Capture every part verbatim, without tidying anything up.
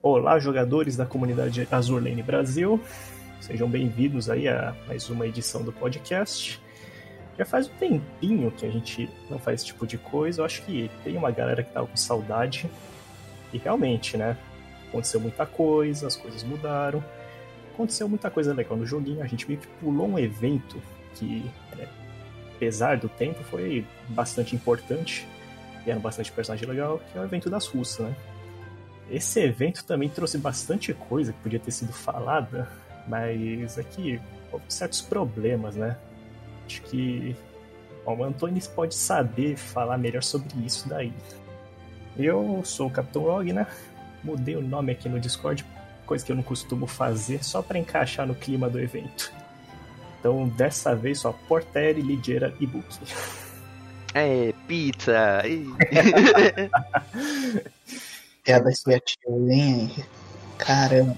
Olá, jogadores da comunidade Azur Lane Brasil, sejam bem-vindos aí a mais uma edição do podcast. Já faz um tempinho que a gente não faz esse tipo de coisa, eu acho que tem uma galera que tava com saudade, e realmente, né, aconteceu muita coisa, as coisas mudaram, aconteceu muita coisa legal no joguinho, a gente meio que pulou um evento que, né, apesar do tempo, foi bastante importante, e era bastante personagem legal, que é o evento das russas, né. Esse evento também trouxe bastante coisa que podia ter sido falada, mas aqui houve certos problemas, né? Acho que bom, o Antônio pode saber falar melhor sobre isso daí. Eu sou o Capitão Log, né? Mudei o nome aqui no Discord, coisa que eu não costumo fazer, só para encaixar no clima do evento. Então, dessa vez, só Porteri, Ligeira e Book. É, pizza! Piada criativa, hein? Caramba.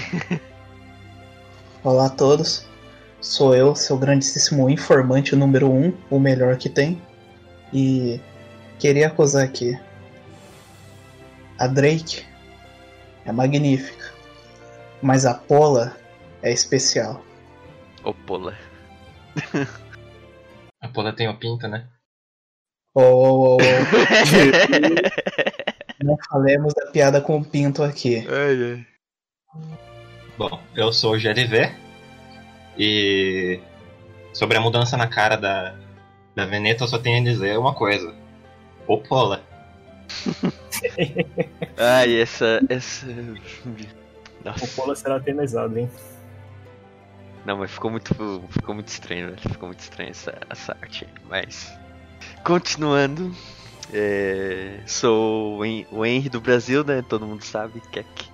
Olá a todos. Sou eu, seu grandíssimo informante número um, o melhor que tem. E queria acusar aqui. A Drake é magnífica, mas a Pola é especial. Ô, Pola. A Pola tem o pinto, né? Oh, oh, oh. Não falemos da piada com o pinto aqui. Ai, ai. Bom, eu sou o G L V e sobre a mudança na cara da, da Veneta eu só tenho a dizer uma coisa. Ô Pola. Ai, essa... essa... O Pola será eternizado, hein? Não, mas ficou muito, ficou muito estranho, velho. Ficou muito estranho essa, essa arte. Mas, continuando, é, sou o, Hen- o Henry do Brasil, né? Todo mundo sabe, Keck.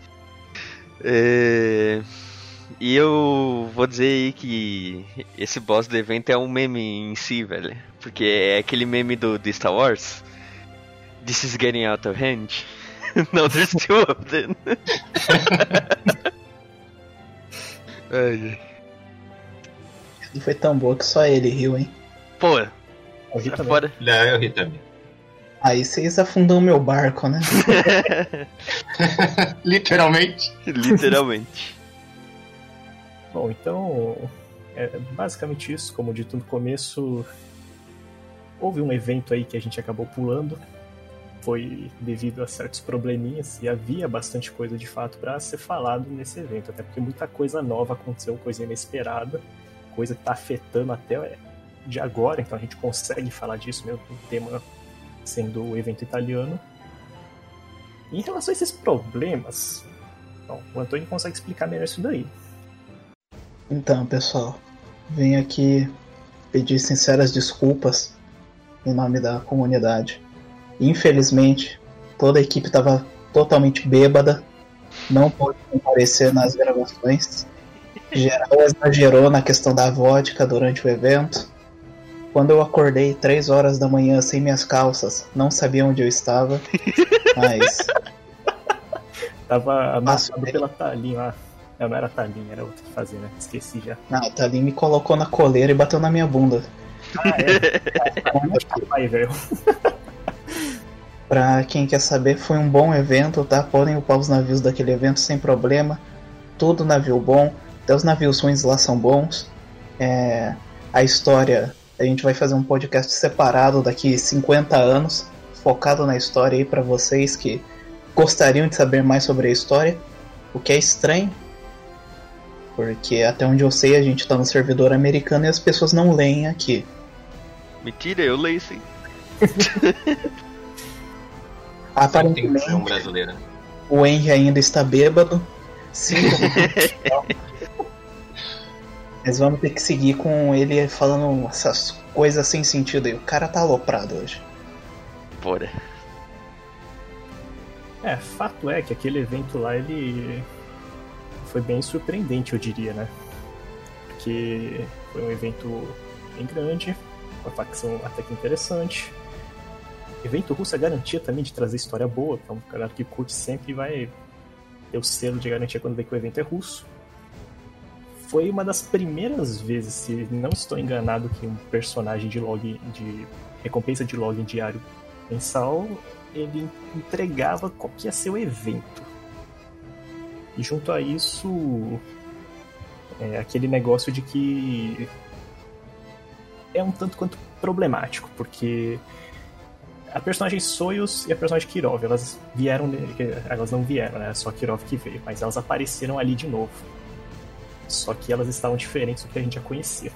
É, e eu vou dizer aí que esse boss do evento é um meme em si, velho. Porque é aquele meme do, do Star Wars. This is getting out of hand. No, there's two of them. Ai, ai. Não foi tão boa que só ele riu, hein? Pô, Eu ri sai também. fora. Não, eu ri também. Aí vocês afundam meu barco, né? Literalmente. Literalmente. Bom, então, é basicamente isso. Como dito no começo, houve um evento aí que a gente acabou pulando. Foi devido a certos probleminhas e havia bastante coisa de fato para ser falado nesse evento, até porque muita coisa nova aconteceu, coisa inesperada, coisa que está afetando até de agora, então a gente consegue falar disso mesmo, o tema sendo o evento italiano. E em relação a esses problemas, bom, o Antônio consegue explicar melhor isso daí. Então, pessoal, venho aqui pedir sinceras desculpas em nome da comunidade. Infelizmente, toda a equipe estava totalmente bêbada, não pôde comparecer nas gravações. Geral exagerou na questão da vodka durante o evento. Quando eu acordei três horas da manhã sem minhas calças, não sabia onde eu estava, mas Tava amassado bem. pela Thalinha lá. Não, não era Thalinha, era outra que fazia, né? Esqueci já. não, o Thalim me colocou na coleira e bateu na minha bunda. Ah, é? Aí, velho. Pra quem quer saber, foi um bom evento, tá? Podem upar os navios daquele evento sem problema. Tudo navio bom, até os navios ruins lá são bons. É, a história, a gente vai fazer um podcast separado daqui cinquenta anos, focado na história aí pra vocês que gostariam de saber mais sobre a história. O que é estranho, porque até onde eu sei a gente tá no servidor americano e as pessoas não leem aqui. Mentira, eu leio sim. Sabe que tem que ser um Aparentemente, brasileiro. o Henry ainda está bêbado. Sim, mas vamos ter que seguir com ele falando essas coisas sem sentido aí. O cara tá aloprado hoje. Bora. É, fato é que aquele evento lá, ele foi bem surpreendente, eu diria, né? Porque foi um evento bem grande, uma facção até que interessante. Evento russo é garantia também de trazer história boa, então o cara que curte sempre vai ter o selo de garantia quando vê que o evento é russo. Foi uma das primeiras vezes, se não estou enganado, que um personagem de log de recompensa de login diário mensal, ele entregava qual que ia ser o evento. E junto a isso, é aquele negócio de que é um tanto quanto problemático, porque a personagem Soyuz e a personagem Kirov, elas vieram, elas não vieram, né? Só a Kirov que veio, mas elas apareceram ali de novo. Só que elas estavam diferentes do que a gente já conhecia.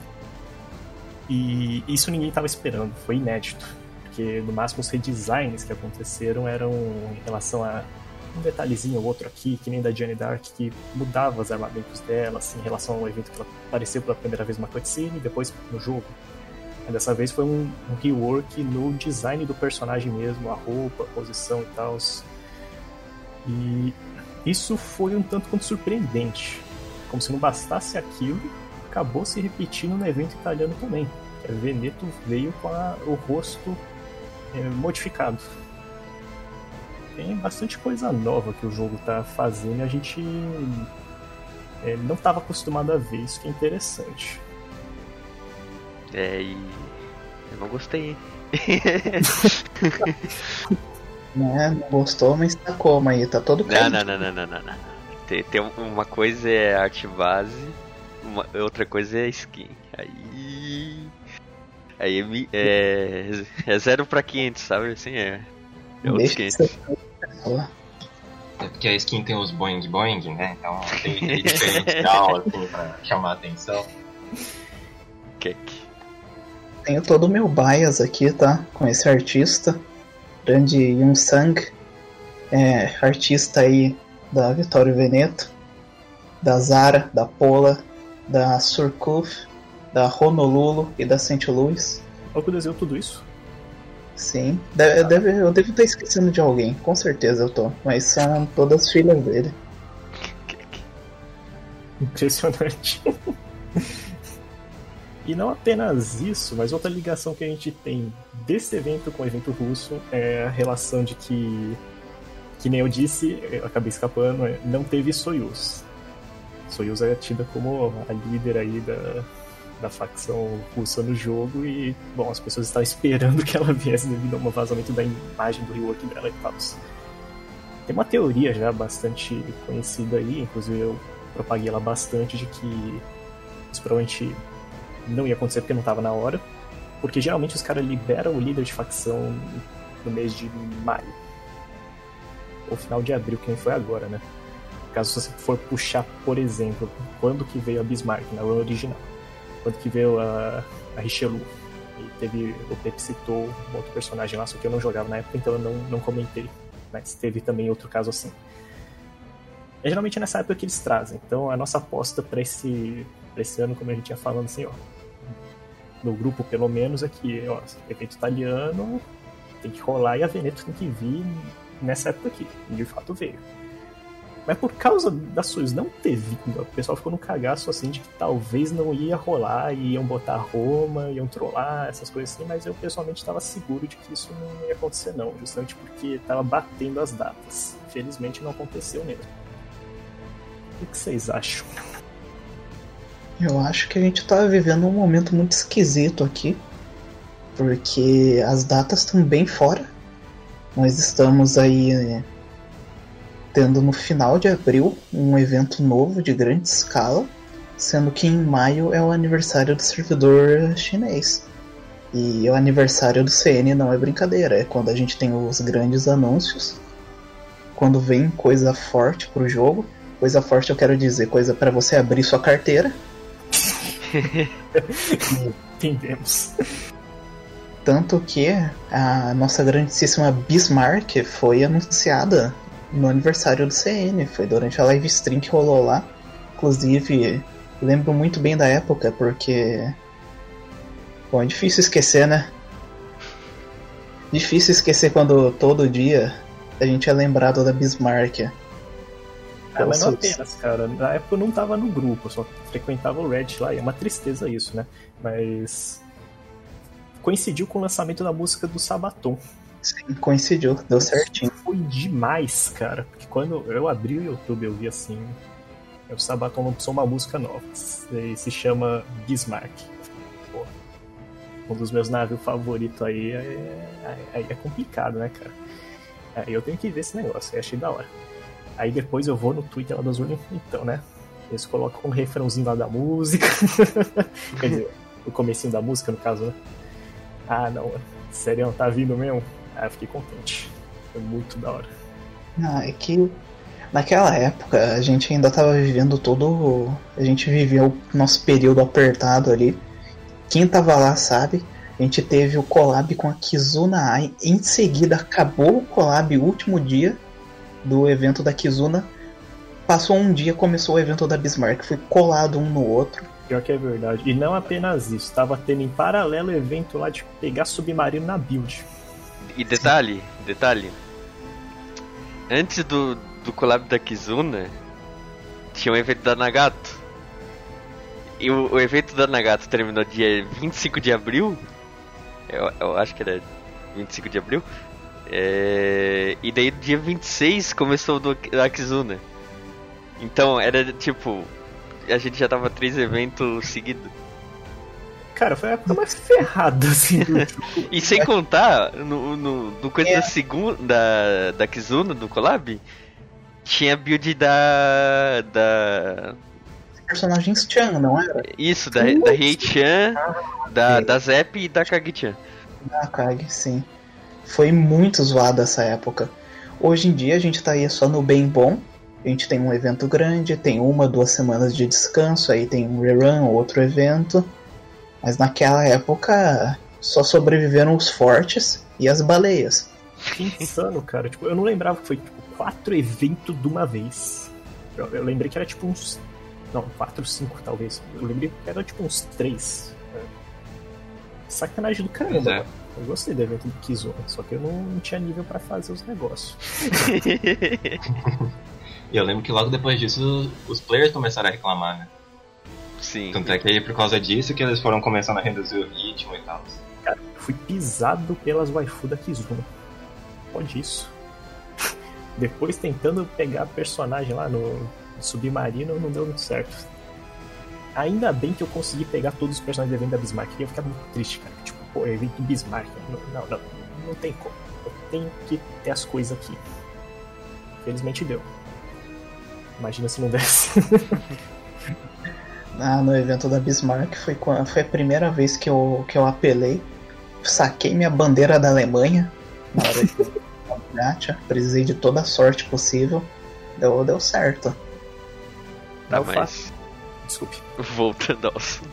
E isso ninguém estava esperando, foi inédito. Porque no máximo os redesigns que aconteceram eram em relação a um detalhezinho ou outro aqui, que nem da Jeanne d'Arc, que mudava os armamentos dela, assim, em relação ao evento que ela apareceu pela primeira vez numa cutscene e depois no jogo. E dessa vez foi um, um rework no design do personagem mesmo, a roupa, a posição e tal. E isso foi um tanto quanto surpreendente. Como se não bastasse aquilo, acabou se repetindo no evento italiano também. A Veneto veio com a, o rosto é, modificado. Tem bastante coisa nova que o jogo tá fazendo e a gente é, não estava acostumado a ver, isso que é interessante. É, e eu não gostei, hein? Né, não gostou, mas tá como aí? Tá todo Não, caído. não, não, não, não, não, não. Tem, tem uma coisa é arte base, uma, outra coisa é skin. Aí. Aí é, é zero pra quinhentos, sabe? Assim, é. É outros Deixa de quinhentos. ser- É porque a skin tem os boing boing, né? Então tem aquele diferencial assim pra chamar a atenção. Kek. Tenho todo o meu bias aqui, tá? Com esse artista. Grande Yun Sang. É, artista aí da Vittorio Veneto. Da Zara, da Pola, da Surcouf, da Honolulu e da Saint Louis. Olha que desenhou tudo isso. Sim, deve, deve, eu devo estar esquecendo de alguém, com certeza eu tô. Mas são todas filhas dele. Impressionante. E não apenas isso, mas outra ligação que a gente tem desse evento com o evento russo é a relação de que, que nem eu disse, eu acabei escapando, não teve Soyuz. Soyuz é tida como a líder aí da, da facção russa no jogo e, bom, as pessoas estavam esperando que ela viesse devido a um vazamento da imagem do rework dela e tal. Tem uma teoria já bastante conhecida aí, inclusive eu propaguei ela bastante, de que isso provavelmente não ia acontecer porque não estava na hora, porque geralmente os caras liberam o líder de facção no mês de maio ou final de abril, que nem foi agora, né? Caso você for puxar, por exemplo, quando que veio a Bismarck na run original, quando que veio a, a Richelieu, e teve, o Pepe citou um outro personagem lá, só que eu não jogava na época, então eu não, não comentei, mas teve também outro caso assim. É geralmente nessa época que eles trazem, então a nossa aposta para esse, pra esse ano, como a gente ia falando assim, ó, no grupo pelo menos, é que, ó, evento italiano tem que rolar e a Veneto tem que vir nessa época aqui, e de fato veio. Mas por causa da Soyuz não ter vindo, o pessoal ficou no cagaço assim de que talvez não ia rolar, e iam botar Roma, iam trollar, essas coisas assim, mas eu pessoalmente estava seguro de que isso não ia acontecer não, justamente porque estava batendo as datas. Felizmente não aconteceu mesmo. O que vocês acham? Eu acho que a gente tá vivendo um momento muito esquisito aqui, porque as datas estão bem fora. Nós estamos aí, né, tendo no final de abril um evento novo de grande escala, sendo que em maio é o aniversário do servidor chinês. E o aniversário do C N não é brincadeira, é quando a gente tem os grandes anúncios, quando vem coisa forte pro jogo. Coisa forte eu quero dizer, coisa para você abrir sua carteira. Entendemos. Tanto que a nossa grandíssima Bismarck foi anunciada no aniversário do C N. Foi durante a live stream que rolou lá. Inclusive, lembro muito bem da época, porque... Bom, é difícil esquecer, né? Difícil esquecer quando todo dia a gente é lembrado da Bismarck. Ah, mas não apenas, cara. Na época eu não tava no grupo, eu só frequentava o Reddit lá, e é uma tristeza isso, né? Mas coincidiu com o lançamento da música do Sabaton. Sim, coincidiu, deu certinho. Foi demais, cara. Porque quando eu abri o YouTube, eu vi assim, o Sabaton lançou uma música nova, e se chama Bismarck. Pô, um dos meus navios favoritos aí é, aí é complicado, né, cara? Aí eu tenho que ver esse negócio, aí achei da hora. Aí depois eu vou no Twitter lá do Azul, então, né? Eles colocam um refrãozinho lá da música. Quer dizer, o comecinho da música, no caso, né? Ah, não, sério, tá vindo mesmo? Ah, eu fiquei contente. Foi muito da hora. Não, é que naquela época a gente ainda tava vivendo todo. A gente vivia o nosso período apertado ali. Quem tava lá sabe. A gente teve o collab com a Kizuna Ai. Em seguida acabou o collab, o último dia do evento da Kizuna. Passou um dia, começou o evento da Bismarck. Foi colado um no outro. Pior que é verdade. E não apenas isso. Tava tendo em paralelo o evento lá de pegar submarino na build. E detalhe, detalhe. Antes do, do collab da Kizuna, tinha um evento da Nagato. E o, o evento da Nagato terminou dia vinte e cinco de abril. Eu, eu acho que era vinte e cinco de abril. É, e daí dia vinte e seis começou o do, da Kizuna. Então era tipo... A gente já tava três eventos seguidos. Cara, foi a época mais ferrada, assim, do jogo. E sem contar, no, no, no coisa é. da segunda, da, da Kizuna, do collab, tinha build da... da... Personagens Chan, não era? Isso, da, da Rei-chan, da, da Zep e da Kagi-chan. Da Kagi, sim. Foi muito zoado essa época. Hoje em dia a gente tá aí só no bem bom. A gente tem um evento grande, tem uma, duas semanas de descanso, aí tem um rerun, outro evento. Mas naquela época só sobreviveram os fortes e as baleias. Que insano, cara. Tipo, eu não lembrava que foi tipo, quatro eventos de uma vez. Eu, eu lembrei que era tipo uns... Não, quatro, cinco talvez. Eu lembrei que era tipo uns três. É. Sacanagem do caramba, é. Eu gostei do evento do Kizuna, só que eu não, não tinha nível pra fazer os negócios. E eu lembro que logo depois disso os players começaram a reclamar, né? Sim. Tanto é que aí por causa disso que eles foram começando a reduzir o ritmo e tal. Cara, eu fui pisado pelas waifu da Kizuna. Pode isso. Depois tentando pegar personagem lá no Submarino não deu muito certo. Ainda bem que eu consegui pegar todos os personagens do evento da Bismarck. Eu ia ficar muito triste, cara. Tipo, pô, evento do Bismarck. Não, não, não, não tem como. Eu tenho que ter as coisas aqui. Felizmente deu. Imagina se não desse. Ah, no evento da Bismarck foi, foi a primeira vez que eu, que eu apelei. Saquei minha bandeira da Alemanha na hora de gacha. Precisei de toda a sorte possível. Deu, deu certo. Tá, mas... Desculpe. Voltando ao assunto.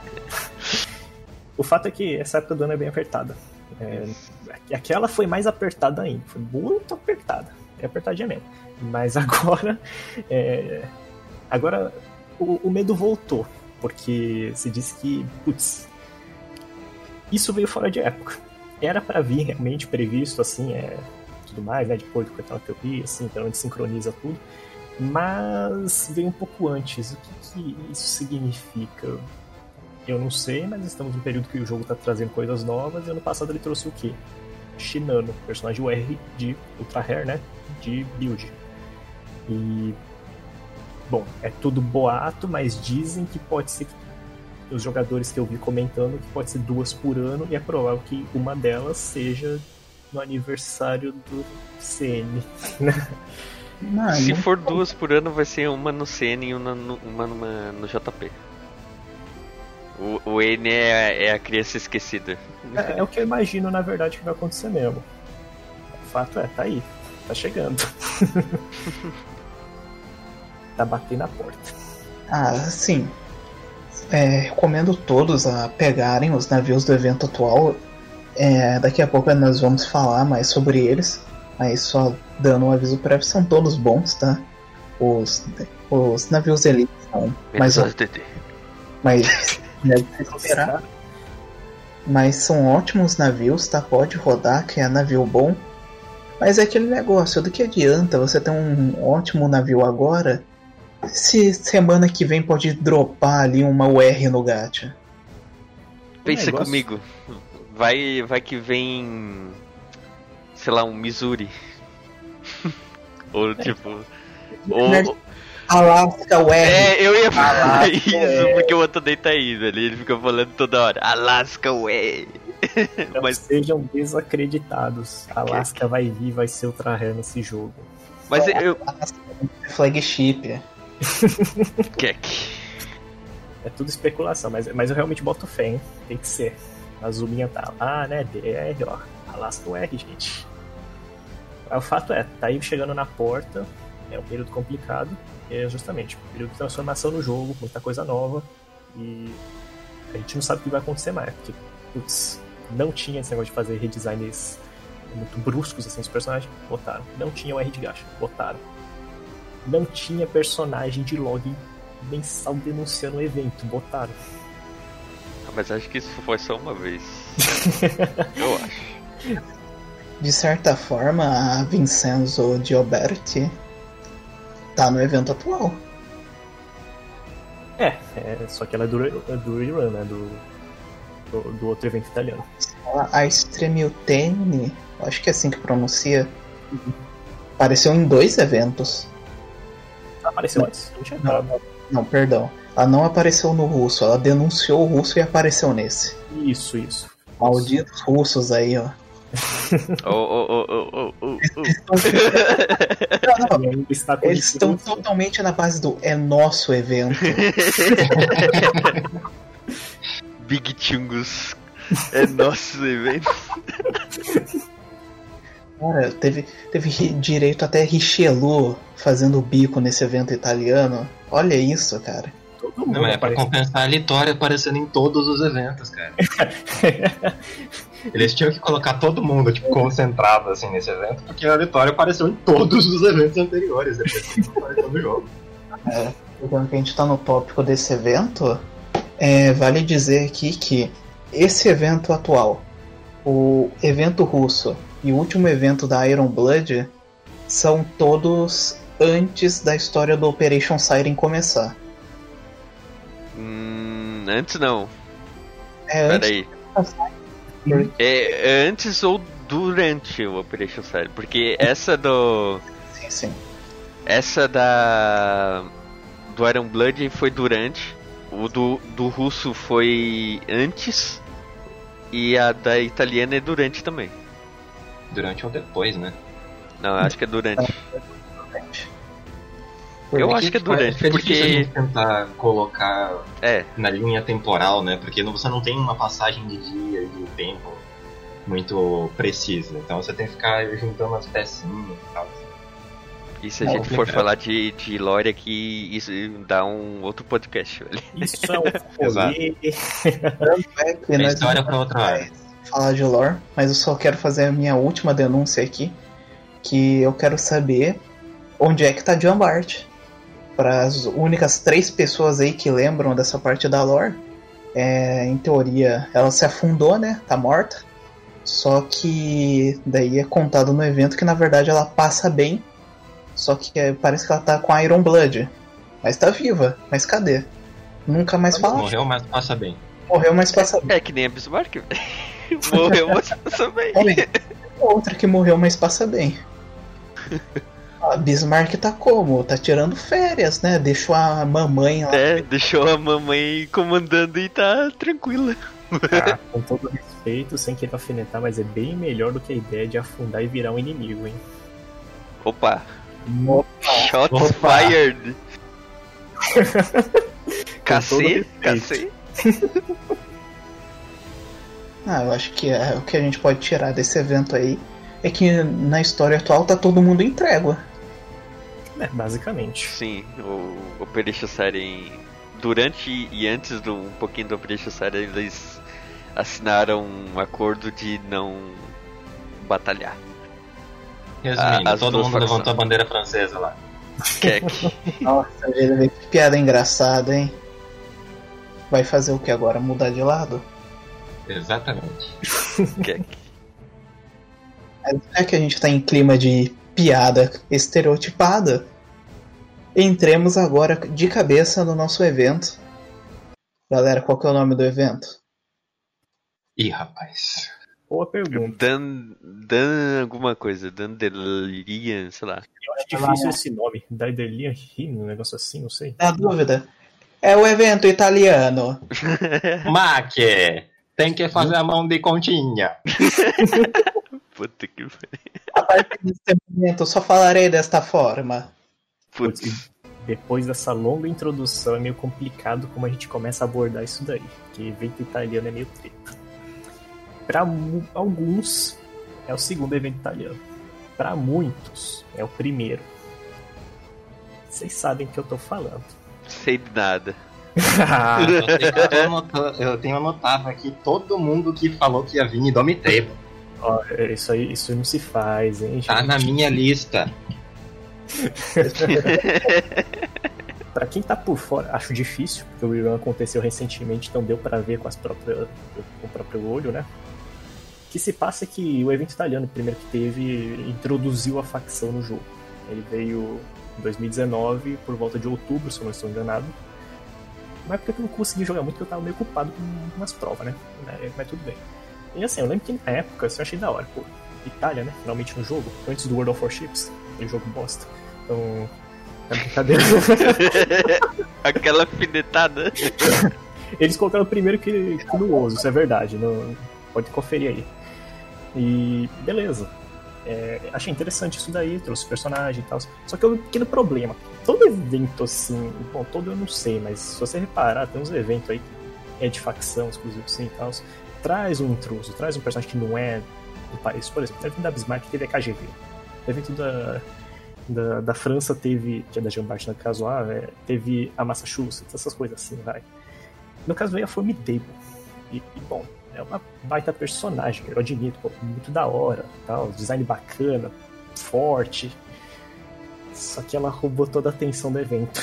O fato é que essa época do ano é bem apertada. É, aquela foi mais apertada ainda. Foi muito apertada. É apertadinha mesmo. Mas agora... É, agora o, o medo voltou. Porque se disse que... Putz, isso veio fora de época. Era pra vir realmente previsto, assim, é, tudo mais, né? De acordo com aquela teoria, assim, então a gente sincroniza tudo. Mas veio um pouco antes. O que, que isso significa? Eu não sei, mas estamos num período que o jogo está trazendo coisas novas. E ano passado ele trouxe o quê? Shinano, personagem U R de Ultra Rare, né? De build. E... Bom, é tudo boato, mas dizem que pode ser que os jogadores que eu vi comentando que pode ser duas por ano. E é provável que uma delas seja no aniversário do C N, né? Não, Se não... for duas por ano, vai ser uma no C N e uma no, uma numa, no J P. O, o N é, é a criança esquecida. É, é o que eu imagino, na verdade, que vai acontecer mesmo. O fato é, tá aí. Tá chegando. Tá batendo na porta. Ah, sim. É, recomendo todos a pegarem os navios do evento atual. É, daqui a pouco nós vamos falar mais sobre eles. Mas só dando um aviso prévio, são todos bons, tá? Os, os navios elite são mais ou mas deve se esperar. Mas são ótimos navios, tá? Pode rodar, que é navio bom. Mas é aquele negócio, do que adianta você ter um ótimo navio agora, se semana que vem pode dropar ali uma U R no gacha? Pensa negócio... comigo. Vai, vai que vem... sei lá, um Missouri. Ou tipo... Ou... Alaska U R. É, eu ia falar Alaska, isso, é. porque o outro tá aí, velho. Ele fica falando toda hora, Alaska U R. Não Mas... sejam desacreditados. Alaska vai vir, vai ser Ultra Rare nesse jogo. Mas eu... Flagship. Kek. É tudo especulação, mas, mas eu realmente boto fé, hein? Tem que ser. A Zuminha tá lá, né? D R, ó. Alasca o R, gente. O fato é, tá aí chegando na porta. É um período complicado. É justamente um período de transformação no jogo, muita coisa nova. E a gente não sabe o que vai acontecer mais. Porque, putz, não tinha esse negócio de fazer redesigns muito bruscos assim, os personagens. Botaram. Não tinha o R de gacha. Botaram. Não tinha personagem de log mensal denunciando o evento. Botaram. Ah, mas acho que isso foi só uma vez. Eu acho. De certa forma, a Vincenzo Gioberti tá no evento atual. É, é só que ela é do, é do rerun, né? Do, do, do outro evento italiano. A Extremiltene, acho que é assim que pronuncia, uhum. Apareceu em dois eventos. Apareceu antes? Não tinha não, não, não, perdão. Ela não apareceu no russo, ela denunciou o russo e apareceu nesse. Isso, isso. Malditos russos aí, ó. Oh, oh, oh, oh, oh, oh. Eles estão totalmente na base do é nosso evento. Big Chungus é nosso evento. Cara, teve, teve direito até Richelieu fazendo bico nesse evento italiano. Olha isso, cara. Todo mundo Não, é pra compensar a Litória aparecendo em todos os eventos, cara. Eles tinham que colocar todo mundo, tipo, concentrado, assim, nesse evento, porque a Litória apareceu em todos os eventos anteriores, depois que apareceu no jogo. É, então que a gente tá no tópico desse evento, é, vale dizer aqui que esse evento atual, o evento russo e o último evento da Iron Blood, são todos antes da história do Operation Siren começar. Hum, antes não. É antes. Peraí. É antes ou durante o Operation Siren, porque essa do... Sim, sim. Essa da... do Iron Blood foi durante, o do, do russo foi antes, e a da italiana é durante também. Durante ou depois, né? Não, acho que é durante. Porque eu acho que é durante, é porque... difícil a gente tentar colocar é. na linha temporal, né? Porque você não tem uma passagem de dia e de tempo muito precisa. Então você tem que ficar juntando as pecinhas e tal. E se a é gente complicado. for falar de, de lore aqui, isso dá um outro podcast, velho. Isso é um rolê. É história pra outra hora. Falar de lore, mas eu só quero fazer a minha última denúncia aqui, que eu quero saber onde é que tá Jean Bart. Para as únicas três pessoas aí que lembram dessa parte da lore, é, em teoria ela se afundou, né? Tá morta. Só que daí é contado no evento que na verdade ela passa bem. Só que é, parece que ela tá com Iron Blood. Mas tá viva. Mas cadê? Nunca mais fala. Morreu, mas passa bem. Morreu, mas passa bem. É que nem a Bismarck. Morreu, mas passa bem. É, outra que morreu, mas passa bem. A Bismarck tá como? Tá tirando férias, né? Deixou a mamãe lá. É, deixou a mamãe comandando e tá tranquila. Ah, com todo respeito, sem querer alfinetar, mas é bem melhor do que a ideia de afundar e virar um inimigo, hein? Opa! Opa. Shots Opa. fired! Cacê? Cacê? Ah, eu acho que é, o que a gente pode tirar desse evento aí é que na história atual tá todo mundo em trégua. É, basicamente. Sim, o Operation Siren, durante e antes do um pouquinho do Operation Siren, eles assinaram um acordo de não batalhar. Resumindo, todo mundo facções. levantou a bandeira francesa lá. Kek. Nossa, que piada engraçada, hein? Vai fazer o que agora? Mudar de lado? Exatamente. Kek. Já que a gente tá em clima de piada estereotipada, entremos agora de cabeça no nosso evento. Galera, qual que é o nome do evento? Ih, rapaz. Boa pergunta. Dan, Dan alguma coisa, Dandelion, sei lá. Eu acho difícil esse nome, Dandelion, um negócio assim, não sei. Na dúvida, é o evento italiano. Mac, tem que fazer a mão de continha. Puta que pariu. A partir desse momento, eu só falarei desta forma. Putz. Depois dessa longa introdução, é meio complicado como a gente começa a abordar isso daí. Porque evento italiano é meio treta. Para alguns, é o segundo evento italiano. Para muitos, é o primeiro. Vocês sabem o que eu tô falando. Sei de nada. eu, tenho anotado, eu tenho anotado aqui todo mundo que falou que ia vir em Domitable. Ó, isso aí, isso não se faz, hein, gente? Tá na minha lista. Pra quem tá por fora, acho difícil, porque o rerun aconteceu recentemente, então deu pra ver com, as próprias, com o próprio olho, né? O que se passa é que o evento italiano, o primeiro que teve, introduziu a facção no jogo. Ele veio em dois mil e dezenove, por volta de outubro, se eu não estou enganado. Mas porque eu não consegui jogar muito, porque eu tava meio ocupado com umas provas, né? Mas tudo bem. E assim, eu lembro que na época assim, eu achei da hora, pô, Itália, né? Finalmente no jogo, antes do World of Warships, aquele jogo bosta. Então, é brincadeira. Aquela finetada. Eles colocaram primeiro que, que no Oso, isso é verdade, não, pode conferir aí. E beleza. É, achei interessante isso daí, trouxe personagem e tal. Só que eu um pequeno problema. Todo evento assim, bom, todo eu não sei, mas se você reparar, tem uns eventos aí que é de facção, exclusivo assim e tal. Traz um intruso, traz um personagem que não é do país. Por exemplo, o evento da Bismarck teve a K G V. O evento da, da, da França teve, que é da Jean Bart no caso lá, é, teve a Massachusetts, essas coisas assim, vai. No caso veio a Formidable. E, e bom, é uma baita personagem, eu admito, pô, muito da hora, tal, design bacana, forte. Só que ela roubou toda a atenção do evento.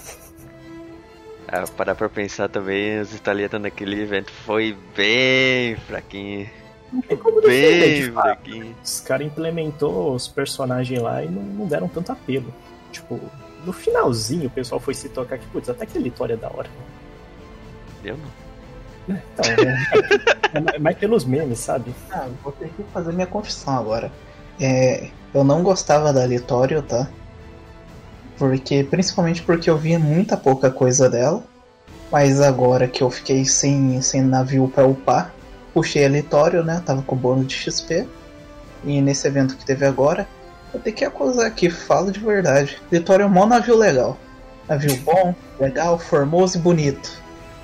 Ah, parar pra pensar também, os italianos naquele evento foi bem fraquinho. Não tem como defender, Bem de fato. fraquinho. Os caras implementou os personagens lá e não, não deram tanto apelo. Tipo, no finalzinho o pessoal foi se tocar que, putz, até aquele Litória é da hora. Eu não. Então, é, é mais pelos memes, sabe? Ah, vou ter que fazer minha confissão agora. É, eu não gostava da Litório, tá? Porque, principalmente porque eu via muita pouca coisa dela. Mas agora que eu fiquei sem, sem navio pra upar, puxei a Litório, né? Tava com bônus de X P. E nesse evento que teve agora, eu tenho que acusar aqui, falo de verdade. Litório é um mó navio legal. Navio bom, legal, formoso e bonito.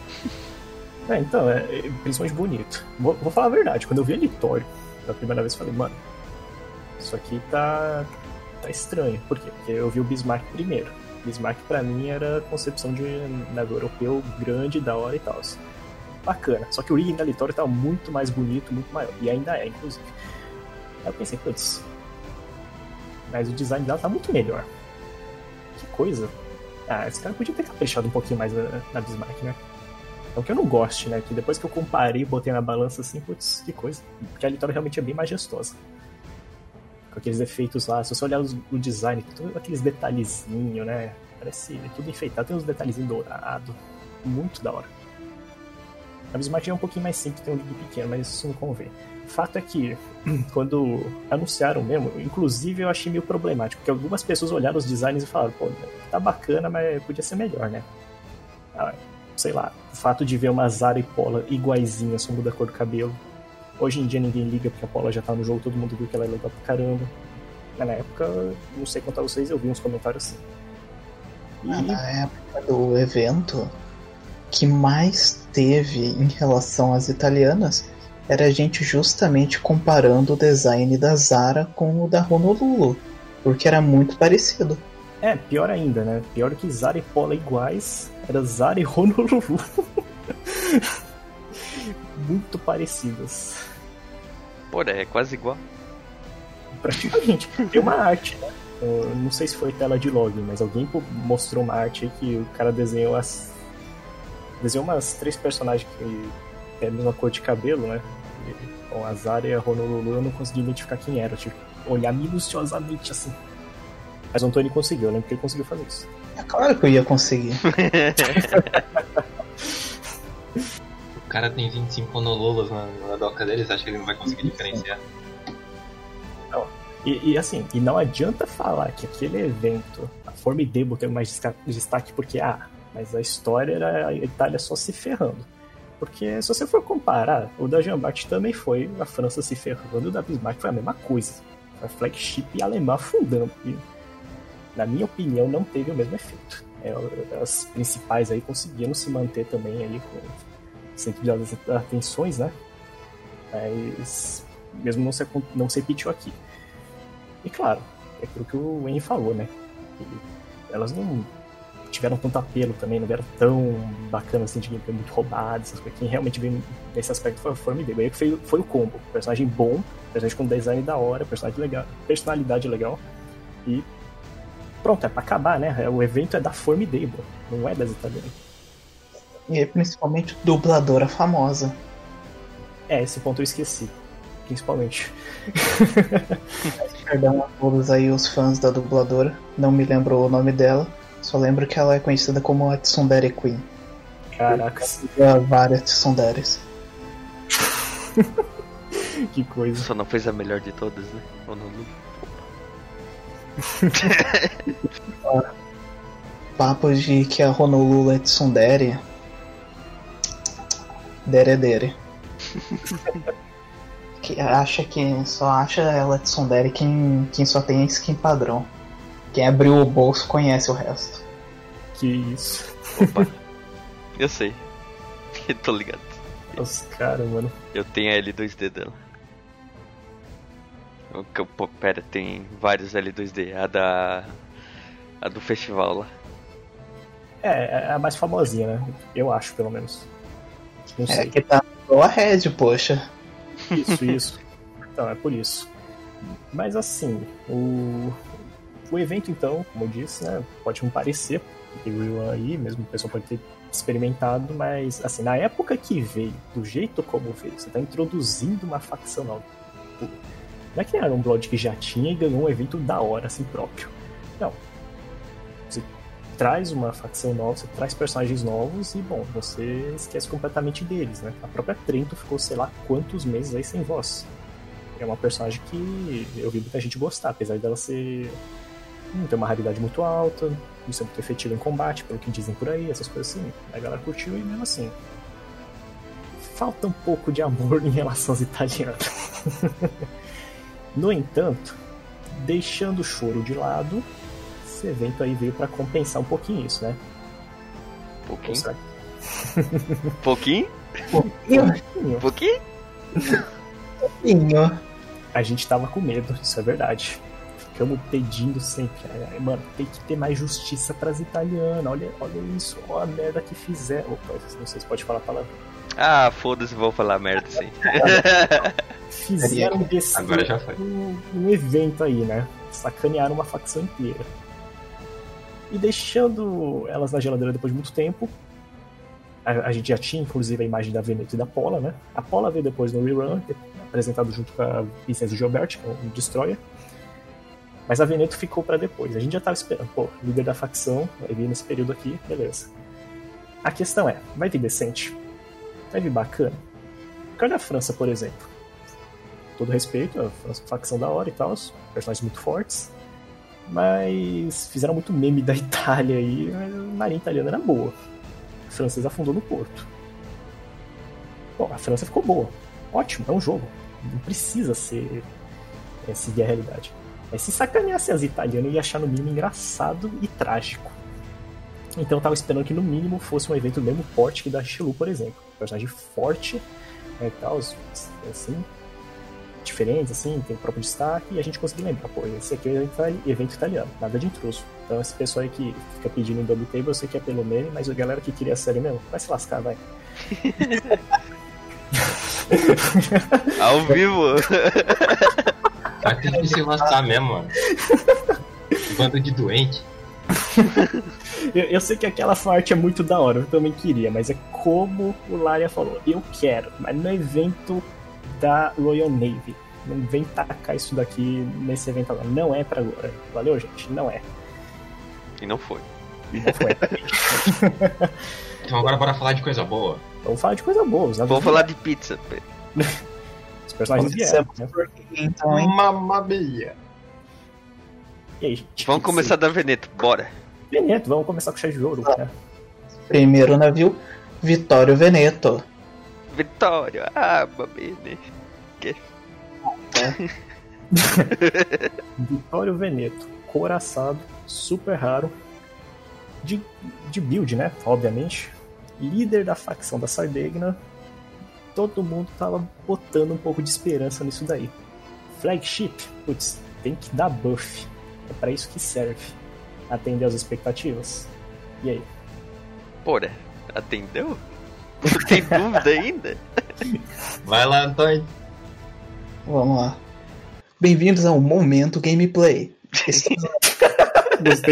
É, então, é, é principalmente bonito. Vou, vou falar a verdade, quando eu vi a Litório pela primeira vez, eu falei, mano, isso aqui tá, tá estranho. Por quê? Porque eu vi o Bismarck primeiro. Bismarck pra mim era a concepção de navio europeu grande, da hora e tal. Bacana. Só que o rigging da Litório tava muito mais bonito, muito maior. E ainda é, inclusive. Aí eu pensei, putz, mas o design dela tá muito melhor. Que coisa. Ah, esse cara podia ter caprichado um pouquinho mais na, na Bismarck, né? Não que eu não goste, né? Que depois que eu comparei e botei na balança assim, putz, que coisa. Porque a Litório realmente é bem majestosa. Com aqueles efeitos lá, se você olhar o design, todos aqueles detalhezinhos, né? Parece tudo enfeitado, tem uns detalhezinhos dourados. Muito da hora. A Bismarck é um pouquinho mais simples, tem um rig pequeno, mas isso não convém. O fato é que, quando anunciaram mesmo, inclusive eu achei meio problemático, porque algumas pessoas olharam os designs e falaram, pô, tá bacana, mas podia ser melhor, né? Ah, sei lá, o fato de ver uma Zara e Pola iguaizinha, só muda a cor do cabelo. Hoje em dia ninguém liga porque a Pola já tá no jogo, todo mundo viu que ela é legal pra caramba. Mas na época, não sei quanto a vocês, eu vi uns comentários assim. E... Na época do evento, que mais teve em relação às italianas era a gente justamente comparando o design da Zara com o da Honolulu, porque era muito parecido. É, pior ainda, né? Pior que Zara e Pola iguais, era Zara e Honolulu. Muito parecidas. Pô, é quase igual. Praticamente. Tem uma arte, né? Eu não sei se foi tela de login, mas alguém mostrou uma arte aí que o cara desenhou as. Desenhou umas três personagens que é a mesma cor de cabelo, né? Com a Zara e a Honolulu eu não consegui identificar quem era. Eu tive que olhar minuciosamente assim. Mas o Antônio conseguiu, né? Porque ele conseguiu fazer isso. É claro que eu ia conseguir. O cara tem vinte e cinco Honolulas na, na doca dele, você acha que ele não vai conseguir diferenciar? Não. E, e assim, e não adianta falar que aquele evento, a Formidable teve mais destaque porque, ah, mas a história era a Itália só se ferrando. Porque se você for comparar, o da Jean Bart também foi a França se ferrando e o da Bismarck foi a mesma coisa. a flagship alemã afundando. E, na minha opinião, não teve o mesmo efeito. É, as principais aí conseguiram se manter também aí com centro das atenções, né? Mas mesmo não se, não se repetiu aqui. E claro, é aquilo que o Wayne falou, né? E elas não tiveram tanto apelo também, não eram tão bacanas assim, de gameplay muito roubadas, essas coisas. Quem realmente veio nesse aspecto foi a Formidable. Aí foi, foi o combo. Personagem bom, personagem com design da hora, personagem legal, personalidade legal. E pronto, é pra acabar, né? O evento é da Formidable, não é das italianas. E principalmente dubladora famosa. É, esse ponto eu esqueci. Principalmente. Perdão a todos aí os fãs da dubladora. Não me lembro o nome dela. Só lembro que ela é conhecida como a Tsundere Queen. Caracas. Há várias Tsunderes. Que coisa. Só não fez a melhor de todas, né? Ou não? Papos de que a Honolulu é Tsundere. Dere dere. Que acha que só acha ela Tsundere quem, quem só tem a skin padrão. Quem abriu o bolso conhece o resto. Que isso. Opa. Eu sei. Eu tô ligado. Os caras, mano. Eu tenho a L dois D dela. Pô, pera, tem vários L dois D. A da. A do festival lá. É, é a mais famosinha, né? Eu acho, pelo menos. Não É sei. que tá no Red, poxa. Isso, isso. Então, é por isso. Mas assim, o, o evento, então, como eu disse, né, pode não parecer, tem o Rerun aí, mesmo o pessoal pode ter experimentado, mas, assim, na época que veio, do jeito como veio, você tá introduzindo uma facção nova. Não é que era um Blood que já tinha e ganhou um evento da hora, assim, próprio. Não. Você traz uma facção nova, você traz personagens novos e, bom, você esquece completamente deles, né? A própria Trento ficou, sei lá, quantos meses aí sem voz. É uma personagem que eu vi muita gente gostar, apesar dela ser... Hum, ter uma raridade muito alta, não ser muito efetiva em combate, pelo que dizem por aí, essas coisas assim. A galera curtiu e mesmo assim... Falta um pouco de amor em relação aos italianos. No entanto, deixando o choro de lado, esse evento aí veio pra compensar um pouquinho isso, né? Pouquinho? Será Pouquinho? Pouquinho. Pouquinho? Pouquinho. A gente tava com medo, isso é verdade. Ficamos pedindo sempre. É, mano, tem que ter mais justiça pras italianas. Olha, olha isso, olha a merda que fizeram. Opa, não sei se pode falar a palavra. Ah, foda-se, vou falar merda sim. Fizeram desse Agora já foi. um, um evento aí, né? Sacanearam uma facção inteira. E deixando elas na geladeira depois de muito tempo, a, a gente já tinha inclusive a imagem da Veneto e da Pola, né? A Pola veio depois no rerun, apresentado junto com a Vincenzo Gilberti, que é um Destroyer. Mas a Veneto ficou pra depois. A gente já tava esperando, pô, líder da facção, vai vir nesse período aqui, beleza. A questão é, vai vir decente? Vai vir bacana? Cadê a França, por exemplo? Todo respeito, a França é uma facção da hora e tal, personagens muito fortes, mas fizeram muito meme da Itália aí, mas a marinha italiana era boa. A francesa afundou no porto. Bom, a França ficou boa. Ótimo, é um jogo. Não precisa ser é, seguir a realidade. Mas se sacaneasse as italianas, eu ia achar no mínimo engraçado e trágico. Então eu tava esperando que no mínimo fosse um evento do mesmo porte que da Shilu, por exemplo. Um personagem forte, né, e tal, assim, diferentes, assim, tem o próprio destaque, e a gente conseguiu lembrar, pô, esse aqui é o evento italiano, nada de intruso. Então esse pessoal aí que fica pedindo em Double Table, eu sei que é pelo meme, mas a galera que queria a série mesmo, vai se lascar, vai. Ao vivo! Tá que tem que se lascar mesmo, mano. Bando de doente. eu, eu sei que aquela parte é muito da hora, eu também queria, mas é como o Laria falou, eu quero, mas no evento da Royal Navy. Não vem tacar isso daqui nesse evento agora. Não é pra agora. Valeu, gente? Não é. E não foi. E não foi. Então agora bora falar de coisa boa. Vamos falar de coisa boa. Vamos falar de pizza. Os personagens vieram, né? Então, hein? Mamma mia. E aí, gente? Vamos começar da Veneto, bora. Veneto, vamos começar com o chá de ouro. Né? Primeiro navio, Vittorio Veneto. Vitória, ah, babene. Que? Vitório Veneto, couraçado, super raro, de, de build, né? Obviamente. Líder da facção da Sardegna. Todo mundo tava botando um pouco de esperança nisso daí. Flagship, putz, tem que dar buff. É pra isso que serve. Atender às expectativas. E aí? Porra, atendeu? Não tem dúvida ainda? Vai lá, Antônio. Vamos lá. Bem-vindos ao Momento Gameplay. Estamos... Gostei.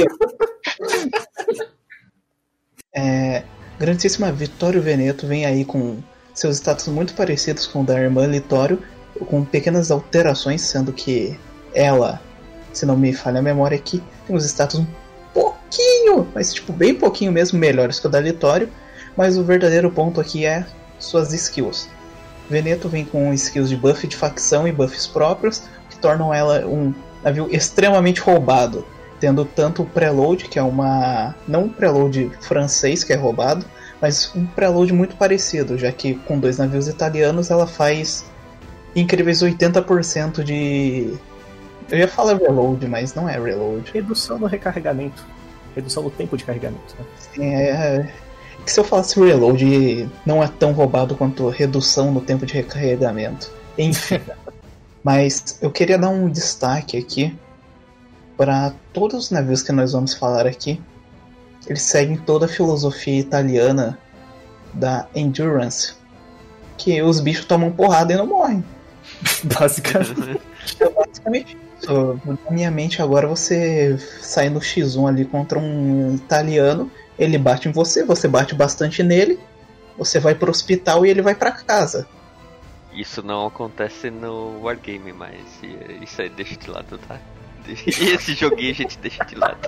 É, grandíssima Vitório Veneto vem aí com seus status muito parecidos com o da irmã Litório, com pequenas alterações, sendo que ela, se não me falha a memória aqui, tem os status um pouquinho, mas tipo bem pouquinho mesmo, melhores que o da Litório, mas o verdadeiro ponto aqui é suas skills. Veneto vem com skills de buff de facção e buffs próprios, que tornam ela um navio extremamente roubado, tendo tanto o preload, que é uma... não um preload francês que é roubado, mas um preload muito parecido, já que com dois navios italianos ela faz incríveis oitenta por cento de... eu ia falar reload, mas não é reload. Redução no recarregamento. Redução no tempo de carregamento, né? Sim, é... que se eu falasse reload não é tão roubado quanto redução no tempo de recarregamento. Enfim. Mas eu queria dar um destaque aqui para todos os navios que nós vamos falar aqui. Eles seguem toda a filosofia italiana da Endurance, que os bichos tomam porrada e não morrem. Basicamente. É basicamente isso. Na minha mente agora, você sai no xis um ali contra um italiano, ele bate em você, você bate bastante nele, você vai pro hospital e ele vai pra casa. Isso não acontece no Wargame, mas isso aí deixa de lado, tá? Esse joguinho a gente deixa de lado.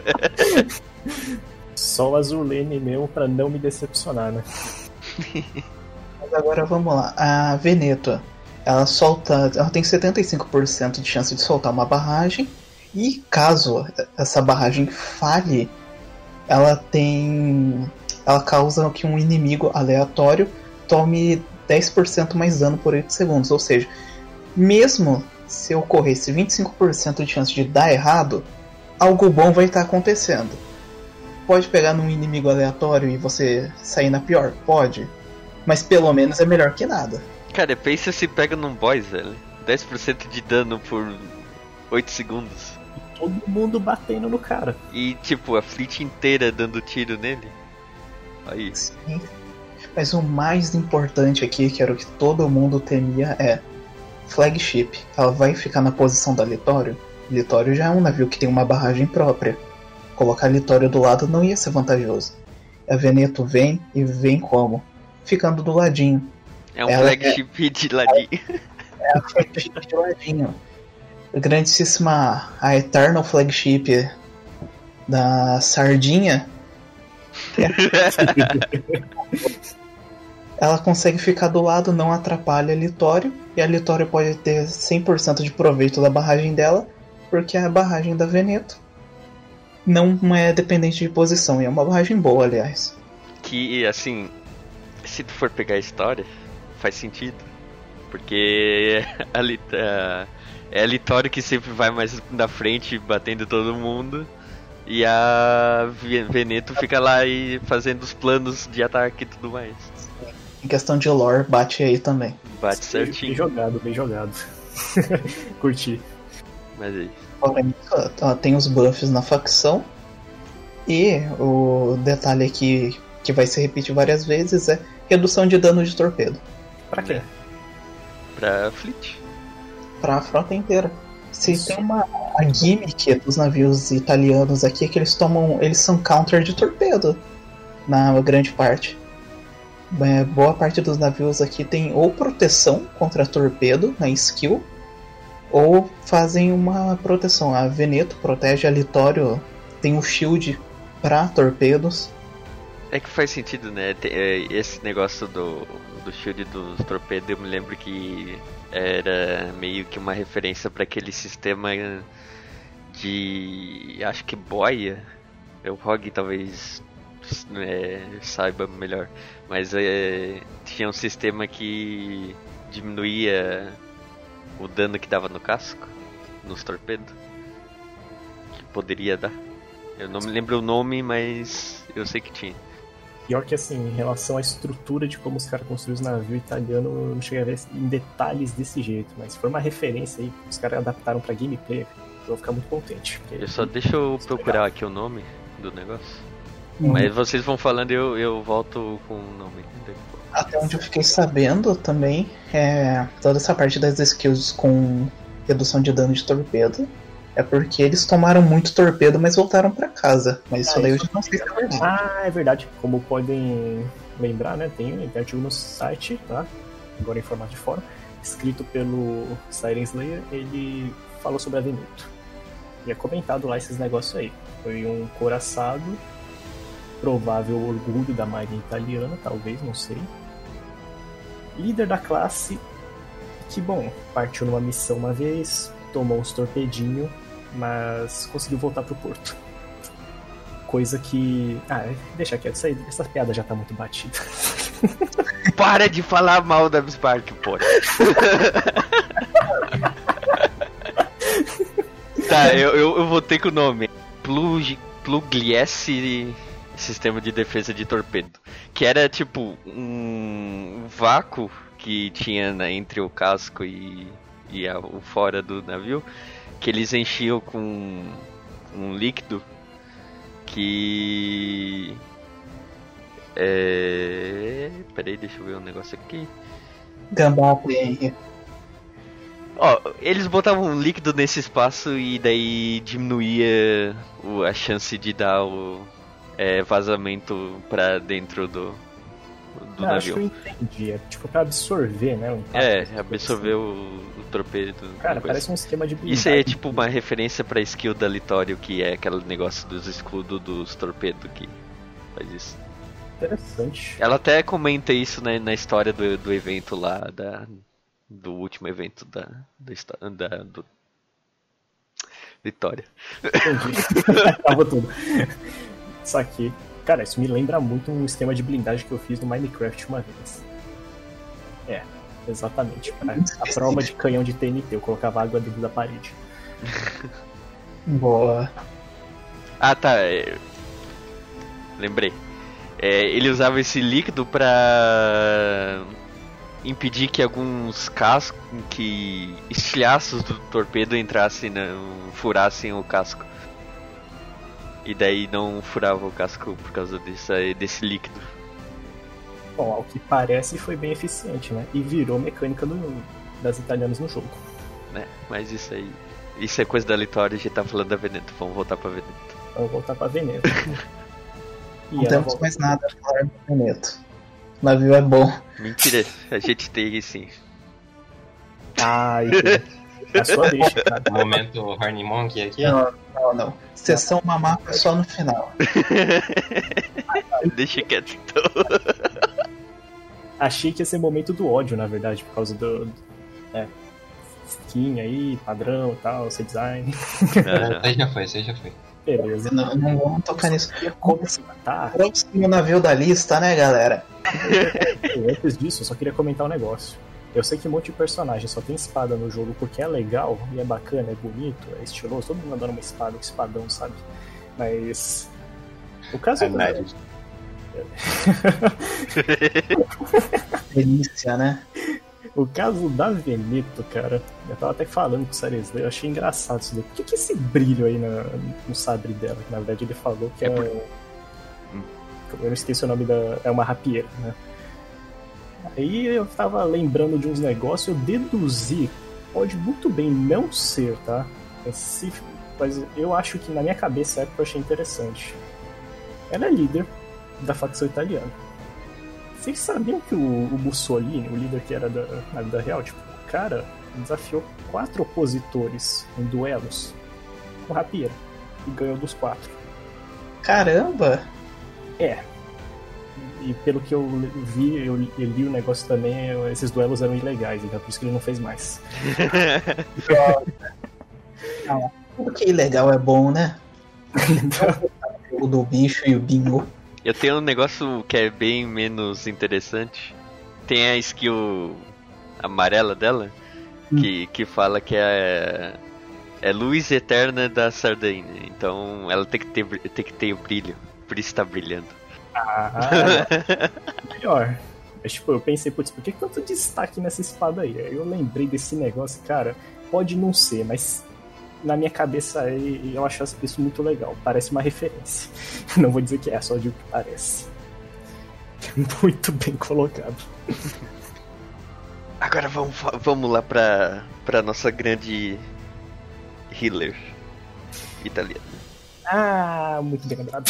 Só o Azulene mesmo pra não me decepcionar, né? Mas agora vamos lá. A Veneto, ela solta, ela tem setenta e cinco por cento de chance de soltar uma barragem, e caso essa barragem falhe, ela tem, ela causa que um inimigo aleatório tome dez por cento mais dano por oito segundos, ou seja, mesmo se ocorresse vinte e cinco por cento de chance de dar errado, algo bom vai estar acontecendo. Pode pegar num inimigo aleatório e você sair na pior? Pode. Mas pelo menos é melhor que nada. Cara, pensa se pega num boss, velho. dez por cento de dano por oito segundos. Todo mundo batendo no cara. E tipo, a fleet inteira dando tiro nele. Aí. Sim. Mas o mais importante aqui, que era o que todo mundo temia, é Flagship. Ela vai ficar na posição da Litório. Litório já é um navio que tem uma barragem própria. Colocar Litório do lado não ia ser vantajoso. A Veneto vem e vem como? Ficando do ladinho. É um Ela flagship é... de ladinho. É a flagship de ladinho. A grandíssima, a Eternal Flagship da Sardinha. Ela consegue ficar do lado, não atrapalha a Litório, e a Litório pode ter cem por cento de proveito da barragem dela, porque a barragem da Veneto não é dependente de posição, e é uma barragem boa, aliás. Que, assim, se tu for pegar a história, faz sentido, porque a, a, é a Litório que sempre vai mais na frente, batendo todo mundo, e a Veneto fica lá e fazendo os planos de ataque e tudo mais. Em questão de lore, bate aí também. Bate certinho. Bem jogado, bem jogado. Curti. Mas é isso. Fora isso, ela tem os buffs na facção. E o detalhe aqui que vai se repetir várias vezes é redução de dano de torpedo. Pra quê? Pra fleet. Pra frota inteira. Se tem uma a gimmick dos navios italianos aqui é que eles tomam. Eles são counter de torpedo. Na grande parte. É, boa parte dos navios aqui tem ou proteção contra torpedo na skill, ou fazem uma proteção. A Veneto protege a Litório, tem um shield para torpedos. É que faz sentido, né? Esse negócio do, do shield dos torpedos, eu me lembro que era meio que uma referência para aquele sistema de... acho que boia. O Rogue talvez é, saiba melhor. Mas é, tinha um sistema que diminuía o dano que dava no casco, nos torpedos, que poderia dar. Eu não me lembro o nome, mas eu sei que tinha. Pior que assim, em relação à estrutura de como os caras construíram os navios italianos, eu não cheguei a ver em detalhes desse jeito, mas se for uma referência aí, os caras adaptaram pra gameplay, eu vou ficar muito contente. Eu só deixa eu procurar aqui o nome do negócio. Hum. Mas vocês vão falando e eu, eu volto com o nome. Até onde eu fiquei sabendo também, é toda essa parte das skills com redução de dano de torpedo. É porque eles tomaram muito torpedo, mas voltaram pra casa. Mas ah, isso daí eu já não sei se é verdade. Ah, é verdade. Como podem lembrar, né? Tem, tem artigo no site, tá? Agora em formato de fórum, escrito pelo Siren Slayer. Ele falou sobre a Veneto. E é comentado lá esses negócios aí. Foi um coraçado, provável orgulho da marinha italiana, talvez, não sei. Líder da classe, que bom, partiu numa missão uma vez, tomou uns torpedinhos, mas conseguiu voltar pro porto. Coisa que... Ah, deixa quieto, essa, essa piada já tá muito batida. Para de falar mal da Bismarck, pô. Tá, eu, eu, eu voltei com o nome. Plug, Pugliese Sistema de Defesa de Torpedo. Que era tipo um vácuo que tinha né, entre o casco e, e a, o fora do navio. Que eles enchiam com um líquido que... É... Peraí, deixa eu ver um negócio aqui. Gambá tem. Ó, eles botavam um líquido nesse espaço e daí diminuía o, a chance de dar o é, vazamento pra dentro do, do Não, navio. Acho que eu entendi. É tipo pra absorver, né? O é, absorver o, o torpedo. Cara, parece um esquema de blindagem. Isso aí é tipo uma referência pra skill da Litório, que é aquele negócio dos escudos dos torpedos que faz isso. Interessante. Ela até comenta isso na, na história do, do evento lá, da, do último evento da, da, da do Vitória. Entendi. Acabou tudo. Isso aqui, cara, isso me lembra muito um esquema de blindagem que eu fiz no Minecraft uma vez. É, exatamente. A, a prova de canhão de T N T, eu colocava água dentro da parede. Boa. Ah, tá. É... Lembrei. É, ele usava esse líquido pra impedir que alguns cascos, que estilhaços do torpedo entrassem, não, furassem o casco. E daí não furava o casco por causa desse, desse líquido. Bom, ao que parece foi bem eficiente, né? E virou mecânica do, das italianas no jogo. Né? Mas isso aí, isso é coisa da Litória, a gente tá falando da Veneto, vamos voltar pra Veneto. Vamos voltar pra Veneto. Não temos volta... mais nada a falar do Veneto. O navio é bom. Mentira, a gente tem sim. Ai, é a sua deixa, cara. Momento Horny Monkey aqui. Não, não, não. Sessão mamaca só no final. Deixa quieto então. Achei que ia ser momento do ódio, na verdade, por causa do... do é, skin aí, padrão e tal, seu design. Ah, aí já foi, aí já foi. Beleza. Não, não vamos tocar nisso. Como se matar? Próximo navio da lista, né, galera? Antes disso, eu só queria comentar um negócio. Eu sei que um monte de personagem só tem espada no jogo porque é legal e é bacana, é bonito, é estiloso, todo mundo andando uma espada, um espadão, sabe? Mas o caso é da... Delícia, né? O caso da Veneto, cara, eu tava até falando com o Sares, eu achei engraçado isso daí. Por que, que esse brilho aí na, no sabre dela? Que na verdade ele falou que é. é hum. Eu não esqueci o nome da. É uma rapieira, né? Aí eu tava lembrando de uns negócios, eu deduzi, pode muito bem não ser, tá? Mas eu acho que na minha cabeça é que eu achei interessante. Ela é líder da facção italiana. Vocês sabiam que o, o Mussolini, o líder que era da, na vida real, tipo, o cara desafiou quatro opositores em duelos com rapieira e ganhou dos quatro. Caramba! É. E pelo que eu vi, eu, eu li o negócio também, eu, esses duelos eram ilegais, então por isso que ele não fez mais. Não, tudo que é ilegal é bom, né? O do bicho e o bingo. Eu tenho um negócio que é bem menos interessante. Tem a skill amarela dela, que, que fala que é, é luz eterna da Sardain. Então ela tem que ter, tem que ter o brilho, por isso tá brilhando. Ah, melhor. Mas, tipo, eu pensei, putz, por que tanto destaque nessa espada aí? Aí eu lembrei desse negócio, cara, pode não ser, mas na minha cabeça aí, eu acho isso muito legal. Parece uma referência. Não vou dizer que é, só digo que parece. Muito bem colocado. Agora vamos, vamos lá pra, pra nossa grande healer italiana. Ah, muito bem lembrado.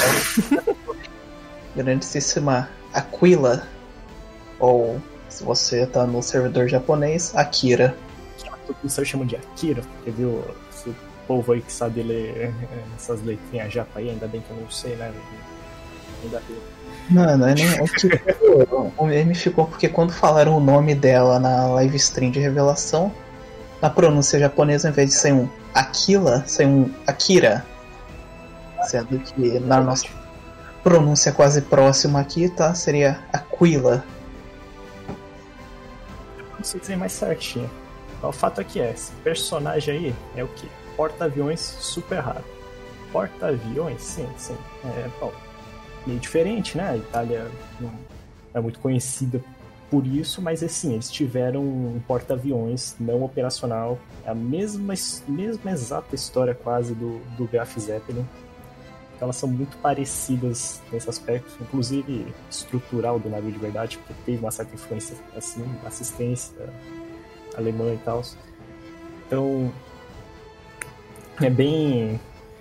Grandíssima Aquila, ou se você tá no servidor japonês, Akira. Todo mundo chama de Akira, porque viu esse povo aí que sabe ler essas letrinhas japa aí, ainda bem que eu não sei, né? Ainda bem. Mano, é nem o que o meme ficou porque quando falaram o nome dela na live stream de revelação, na pronúncia japonesa, ao invés de ser um Aquila, ser um Akira. Sendo que na nossa pronúncia quase próxima aqui, tá? Seria Aquila. Não sei dizer mais certinho. O fato é que é, esse personagem aí é o que? Porta-aviões super raro. Porta-aviões, sim, sim. É, bom, meio diferente, né? A Itália não é muito conhecida por isso, mas assim, eles tiveram um porta-aviões não operacional. É a mesma, mesma exata história quase do, do Graf Zeppelin. Então elas são muito parecidas nesse aspecto, inclusive estrutural do navio de verdade, porque teve uma certa influência, assim, assistência alemã e tal. Então é bem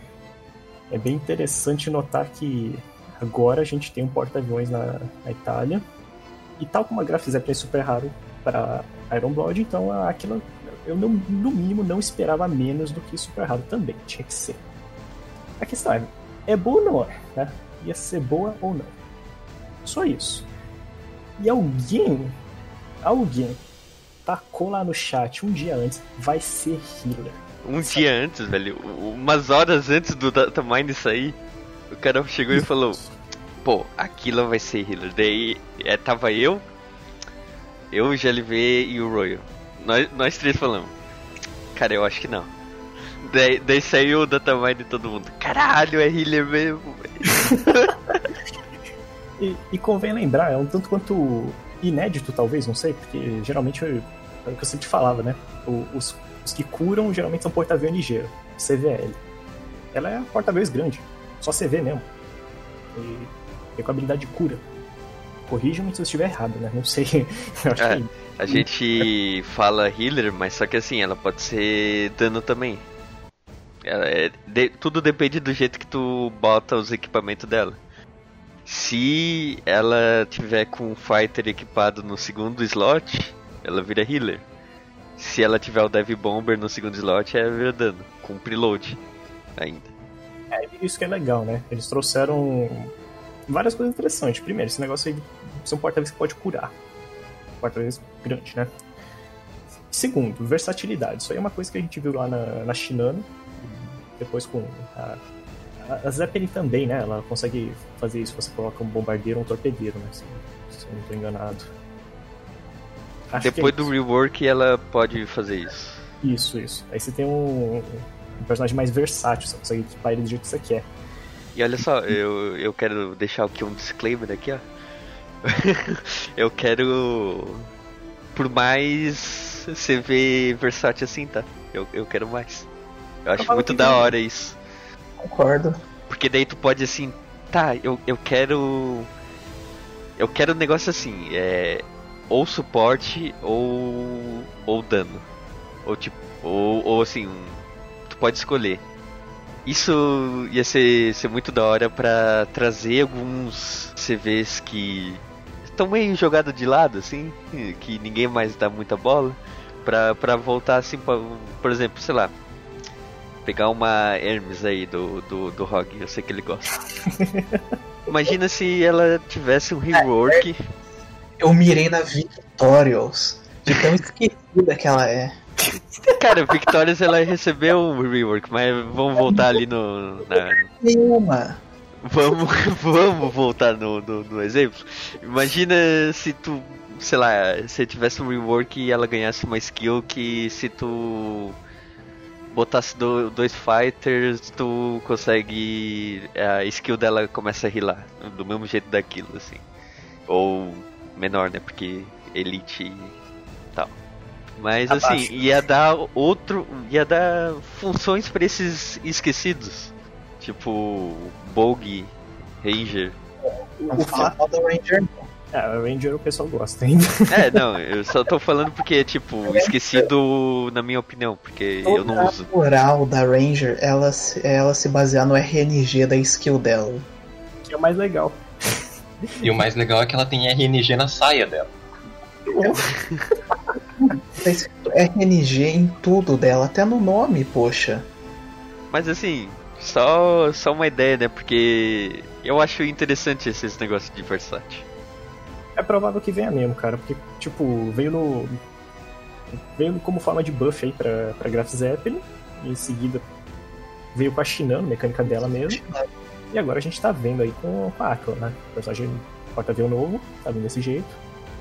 é bem interessante notar que agora a gente tem um porta-aviões na, na Itália, e tal como a Graf Zeppelin é super raro para Iron Blood, então aquilo eu não, no mínimo não esperava menos do que super raro também, tinha que ser. A questão é, é boa ou não é? Né? Ia ser boa ou não? Só isso. E alguém, alguém tacou lá no chat um dia antes, vai ser healer. Um Sabe? dia antes, velho, umas horas antes do Datamine sair, o cara chegou e falou, pô, aquilo vai ser healer. Daí é, tava eu, eu, o G L V e o Royal. Nós, nós três falamos, cara, eu acho que não. Daí, daí saiu o Datamine de todo mundo, caralho, é healer mesmo, velho. e, e convém lembrar, é um tanto quanto inédito, talvez, não sei, porque geralmente é o que eu sempre falava, né? O, os, os que curam geralmente são porta-aviões ligeiro, C V L. Ela é porta-aviões grande, só C V mesmo. E tem com habilidade de cura. Corrija-me se eu estiver errado, né? Não sei. Eu acho é, que... A gente fala healer, mas só que assim, ela pode ser dano também. Ela é, de, tudo depende do jeito que tu bota os equipamentos dela. Se ela tiver com o fighter equipado no segundo slot, ela vira healer. Se ela tiver o Dev Bomber no segundo slot, ela vira dano, com preload ainda. É, isso que é legal, né? Eles trouxeram várias coisas interessantes. Primeiro, esse negócio aí de ser um porta-aviões que pode curar. Porta-aviões grande, né? Segundo, versatilidade. Isso aí é uma coisa que a gente viu lá na, na Shinano. Depois com a, a Zeppelin também, né? Ela consegue fazer isso. Você coloca um bombardeiro ou um torpedeiro, né? Se, se eu não estou enganado. Acho Depois é do rework ela pode fazer isso. Isso, isso. Aí você tem um, um personagem mais versátil. Você consegue equipar ele do jeito que você quer. E olha só, eu, eu quero deixar aqui um disclaimer aqui, ó. Eu quero... Por mais C V versátil assim, tá? Eu, eu quero mais. Eu acho muito da hora isso. Concordo. Porque daí tu pode assim, tá, eu, eu quero. Eu quero um negócio assim, é. Ou suporte ou. ou dano. Ou tipo. Ou, ou assim, tu pode escolher. Isso ia ser, ser muito da hora pra trazer alguns C Vs que estão meio jogados de lado, assim, que ninguém mais dá muita bola. Pra, pra voltar assim, pra, por exemplo, sei lá. Pegar uma Hermes aí do, do, do Rogue, eu sei que ele gosta. Imagina se ela tivesse um rework. Eu mirei na Victorious, de tão esquecida que ela é. Cara, Victorious ela recebeu um rework, mas vamos voltar ali no. Na... Nenhuma. Vamos, vamos voltar no, no, no exemplo. Imagina se tu sei lá, se tivesse um rework e ela ganhasse uma skill que se tu botasse do, dois fighters, tu consegue. A skill dela começa a healar. Do mesmo jeito daquilo, assim. Ou menor, né? Porque Elite e tal. Mas Abaixo. assim, ia dar outro. Ia dar funções pra esses esquecidos. Tipo, Bog, Ranger. Não fala mal do Ranger, não. É, o Ranger o pessoal gosta ainda. É, não, eu só tô falando porque, tipo, esquecido na minha opinião, porque eu não uso. A moral da Ranger, ela, se- ela se basear no R N G da skill dela. Que é o mais legal. E o mais legal é que ela tem R N G na saia dela. Tá escrito R N G em tudo dela, até no nome, poxa. Mas assim, só, só uma ideia, né? Porque eu acho interessante esses negócios de versátil. É provável que venha mesmo, cara, porque, tipo, veio no. Veio como forma de buff aí pra, pra Graf Zeppelin, e em seguida veio com a Shinano, mecânica dela mesmo, e agora a gente tá vendo aí com, com a Aquila, né? O personagem porta-avião novo, tá vindo desse jeito.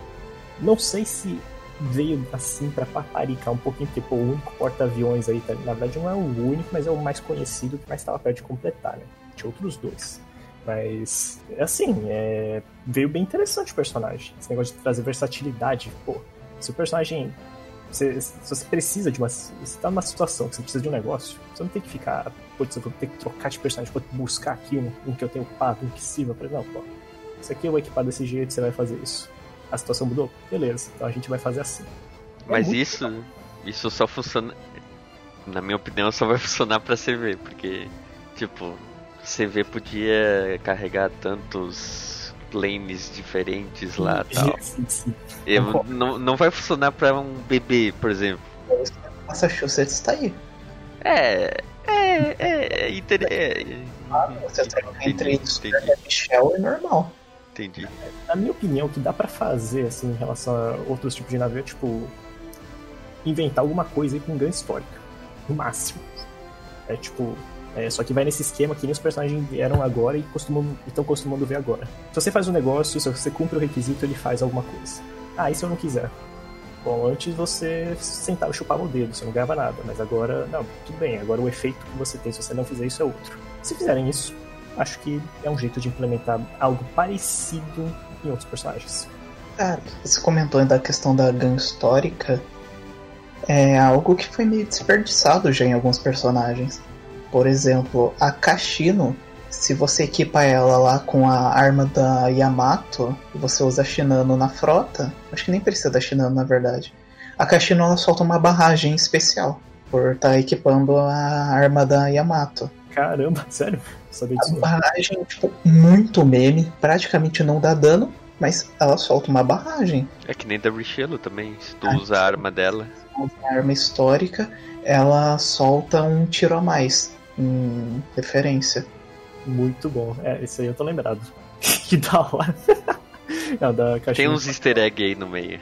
Não sei se veio assim pra paparicar um pouquinho, porque pô, o único porta-aviões aí, tá, na verdade não é o único, mas é o mais conhecido, que mais tava perto de completar, né? Tinha outros dois. Mas, assim, é... veio bem interessante o personagem. Esse negócio de trazer versatilidade. Pô, se o personagem... Você, se você precisa de uma... Você tá numa situação que você precisa de um negócio, você não tem que ficar... Putz, eu vou ter que trocar de personagem, vou buscar aqui um, um que eu tenho upado, um que sirva pra... Não, pô. Isso aqui eu vou equipar desse jeito, você vai fazer isso. A situação mudou? Beleza, então a gente vai fazer assim. É Mas muito isso, isso só funciona... Na minha opinião, só vai funcionar pra C V, porque, tipo... C V podia carregar tantos lanes diferentes lá e tal. Sim, sim. Eu, não, não vai funcionar pra um bebê, por exemplo. Massachusetts tá aí. É. É. É. é, inter... é Você troca entre entendi, isso entendi, e Michelle é normal. entendi. Na minha opinião, o que dá pra fazer, assim, em relação a outros tipos de navio é, tipo, inventar alguma coisa aí com ganho histórica. No máximo. É, tipo, é, só que vai nesse esquema que nem os personagens vieram agora e estão costumando ver agora. Se você faz um negócio, se você cumpre o requisito, ele faz alguma coisa. Ah, e se eu não quiser? Bom, antes você sentava e chupava o dedo, você não ganhava nada. Mas agora, não, tudo bem. Agora o efeito que você tem se você não fizer isso é outro. Se fizerem isso, acho que é um jeito de implementar algo parecido em outros personagens. Cara, você comentou da questão da gun histórica. É algo que foi meio desperdiçado já em alguns personagens. Por exemplo, a Kashino, se você equipa ela lá com a arma da Yamato e você usa a Shinano na frota, acho que nem precisa da Shinano na verdade, a Kashino ela solta uma barragem especial por estar tá equipando a arma da Yamato. Caramba, sério? Sabia A disso não. barragem, tipo, muito meme, praticamente não dá dano, mas ela solta uma barragem. É que nem da Richelieu também, se tu usa a arma dela. A arma histórica, ela solta um tiro a mais, em referência. Muito bom. É, isso aí eu tô lembrado. Que da hora. Não, da Tem Kashino. uns easter egg aí no meio.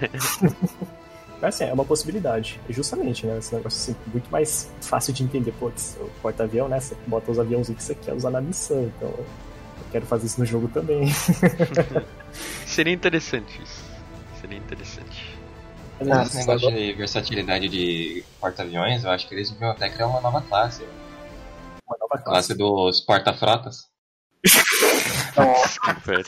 Mas assim, é uma possibilidade. E justamente, né? Esse negócio assim, muito mais fácil de entender. Putz, o porta-avião, né? Você bota os aviãozinhos que você quer usar na missão. Então, eu quero fazer isso no jogo também. Seria interessante isso. Seria interessante. Mas, Ah, Esse negócio de versatilidade de porta-aviões, eu acho que eles deviam até criar uma nova classe. uma nova A classe classe. dos porta-frotas. Que velho.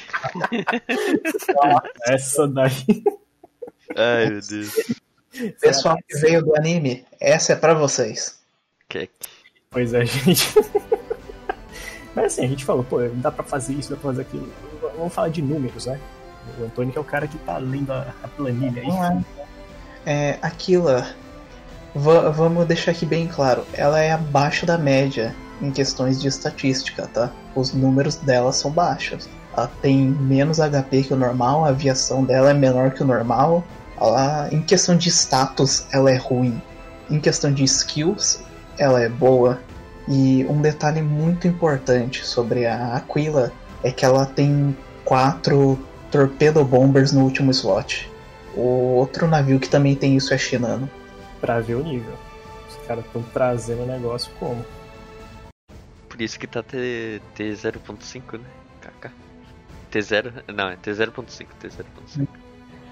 Essa daí. Ai, meu Deus. Pessoal que veio do anime, essa é pra vocês. Kek. Pois é, gente. Mas assim, a gente falou, pô, dá pra fazer isso, dá pra fazer aquilo. Vamos falar de números, né? O Antônio que é o cara que tá lendo a, a planilha aí. Não é. É, Aquila, va- vamos deixar aqui bem claro, ela é abaixo da média em questões de estatística, tá? Os números dela são baixos. Ela tem menos H P que o normal, a aviação dela é menor que o normal. Ela, em questão de status, ela é ruim. Em questão de skills, ela é boa. E um detalhe muito importante sobre a Aquila é que ela tem quatro torpedo bombers no último slot. O outro navio que também tem isso é Shinano. Pra ver o nível. Os caras estão trazendo o negócio como? Por isso que tá T, T zero ponto cinco, né? K K. T zero. Não, é T zero ponto cinco. T zero ponto cinco.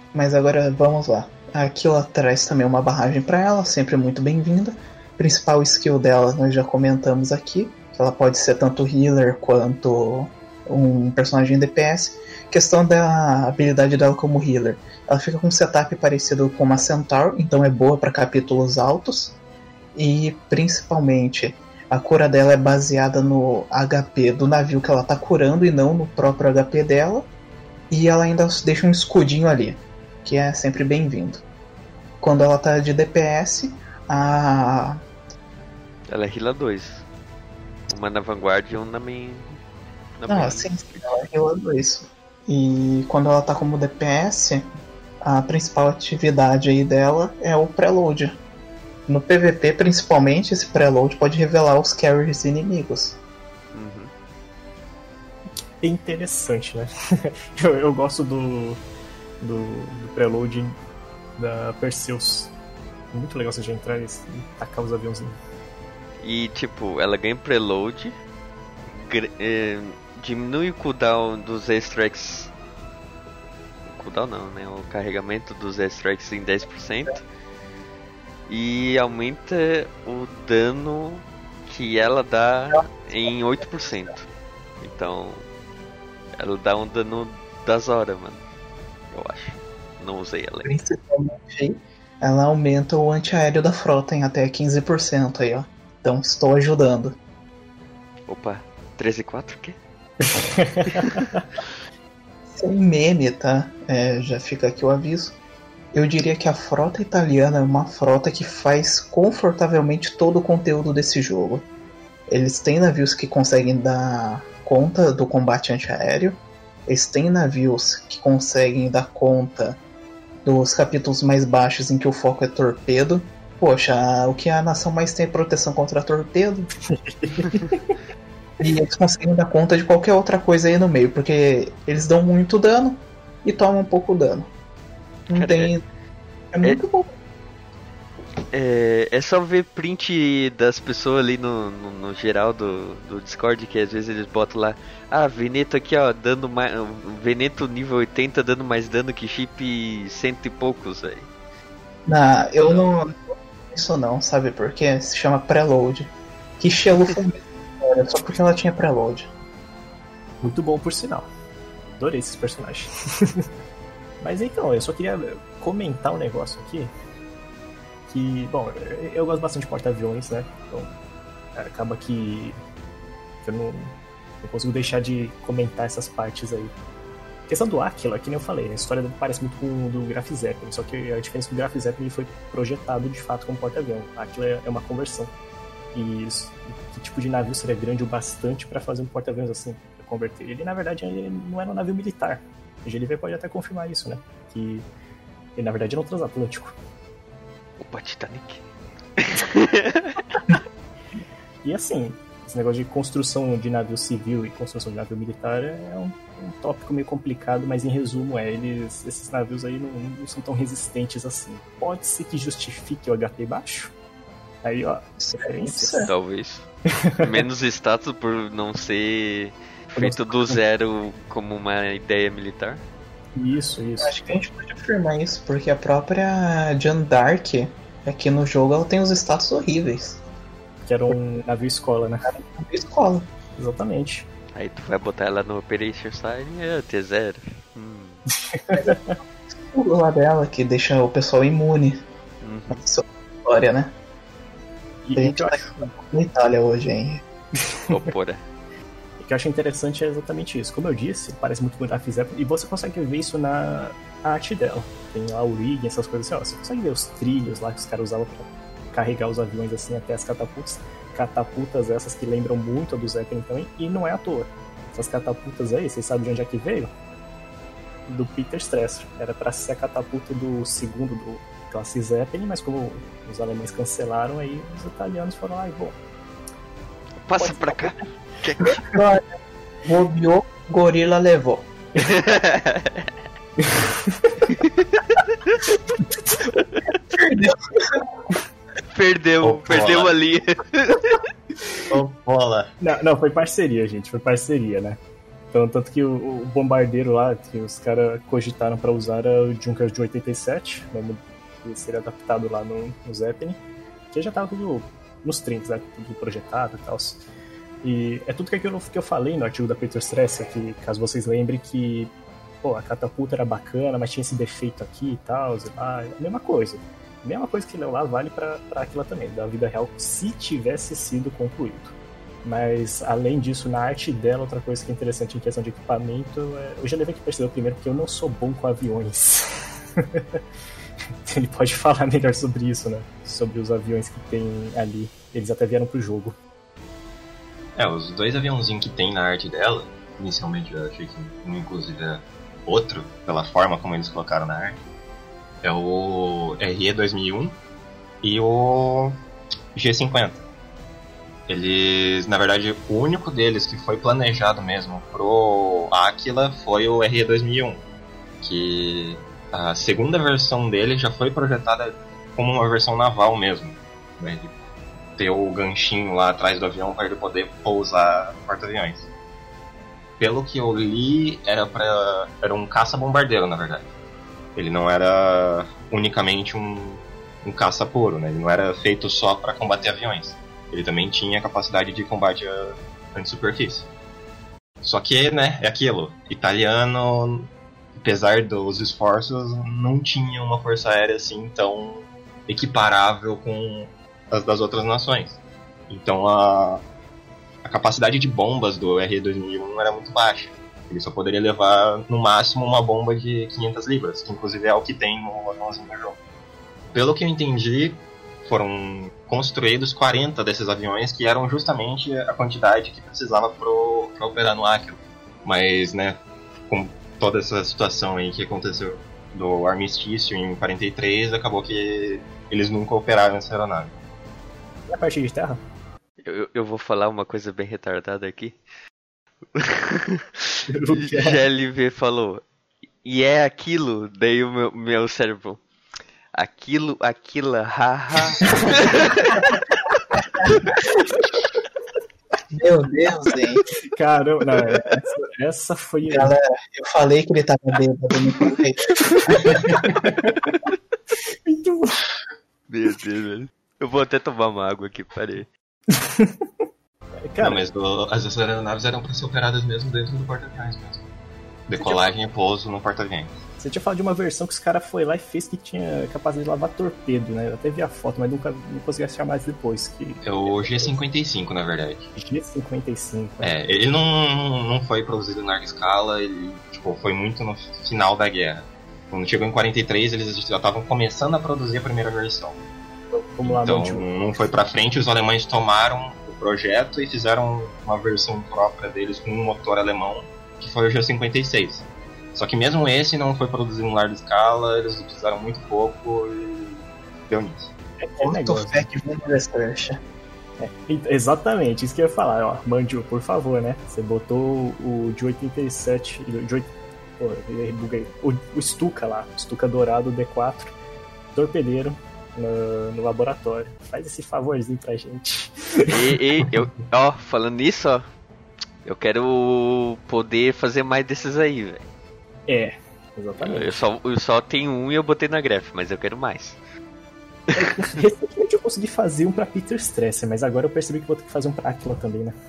Mas agora vamos lá. Aqui ela traz também uma barragem para ela, sempre muito bem-vinda. Principal skill dela nós já comentamos aqui, que ela pode ser tanto healer quanto um personagem D P S. Questão da habilidade dela como healer, ela fica com um setup parecido com uma Centaur, então é boa para capítulos altos. E principalmente a cura dela é baseada no H P do navio que ela tá curando e não no próprio H P dela. E ela ainda deixa um escudinho ali, que é sempre bem-vindo. Quando ela tá de D P S, a... ela é healer dois. Uma na Vanguard e uma na main... Na Ah, main. sim, sim, ela é healer dois. E quando ela tá como D P S, a principal atividade aí dela é o preload. No P V P, principalmente, esse preload pode revelar os carries inimigos. Uhum. É interessante, né? eu, eu gosto do, do, do preload da Perseus. Muito legal você já entrar e tacar os aviãozinhos. E tipo, ela ganha preload, gr- eh, diminui o cooldown dos extracts. O cooldown não, né? O carregamento dos extracts em dez por cento. E aumenta o dano que ela dá em oito por cento. Então, ela dá um dano das horas, mano. Eu acho. Não usei ela. Principalmente, ela aumenta o antiaéreo da frota em até quinze por cento aí, ó. Então, estou ajudando. Opa, treze e quatro o quê? Sem meme, tá? É, já fica aqui o aviso. Eu diria que a frota italiana é uma frota que faz confortavelmente todo o conteúdo desse jogo. Eles têm navios que conseguem dar conta do combate antiaéreo. Eles têm navios que conseguem dar conta dos capítulos mais baixos em que o foco é torpedo. Poxa, o que a nação mais tem é proteção contra torpedo. E eles conseguem dar conta de qualquer outra coisa aí no meio, porque eles dão muito dano e tomam pouco dano. Não Cara, tem. É, é muito é- bom. É, é só ver print das pessoas ali no, no, no geral do, do Discord, que às vezes eles botam lá, ah, Veneto aqui ó, dando mais. Veneto nível oitenta dando mais dano que chip cento e poucos, velho. Não, eu não. Isso não, sabe por quê? Se chama preload. Que Xelu foi mesmo, só porque ela tinha preload. Muito bom, por sinal. Adorei esses personagens. Mas então, eu só queria comentar um negócio aqui. Que, bom, eu gosto bastante de porta-aviões, né? Então, acaba que eu não, não consigo deixar de comentar essas partes aí. A questão do Aquila, que nem eu falei, a história parece muito com o do Graf Zeppelin, só que a diferença é que o Graf Zeppelin foi projetado de fato como porta-avião. A Aquila é uma conversão. E isso, que tipo de navio seria grande o bastante para fazer um porta-aviões assim, pra converter? Ele, na verdade, ele não era um navio militar. O G L V pode até confirmar isso, né? Que ele, na verdade, era um transatlântico. Opa, Titanic. E assim, esse negócio de construção de navio civil e construção de navio militar é um, um tópico meio complicado, mas em resumo é, eles, esses navios aí não, não são tão resistentes assim. Pode ser que justifique o H P baixo? Aí, ó, referência. Talvez. Menos status por não ser feito do zero como uma ideia militar. Isso, isso. Acho que a gente pode afirmar isso, porque a própria Jeanne d'Arc, aqui no jogo, ela tem os status horríveis. Que era um navio escola, né? Na escola. Exatamente. Aí tu vai botar ela no Operation Sign e é T zero. Hum. O lá dela, que deixa o pessoal imune. Uhum. Essa história, né? E A o gente que eu tá acho, na Itália hoje, hein? Ô, porra. o que eu acho interessante é exatamente isso. Como eu disse, parece muito com o Graf Zeppelin, e você consegue ver isso na arte dela. Tem lá o rig, essas coisas assim, ó. Você consegue ver os trilhos lá que os caras usavam pra carregar os aviões assim até as catapultas. Catapultas essas que lembram muito a do Zeppelin também, e não é à toa. Essas catapultas aí, vocês sabem de onde é que veio? Do Peter Stresser. Era pra ser a catapulta do segundo do classe Zeppelin, mas como os alemães cancelaram, aí os italianos foram lá e bom. Passa pra cá. Que- Bobeou, gorila levou. Perdeu. Perdeu, Ô, perdeu bola. ali. Ô, bola. Não, não, foi parceria, gente, foi parceria, né? Então, tanto que o, o bombardeiro lá, que os caras cogitaram pra usar, era o Junkers de oitenta e sete, mesmo que seria adaptado lá no, no Zeppelin, que já tava tudo nos trinta, né, tudo projetado e tal. E é tudo que aquilo que eu falei no artigo da Peter Stresser, que caso vocês lembrem que pô, a catapulta era bacana, mas tinha esse defeito aqui e tal, e lá, a mesma coisa. A mesma coisa que leu lá vale pra, pra aquilo também, da vida real, se tivesse sido concluído. Mas, além disso, na arte dela, outra coisa que é interessante em questão de equipamento, é... eu já levei que perceber primeiro porque eu não sou bom com aviões. Ele pode falar melhor sobre isso, né? Sobre os aviões que tem ali. Eles até vieram pro jogo. É, os dois aviãozinhos que tem na arte dela, inicialmente eu achei que um, inclusive, é outro, pela forma como eles colocaram na arte, é o R E dois mil e um e o G cinquenta. Eles, na verdade, o único deles que foi planejado mesmo pro Aquila foi o R E dois mil e um, que a segunda versão dele já foi projetada como uma versão naval mesmo, né, de ter o ganchinho lá atrás do avião para ele poder pousar no porta-aviões. Pelo que eu li, era, pra, era um caça-bombardeiro, na verdade. Ele não era unicamente um, um caça puro, né? Ele não era feito só para combater aviões. Ele também tinha capacidade de combate à anti-superfície. Só que, né, é aquilo. Italiano, apesar dos esforços, não tinha uma força aérea assim tão equiparável com as das outras nações. Então a, a capacidade de bombas do R E dois mil e um era muito baixa. Ele só poderia levar, no máximo, uma bomba de quinhentas libras, que inclusive é o que tem no aviãozinho do jogo. Pelo que eu entendi, foram construídos quarenta desses aviões, que eram justamente a quantidade que precisava para operar no Aquila. Mas, né, com toda essa situação aí que aconteceu do armistício em quarenta e três, acabou que eles nunca operaram essa aeronave. E a parte de terra? Eu, eu vou falar uma coisa bem retardada aqui. G L V falou, e é aquilo, daí o meu, meu cérebro, aquilo, aquilo, haha. Meu Deus, gente. Caramba, não, essa, essa foi... Galera, eu falei que ele tava bêbado, me correi. Muito bom. Meu Deus, velho. Eu vou até tomar uma água aqui, parei. Cara, não, mas do, as aeronaves eram para ser operadas mesmo dentro do porta-aviões mesmo. Decolagem e pouso no porta-aviões. Você tinha falado de uma versão que os caras foi lá e fez que tinha capacidade de lavar torpedo, né? Eu até vi a foto, mas nunca não consegui achar mais depois. Que... É o G cinquenta e cinco, na verdade. G cinquenta e cinco. É, ele não, não foi produzido em larga escala, ele tipo, foi muito no final da guerra. Quando chegou em quarenta e três, eles já estavam começando a produzir a primeira versão. Vamos lá, então, Mandio. não foi pra frente, os alemães tomaram o projeto e fizeram uma versão própria deles com um motor alemão, que foi o G cinquenta e seis. Só que mesmo esse não foi produzido em larga escala, eles utilizaram muito pouco e deu nisso. É aquele negócio. Fé que vem da Stretch. É, exatamente, isso que eu ia falar, ó, Mandio, por favor, né? Você botou o de oitenta e sete, de oito, pô, eu buguei, o, o Stuka lá, o Stuka dourado D quatro, torpedeiro no, no laboratório. Faz esse favorzinho pra gente. E, e eu, ó, falando nisso, ó, eu quero poder fazer mais desses aí, velho. É, exatamente. Eu só, eu só tenho um e eu botei na gref, mas eu quero mais. Recentemente eu consegui fazer um pra Peter Stresser, mas agora eu percebi que vou ter que fazer um pra Aquila também, né?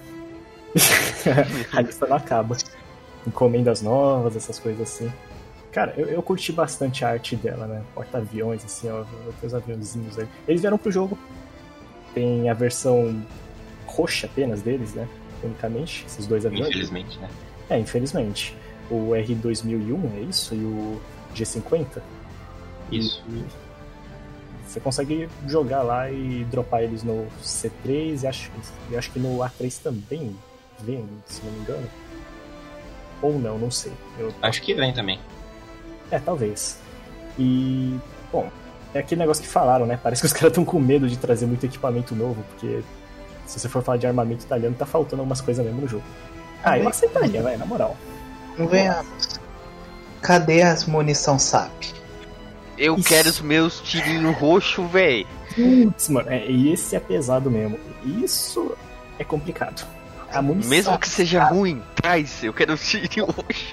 A lista não acaba. Encomendas novas, essas coisas assim. Cara, eu, eu curti bastante a arte dela, né? Porta-aviões, assim, ó, tem os aviãozinhos aí. Eles vieram pro jogo. Tem a versão roxa apenas deles, né? Unicamente, esses dois aviões. Infelizmente, né? É, infelizmente. O R dois mil e um, é isso? E o G cinquenta? Isso. E você consegue jogar lá e dropar eles no C três e acho, e acho que no A três também vem, se não me engano. Ou não, não sei. Eu... Acho que vem também. É, talvez. E, bom, é aquele negócio que falaram, né? Parece que os caras estão com medo de trazer muito equipamento novo, porque se você for falar de armamento italiano, tá faltando algumas coisas mesmo no jogo. Ah, eu aceitaria, vai, na moral. Não venhamos. Cadê as munição S A P? Eu Isso. quero os meus tirinhos roxos, véi. Putz, mano, é, e esse é pesado mesmo. Isso é complicado. A munição. Mesmo que seja ruim, traz, eu quero um tirinho roxo.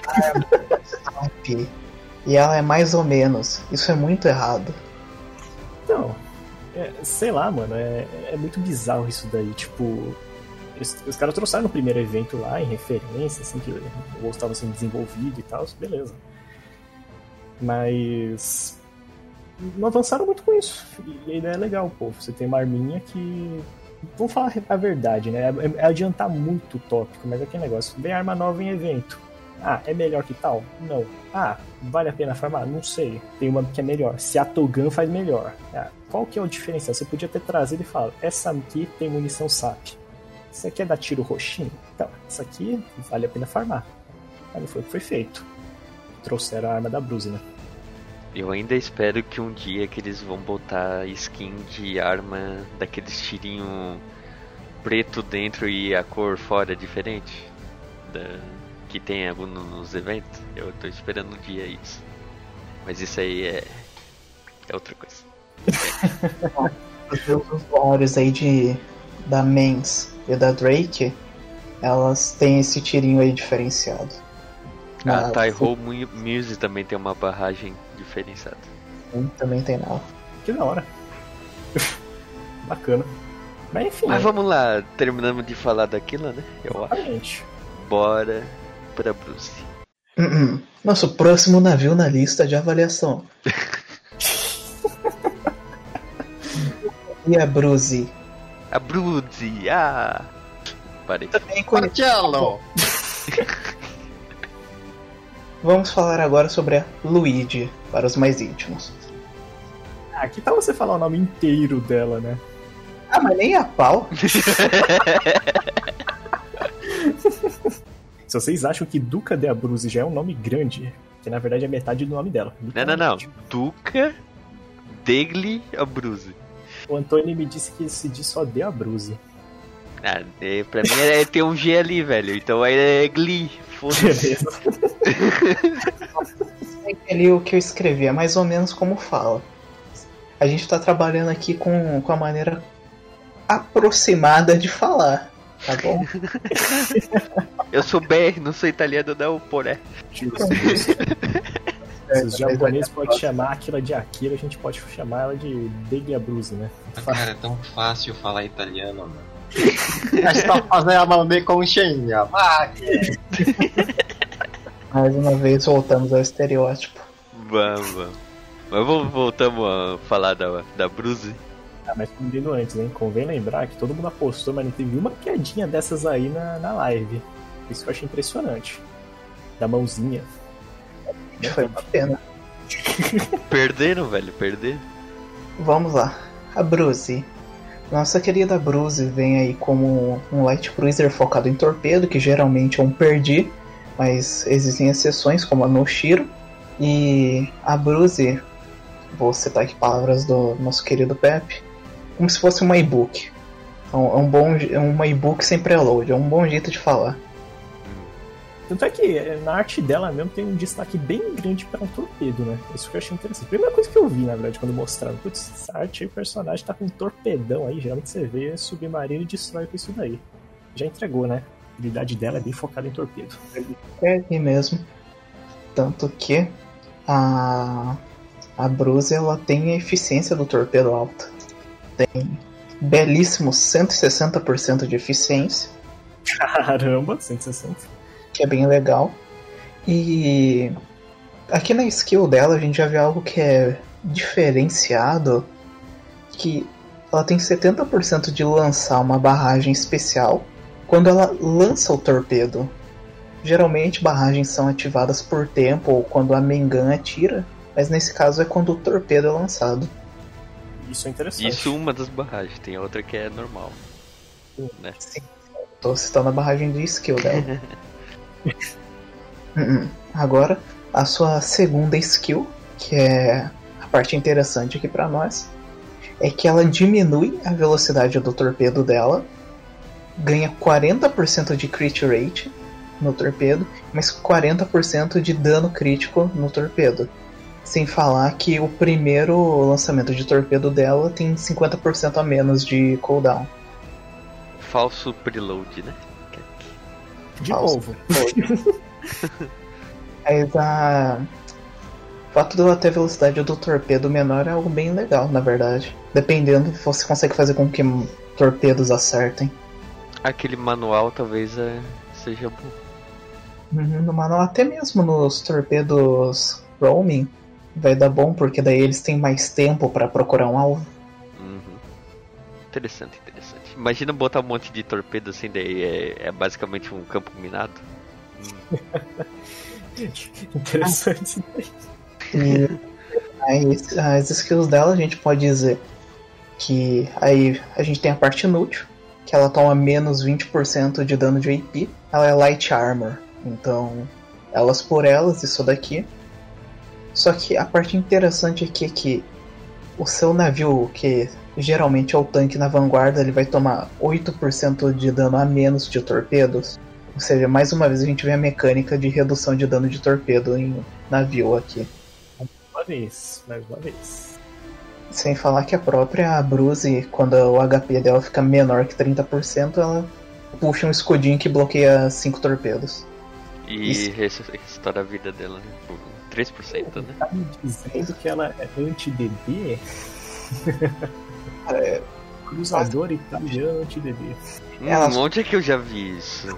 E ela é mais ou menos. Isso é muito errado. Então, é, sei lá, mano, é, é muito bizarro isso daí. Tipo, eles, os caras trouxeram no primeiro evento lá, em referência, assim, que o WoW estava sendo desenvolvido e tal, beleza. Mas não avançaram muito com isso. E a ideia é legal, pô. Você tem uma arminha que... Vamos falar a verdade, né? É, é adiantar muito o tópico, mas é aquele negócio. Vem arma nova em evento. Ah, é melhor que tal? Não. Ah, vale a pena farmar? Não sei. Tem uma que é melhor. Se a Togan faz melhor. Ah, qual que é o diferencial? Você podia ter trazido e falado, essa aqui tem munição S A P. Você quer dar tiro roxinho? Então, essa aqui vale a pena farmar. Aí não foi o que foi feito. Trouxeram a arma da Bruce, né? Eu ainda espero que um dia que eles vão botar skin de arma daqueles tirinho preto dentro e a cor fora diferente da... que tem nos eventos. Eu tô esperando um dia isso. Mas isso aí é, é outra coisa. Os usuários aí de da Mens e da Drake, elas têm esse tirinho aí diferenciado. A Taiho Muse também tem uma barragem diferenciada. Também tem nela. Que da hora. Bacana. Mas enfim. Mas vamos lá, terminamos de falar daquilo, né? Eu Exatamente. acho. Bora pra Bruce. Uh-uh. Nosso próximo navio na lista de avaliação. E a Bruce? A Bruce, ah! Parei. Marcello! Vamos falar agora sobre a Luigi, para os mais íntimos. Ah, que tal você falar o nome inteiro dela, né? Ah, mas nem a pau. Se vocês acham que Duca de Abruzzi já é um nome grande, que na verdade é metade do nome dela. Não, não, não. Duca degli Abruzzi. O Antônio me disse que se diz só de Abruzzi. Ah, é, pra mim é ter um G ali, velho. Então é Gli. Foda-se. Ali o que eu escrevi é mais ou menos como fala. A gente tá trabalhando aqui com, com a maneira aproximada de falar, tá bom? Eu sou B R, não sou italiano não, poré. Se os japoneses podem chamar aquilo de Akira, a gente pode chamar ela de Degli Abruzzi, né? Cara, é tão fácil falar italiano, mano. A gente tá fazendo a mão de conchinha, vai! Mais uma vez voltamos ao estereótipo. Vamos, vamos. Mas vamos, voltamos a falar da, da Bruce. Ah, mas como dito antes, hein? Convém lembrar que todo mundo apostou, mas não teve uma piadinha dessas aí na, na live. Isso que eu achei impressionante. Da mãozinha. Foi uma pena. Perderam, velho, perderam. Vamos lá. A Bruce. Nossa querida Bruce vem aí como um light cruiser focado em torpedo, que geralmente é um perdi, mas existem exceções como a Noshiro. E a Bruce, vou citar aqui palavras do nosso querido Pepe, como se fosse uma e-book. É um, bom, é uma e-book sem preload, é um bom jeito de falar. Tanto é que na arte dela mesmo tem um destaque bem grande para um torpedo, né? Isso que eu achei interessante. Primeira coisa que eu vi, na verdade, quando mostraram, putz, essa arte aí, o personagem tá com um torpedão aí, geralmente você vê submarino e destrói com isso daí. Já entregou, né? A habilidade dela é bem focada em torpedo. É aqui mesmo. Tanto que a, a Bruce, ela tem a eficiência do torpedo alta. Tem belíssimos cento e sessenta por cento de eficiência. Caramba, cento e sessenta. Que é bem legal. E aqui na skill dela a gente já vê algo que é diferenciado, que ela tem setenta por cento de lançar uma barragem especial quando ela lança o torpedo. Geralmente barragens são ativadas por tempo ou quando a main gun atira, mas nesse caso é quando o torpedo é lançado. Isso é interessante. Isso uma das barragens, tem outra que é normal, né? Sim, tô citando a barragem de skill dela. uh-uh. Agora, a sua segunda skill, que é a parte interessante aqui pra nós, é que ela diminui a velocidade do torpedo dela, ganha quarenta por cento de crit rate no torpedo, mas quarenta por cento de dano crítico no torpedo. Sem falar que o primeiro lançamento de torpedo dela tem cinquenta por cento a menos de cooldown. Falso preload, né? De Falso. novo. Mas a... o fato de ela ter a velocidade do torpedo menor é algo bem legal, na verdade. Dependendo, você consegue fazer com que torpedos acertem. Aquele manual talvez é, seja bom. Uhum, no manual, até mesmo nos torpedos roaming, vai dar bom, porque daí eles têm mais tempo pra procurar um alvo. Uhum. Interessante, interessante. Imagina botar um monte de torpedo assim, daí é, é basicamente um campo minado. Hum. Interessante. E as, as skills dela, a gente pode dizer que aí a gente tem a parte inútil, que ela toma menos vinte por cento de dano de A P. Ela é light armor, então elas por elas, isso daqui. Só que a parte interessante aqui é que o seu navio, que geralmente é o tanque na vanguarda, ele vai tomar oito por cento de dano a menos de torpedos. Ou seja, mais uma vez a gente vê a mecânica de redução de dano de torpedo em navio aqui. Uma vez, mais uma vez. Sem falar que a própria Bruce, quando o H P dela fica menor que trinta por cento, ela puxa um escudinho que bloqueia cinco torpedos. E Isso. restaura a vida dela, né? Por três por cento, né? Tá me dizendo que ela é anti-D D? É, Cruzador italiano anti-D D. Hum, Ela- Onde é que eu já vi isso?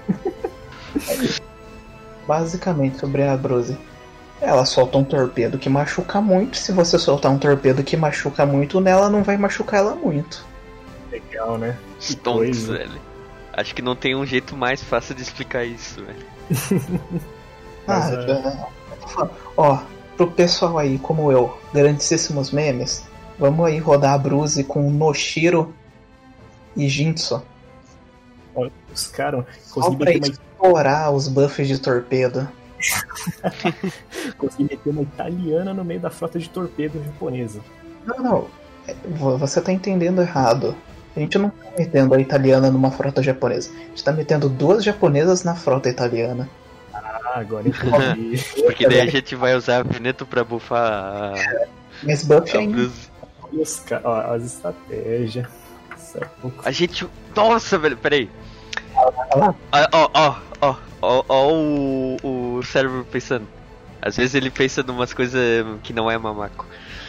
basicamente sobre a Bruce. Ela solta um torpedo que machuca muito. Se você soltar um torpedo que machuca muito nela, não vai machucar ela muito. Legal, né? Stonks, coisa. velho. Acho que não tem um jeito mais fácil de explicar isso, velho. Ah, Mas, já... Ó, pro pessoal aí como eu, grandíssimos memes, vamos aí rodar a Bruce com Noshiro e Jinso. Olha, os caras Só conseguiram pra meter, uma... estourar os buffs de torpedo. conseguiram meter uma italiana no meio da frota de torpedo japonesa. Não, não. É, vo- Você tá entendendo errado. A gente não tá metendo a italiana numa frota japonesa. A gente tá metendo duas japonesas na frota italiana. Ah, agora eu entendi. Porque daí a gente vai usar a Veneto pra bufar a, Mas buff a ainda. Bruce. Olha os ca- ó, as estratégias. Isso é pouco- A gente. Nossa, velho, peraí. lá. Ah, Ó, ó, ó, ó, ó o, o cérebro pensando. Às vezes ele pensa numas coisas que não é mamaco.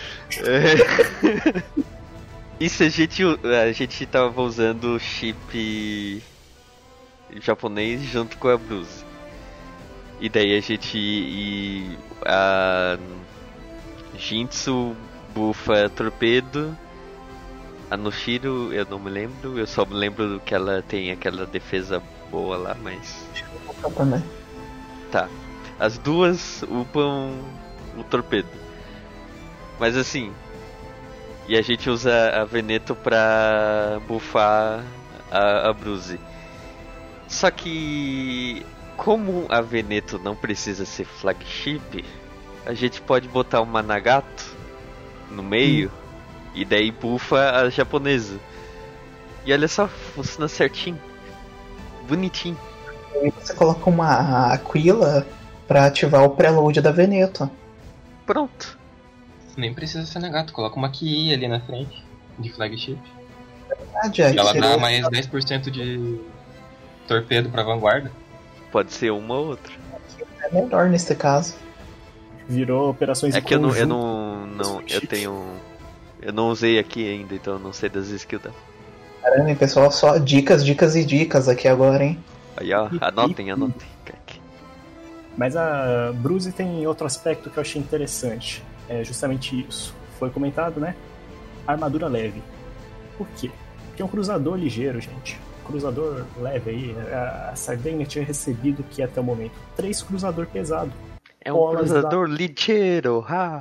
É. E se a gente, a gente tava usando o chip japonês junto com a Bruce. E daí a gente. E a Jintsu bufa torpedo. A Noshiro eu não me lembro, eu só me lembro que ela tem aquela defesa boa lá, mas. Eu também. Tá. As duas upam o torpedo. Mas assim. E a gente usa a Veneto pra bufar a, a Bruce. Só que. Como a Veneto não precisa ser flagship, a gente pode botar uma Nagato no meio. Hum. E daí bufa a japonesa. E olha só, funciona certinho. Bonitinho. E você coloca uma Aquila pra ativar o preload da Veneto. Pronto. Nem precisa ser Nagato, coloca uma Ki ali na frente, de flagship. Ah, Jack, E ela dá seria- mais dez por cento de torpedo pra vanguarda. Pode ser uma ou outra. é melhor nesse caso. Virou operações É em que eu não, eu conjunto. não, não, eu tenho, eu não usei aqui ainda, então eu não sei das skills dela. Caramba, hein, pessoal, só dicas, dicas e dicas aqui agora, hein? Aí ó, anotem, anotem. Crack. Mas a Bruce tem outro aspecto que eu achei interessante. É justamente isso. Foi comentado, né? Armadura leve. Por quê? Porque é um cruzador ligeiro, gente. Cruzador leve aí. A Sardenha tinha recebido que até o momento três cruzador pesado. É um Bolas cruzador ligeiro, ha!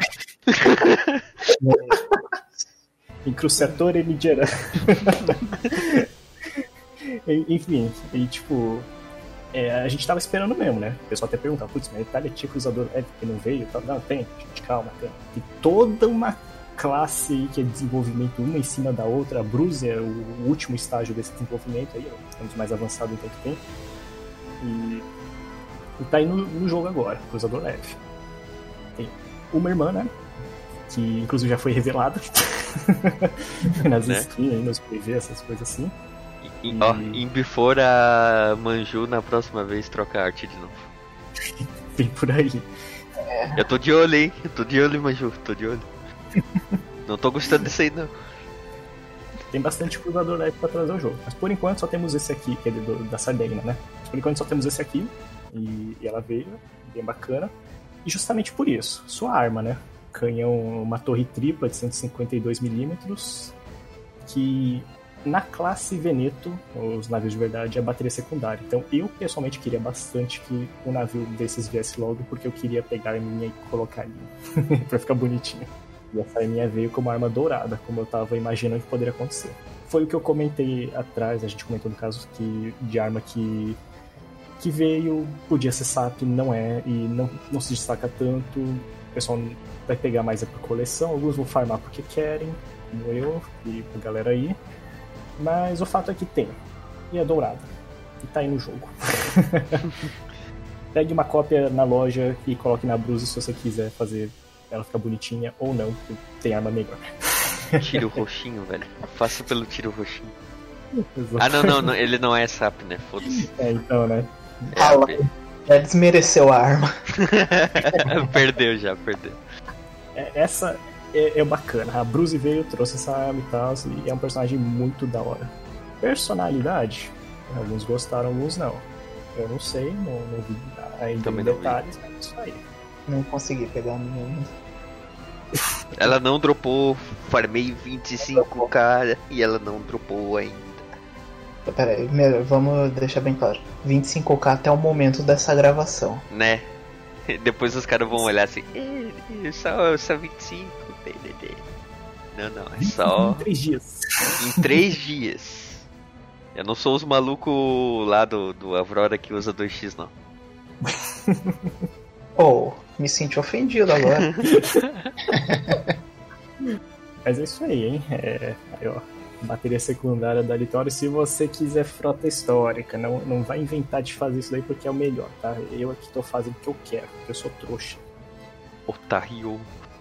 Incruciatore ligeira. Enfim, e tipo. É, a gente tava esperando mesmo, né? O pessoal até pergunta, putz, mas a Itália tinha cruzador leve que não veio? Não, tem, gente, calma, tem. Tem toda uma classe aí que é desenvolvimento uma em cima da outra. A Bruce é o último estágio desse desenvolvimento aí, é um dos mais avançados então que tem. E, e tá aí no, no jogo agora, cruzador leve. Tem uma irmã, né? Que inclusive já foi revelada nas Né? skins aí, nos P V, essas coisas assim. E, e... Ó, em Before a Manju na próxima vez troca a arte de novo. Vem por aí. É. Eu tô de olho, hein? Eu tô de olho, Manju, tô de olho. Não tô gostando desse aí, não. Tem bastante curvador leve pra trazer o jogo. Mas por enquanto só temos esse aqui, que é do, da Sardegna, né? Mas por enquanto só temos esse aqui. E, e ela veio, bem bacana. E justamente por isso, sua arma, né? Canhão, uma torre tripla de cento e cinquenta e dois milímetros. Que na classe Veneto, os navios de verdade, é bateria secundária. Então eu pessoalmente queria bastante que um navio desses viesse logo, porque eu queria pegar a minha e colocar ali. Pra ficar bonitinho. E essa minha veio como arma dourada, como eu tava imaginando que poderia acontecer. Foi o que eu comentei atrás, a gente comentou no caso que, de arma que, que veio, podia ser S A P, não é, e não, não se destaca tanto. O pessoal vai pegar mais é por coleção, alguns vão farmar porque querem, como eu e a galera aí. Mas o fato é que tem, e é dourada, e tá aí no jogo. Pegue uma cópia na loja e coloque na blusa se você quiser fazer ela ficar bonitinha ou não, porque tem arma melhor. Tiro roxinho, velho. Faça pelo tiro roxinho. Exato. Ah, não, não, não, ele não é S A P, né? Foda-se. É, então, né? É, Ah, per... já desmereceu a arma. Perdeu já, perdeu. É, essa é, é bacana. A Bruce veio, trouxe essa arma e tal, e é um personagem muito da hora. Personalidade, alguns gostaram, alguns não. Eu não sei, não, não vi ainda em detalhes, mas é isso aí. Não consegui pegar a minha ainda. Ela não dropou, farmei vinte e cinco k e ela não dropou ainda. Pera aí, vamos deixar bem claro. vinte e cinco k até o momento dessa gravação. Né? Depois os caras vão olhar assim, só, só vinte e cinco. Não, não, é só... Em três dias. Em três dias. Eu não sou os malucos lá do, do Aurora que usa dois x, não. Oh, me senti ofendido agora. Mas é isso aí, hein? É, aí, ó, bateria secundária da Litório. Se você quiser frota histórica, não, não vai inventar de fazer isso daí porque é o melhor, tá? Eu aqui tô fazendo o que eu quero, porque eu sou trouxa. Otário.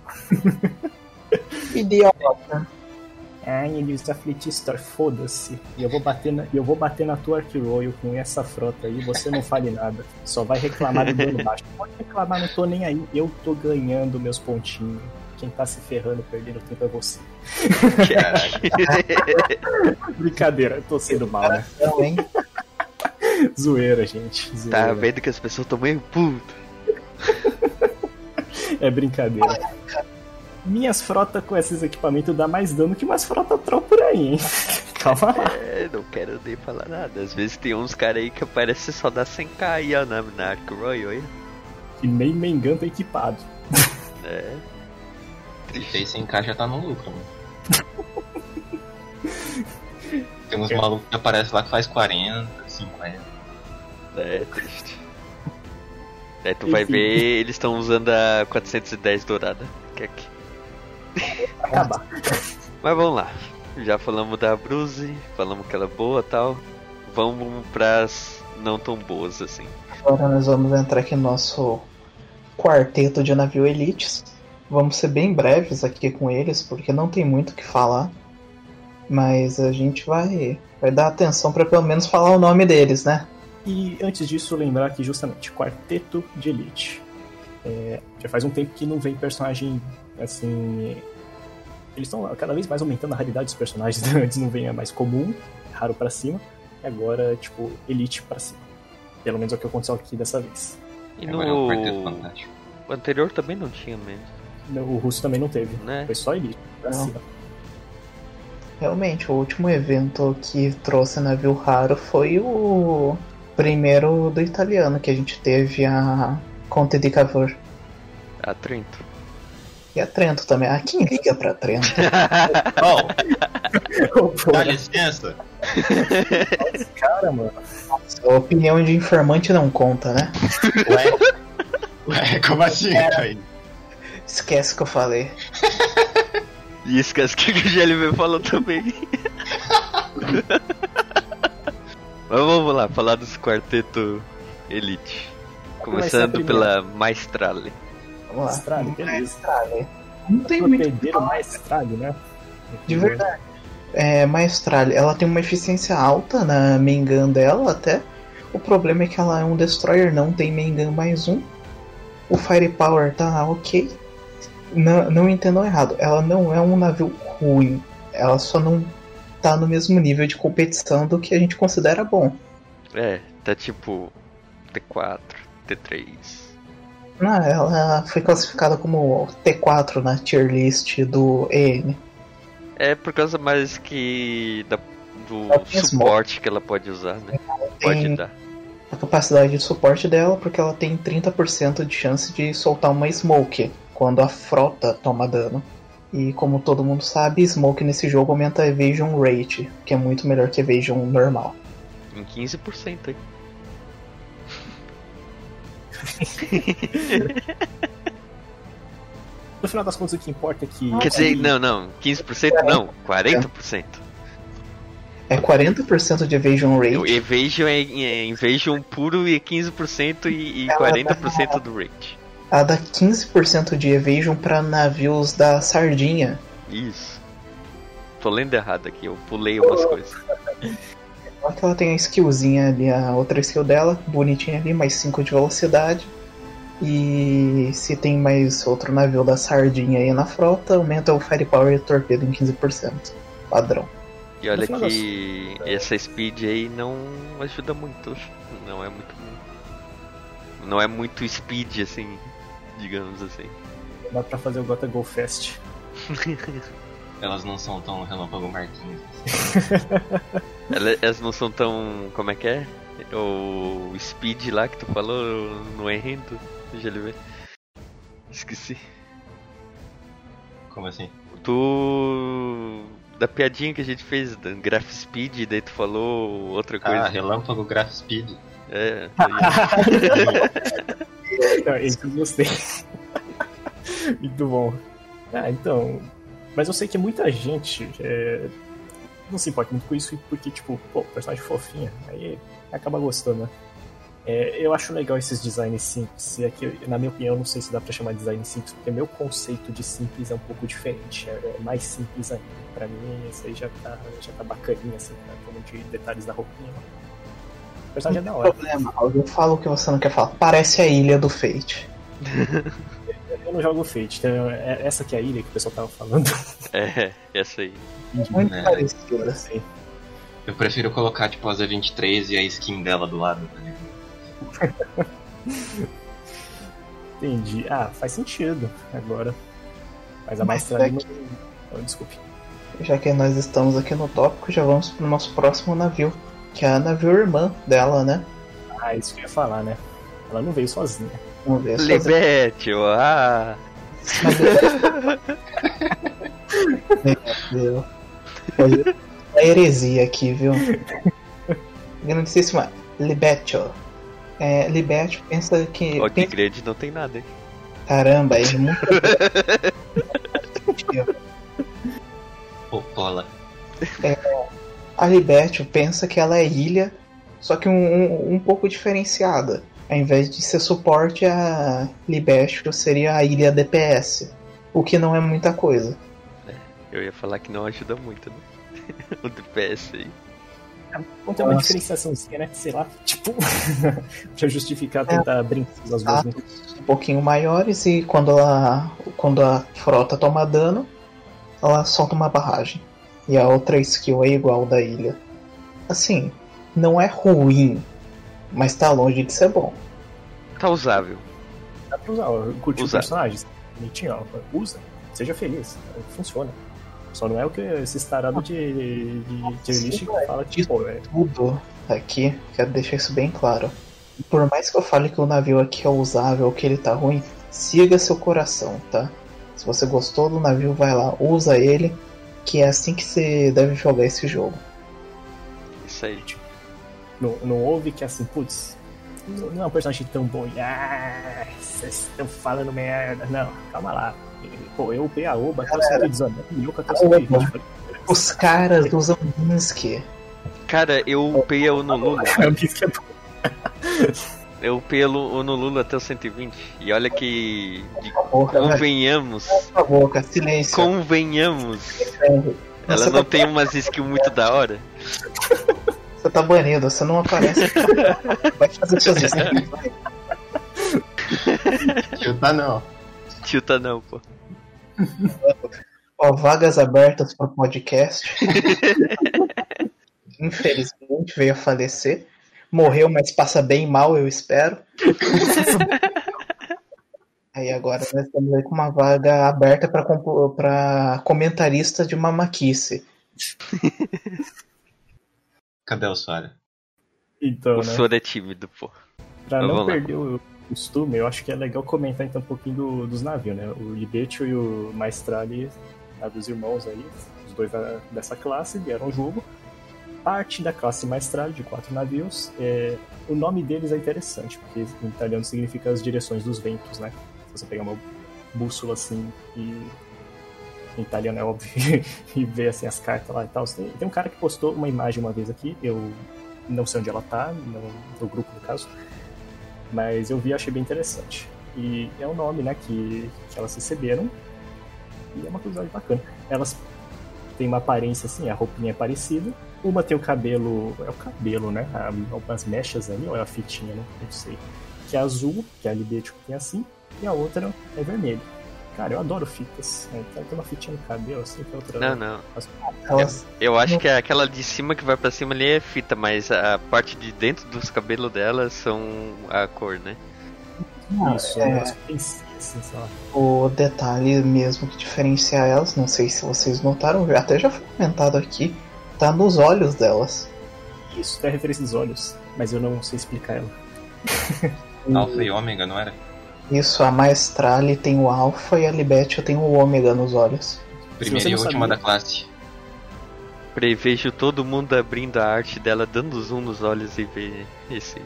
Idiota. Ai, ele usa Fleet Store, foda-se. E eu vou bater na, eu vou bater na tua Ark Royal com essa frota aí, você não fale nada. Só vai reclamar do dano baixo. Pode reclamar, não tô nem aí. Eu tô ganhando meus pontinhos. Quem tá se ferrando, perdendo tempo é você. Brincadeira, eu tô sendo mal, né? Não, hein? Zoeira, gente. Zoeira. Tá vendo que as pessoas tão meio putas. É brincadeira. Minhas frotas com esses equipamentos dá mais dano que umas frotas troll por aí, hein? Calma lá. É, não quero nem falar nada. Às vezes tem uns caras aí que aparece só dá cem k aí, ó, na, na Ark Royal aí. E nem Mengan tá equipado. É. E fez cem k já tá no lucro, né? Tem uns é. malucos que aparecem lá que faz quarenta, cinquenta. É, triste. Aí tu Enfim. vai ver, eles estão usando a quatrocentos e dez dourada. Que é aqui. Acabar. Mas vamos lá. Já falamos da Bruce, falamos que ela é boa e tal. Vamos pras não tão boas assim. Agora nós vamos entrar aqui no nosso quarteto de navio elites. Vamos ser bem breves aqui com eles, porque não tem muito o que falar. Mas a gente vai, vai dar atenção para pelo menos falar o nome deles, né? E antes disso, lembrar que justamente quarteto de elite. É, já faz um tempo que não vem personagem assim. Eles estão cada vez mais aumentando a raridade dos personagens. Antes não vinha mais comum, raro pra cima. E agora, tipo, elite pra cima. Pelo menos é o que aconteceu aqui dessa vez. E no é um o anterior também não tinha mesmo. O russo também não teve, né? Foi só elite pra não. cima. Realmente, o último evento que trouxe navio raro foi o primeiro do italiano, que a gente teve a Conte di Cavour. A Trento. E a Trento também. Ah, quem liga pra Trento? Oh, oh, dá licença. Nossa, cara, mano. Nossa, a opinião de informante não conta, né? Ué, Ué como assim, cara? Esquece o que eu falei. E esquece que o G L V falou também. Mas vamos lá, falar dos quarteto elite. Começando pela Maestrale. Vamos lá. Maestrale, beleza. Maestrale. Não tem muito perder o Maestrale, né? De verdade. é, Maestrale, ela tem uma eficiência alta na main gun dela até. O problema é que ela é um destroyer, não tem main gun mais um. O firepower tá ok. Não, não entendam errado, ela não é um navio ruim. Ela só não tá no mesmo nível de competição do que a gente considera bom. É, tá tipo T quatro, T três. Não, ela foi classificada como T quatro na tier list do E N. É por causa mais que da, do Ela tem suporte smoke. que ela pode usar, né? Tem Pode dar. a capacidade de suporte dela, porque ela tem trinta por cento de chance de soltar uma smoke quando a frota toma dano. E como todo mundo sabe, smoke nesse jogo aumenta a evasion rate, que é muito melhor que evasion normal. Em quinze por cento aí. No final das contas, o que importa é que... Quer dizer, não, não, quinze por cento não, quarenta por cento. É quarenta por cento de evasion O rate. Evasion é, é Evasion puro e quinze por cento e, e Ela quarenta por cento dá- do rate. Ela dá quinze por cento de evasion para navios da Sardinha. Isso. Tô lendo errado aqui, eu pulei umas coisas. Só que ela tem a skillzinha ali, a outra skill dela, bonitinha ali, mais cinco de velocidade. E se tem mais outro navio da Sardinha aí na frota, aumenta o firepower e o torpedo em quinze por cento. Padrão. E olha No final que essa speed aí não ajuda muito. Não é muito. Não é muito speed assim, digamos assim. Dá pra fazer o Gota Go Fast. Elas não são tão Relâmpago Marquinhos. Elas, elas não são tão. Como é que é? O speed lá que tu falou não é rendo. Deixa ele ver. Esqueci. Como assim? Tu. Da piadinha que a gente fez, da Graph Speed, daí tu falou outra coisa. Ah, Relâmpago Graph Speed. É. Não, esse eu gostei. Muito bom. Ah, então... Mas eu sei que muita gente é, não se importa muito com isso, porque, tipo, pô, personagem fofinha, aí acaba gostando, né? É, eu acho legal esses designs simples. E aqui, na minha opinião, eu não sei se dá pra chamar de design simples, porque meu conceito de simples é um pouco diferente. É, é mais simples ainda. Pra mim, esse aí já tá, já tá bacaninha, assim, né? Como de detalhes da roupinha. O personagem é da hora. Problema, eu falo o que você não quer falar. Parece a ilha do Fate. Eu não jogo Fate, então é essa que é a ilha que o pessoal tava falando. É, essa aí. Muito É. parecida. Sim. Eu prefiro colocar tipo a Z vinte e três e a skin dela do lado, tá ligado? Entendi. Ah, faz sentido agora. Mas a Mas Maestrale é não... Oh, desculpe. Já que nós estamos aqui no tópico, já vamos pro nosso próximo navio, que é a navio irmã dela, né? Ah, isso que eu ia falar, né? Ela não veio sozinha. Vamos ver. Só Libetio, ah! Meu Deus. Olha a heresia aqui, viu? Grandíssima Libetio. É, Libetio pensa que. Ó, que pensa- grande não tem nada, hein? Caramba, é muito. Popola. A Libetio pensa que ela é ilha, só que um, um, um pouco diferenciada. Ao invés de ser suporte, a Libetio seria a ilha D P S. O que não é muita coisa. Eu ia falar que não ajuda muito, né? O D P S aí. Vamos ter uma Nossa. diferenciaçãozinha, né? Sei lá, tipo... pra justificar, tentar brincar com as duas, né? Um pouquinho maiores e quando, ela, quando a frota toma dano, ela solta uma barragem. E a outra skill é igual da ilha. Assim, não é ruim, mas tá longe de ser bom. Tá usável. Dá pra usar, ó. Curtir o Usar. personagem, bonitinho, ó. Usa, seja feliz, funciona. Só não é o que esses tarados de, de, de list que fala que, pô, é... Tudo aqui, quero deixar isso bem claro. Por mais que eu fale que o navio aqui é usável, que ele tá ruim, siga seu coração, tá? Se você gostou do navio, vai lá, usa ele, que é assim que você deve jogar esse jogo. Isso aí. Não, não houve que assim, putz, não é um personagem tão bom. E, ah, vocês estão falando merda. Não, calma lá. Pô, eu upei a Oba até o cento e dezenove e eu até o cento e vinte. Os caras usam Minsky. Cara, eu upei o Honolulu. É um disco que é bom. Eu upei o Honolulu até o cento e vinte. E olha que. de- Por favor, cara, Convenhamos. por favor, cara, silêncio. Convenhamos. Ela Você não tá- tem umas skills muito da hora? Você tá banido, você não aparece. Vai fazer seus skills, vai. Chuta não. Tilta não, pô. Ó, vagas abertas para podcast. Infelizmente veio a falecer. Morreu, mas passa bem mal, eu espero. Aí agora nós estamos aí com uma vaga aberta para comentarista de mamaquice. Cadê o Sora? Então, O né? Sora é tímido, pô. Pra Mas não vamos lá. perder o costume, eu acho que é legal comentar então um pouquinho do- dos navios, né? O Libetio e o Maestrali, navios irmãos aí, os dois da- dessa classe, vieram ao jogo. Parte da classe Maestrali, de quatro navios, é, o nome deles é interessante, porque em italiano significa as direções dos ventos, né? Se você pegar uma bússola assim e em italiano é óbvio, e ver assim as cartas lá e tal. Tem, tem um cara que postou uma imagem uma vez aqui, eu não sei onde ela tá, no, no grupo no caso, mas eu vi e achei bem interessante. E é um nome, né, que, que elas receberam, e é uma curiosidade bacana. Elas têm uma aparência assim, a roupinha é parecida, uma tem o cabelo, é o cabelo, né, algumas mechas ali, ou é a fitinha, né, não sei, que é azul, que é a Libetio que tem assim, e a outra é vermelho. Cara, eu adoro fitas. Né? Tem uma fitinha no cabelo, assim, que a outra... Não, não. Elas, Eu acho que aquela de cima que vai pra cima ali é fita, mas a parte de dentro dos cabelos delas são a cor, né? não, Isso, é, né? Elas pensam, assim, sei lá. o detalhe mesmo que diferencia elas, não sei se vocês notaram, até já foi comentado aqui, tá nos olhos delas. Isso, tem a referência dos olhos, mas eu não sei explicar ela. Alpha e Ômega, não era? Isso, a Maestrali tem o Alpha e a Libetio tem o Ômega nos olhos. Primeira você e não última sabia- da classe. Prevejo todo mundo abrindo a arte dela, dando zoom nos olhos e ver esse.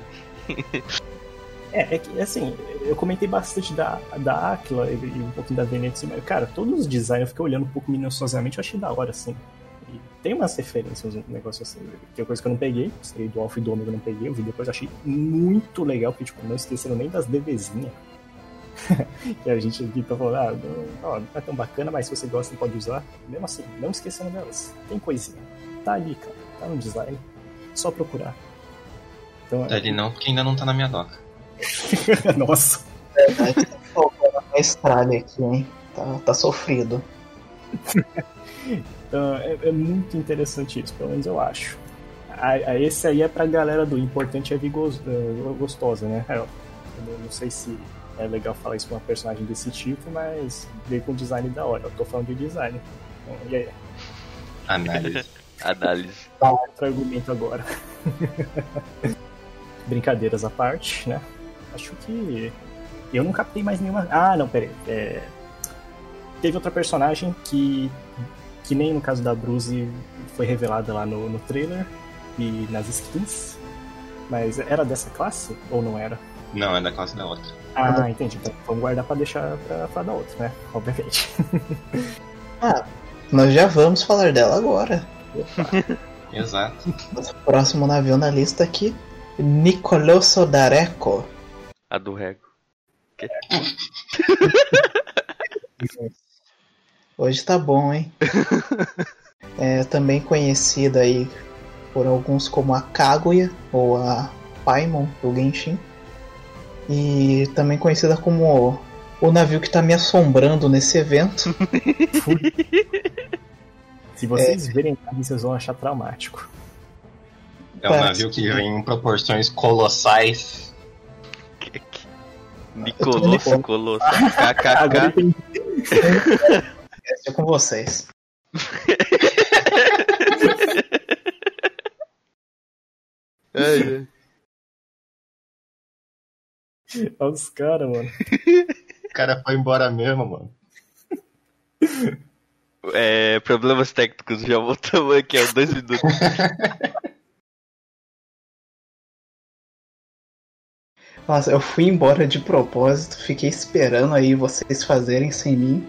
É, é que, assim, eu comentei bastante da, da Aquila e, e um pouquinho da Venetia, mas, cara, todos os designs eu fiquei olhando um pouco minuciosamente, eu achei da hora, assim. E tem umas referências, um negócio assim, que é coisa que eu não peguei, sei do Alpha e do Ômega eu não peguei, eu vi depois, eu achei muito legal, porque, tipo, não esqueceram nem das DVzinhas. Que a gente aqui tá falando, ah, não, ó, não é tão bacana, mas se você gosta, você pode usar. Mesmo assim, não esquecendo delas. Tem coisinha. Tá ali, cara. Tá no design. Só procurar. Então, Tá ali não, porque ainda não tá na minha doca. Nossa. Verdade, tá faltando a Maestrali aqui, hein? Tá, tá sofrido. Então, é, é muito interessante isso, pelo menos eu acho. A, a esse aí é pra galera do importante é vir gos- uh, gostosa, né? É, eu não- não sei se é legal falar isso com uma personagem desse tipo, mas veio com design da hora. Eu tô falando de design. Então, e aí? Análise. Análise. Outro argumento agora. Brincadeiras à parte, né? Acho que eu não captei mais nenhuma. Ah, não, peraí. É... Teve outra personagem que, que nem no caso da Bruce foi revelada lá no, no trailer e nas skins. Mas era dessa classe ou não era? Não, é da classe da outra. Ah, entendi. Então vamos guardar pra deixar pra falar da outra, né? Obviamente. Ah, nós já vamos falar dela agora. Exato. Nosso próximo navio na lista aqui, Niccolò Sodareco. A do Rego. Hoje tá bom, hein? É também conhecida aí por alguns como a Kaguya ou a Paimon do Genshin. E também conhecida como o navio que tá me assombrando nesse evento. Se vocês verem, vocês vão achar traumático. É um Parece navio que vem em proporções colossais. Nicolosso, Colosso. Agora K K K. tem É com vocês. Ai, ai. Olha os caras, mano. O cara foi embora mesmo, mano. É, problemas técnicos, já voltamos aqui há dois minutos. Nossa, eu fui embora de propósito, fiquei esperando aí vocês fazerem sem mim.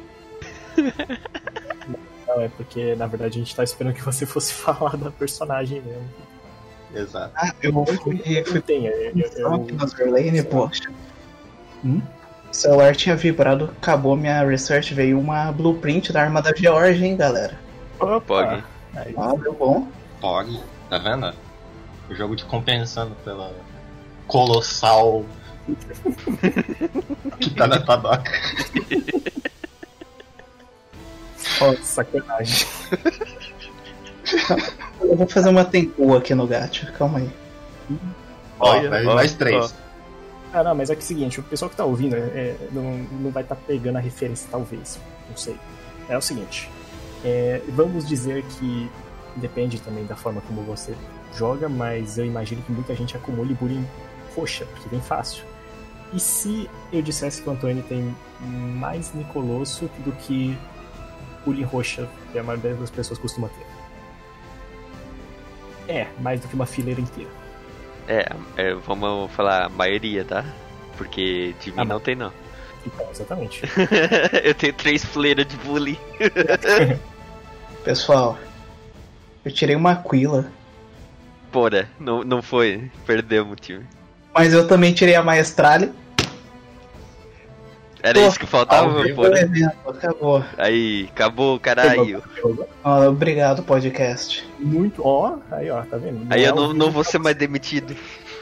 Não, é porque na verdade a gente tá esperando que você fosse falar da personagem mesmo. Exato. Ah, eu fui, Eu fui tenho, eu, eu, eu, aqui na Zerlane, poxa. Hum? O celular tinha vibrado, acabou minha research, veio uma blueprint da arma da Georgia, hein, galera. Opa. Pog. Aí, Ah, deu bom. Pog, tá vendo? O jogo te compensando pela colossal que tá na padoca. ó, sacanagem. Eu vou fazer uma tempo aqui no gato, calma aí. Ó, Olha, mais, ó, mais três. Ah, não, mas é que é o seguinte, o pessoal que tá ouvindo é, não, não vai estar tá pegando a referência, talvez. Não sei. É o seguinte. É, vamos dizer que depende também da forma como você joga, mas eu imagino que muita gente acumule bullying roxa, porque vem fácil. E se eu dissesse que o Antônio tem mais Nicolosso do que bullying roxa, que a maioria das pessoas costuma ter? É, mais do que uma fileira inteira. É, é, vamos falar a maioria, tá? Porque de mim Ah, não tem, não. Então, exatamente. Eu tenho três fileiras de bullying. Pessoal, eu tirei uma Aquila, Porra, não, não foi. Perdemos o time. mas eu também tirei a Maestrale. Era Pô, isso que faltava, ao vivo, Foi o porra. evento, acabou. Aí, acabou, caralho. Ah, obrigado, podcast. Muito. Ó, aí ó, tá vendo? Aí é eu não, ao não vivo vou pra ser você. mais demitido.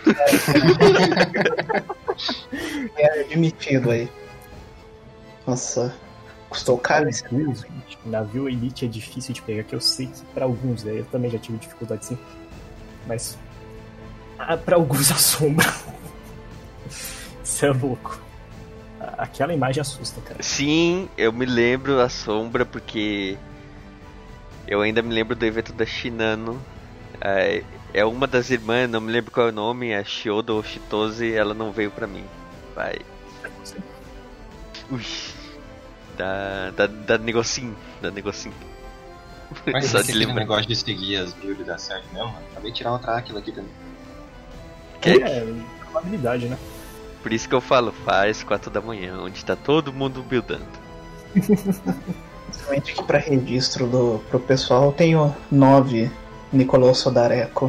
É admitido aí. Nossa, custou caro esse Navio, gente, navio Elite é difícil de pegar, que eu sei que pra alguns, né, eu também já tive dificuldade sim, mas ah, pra alguns assombra. Isso é louco. A- Aquela imagem assusta, cara. Sim, eu me lembro a sombra porque eu ainda me lembro do evento da Shinano. É, é uma das irmãs, não me lembro qual é o nome, a Shiodo ou Shitose, ela não veio pra mim. Vai. Ui. Da, da, da negocinho, da negocinho. Mas Só esse de aquele lembrar. negócio de seguir as builds dá certo mesmo, mano. Acabei de tirar outra Aquila aqui também. Que- É, probabilidade, né? Por isso que eu falo, faz quatro da manhã, onde tá todo mundo buildando. Principalmente aqui pra registro do, pro pessoal, eu tenho nove Nicolò Sodareco.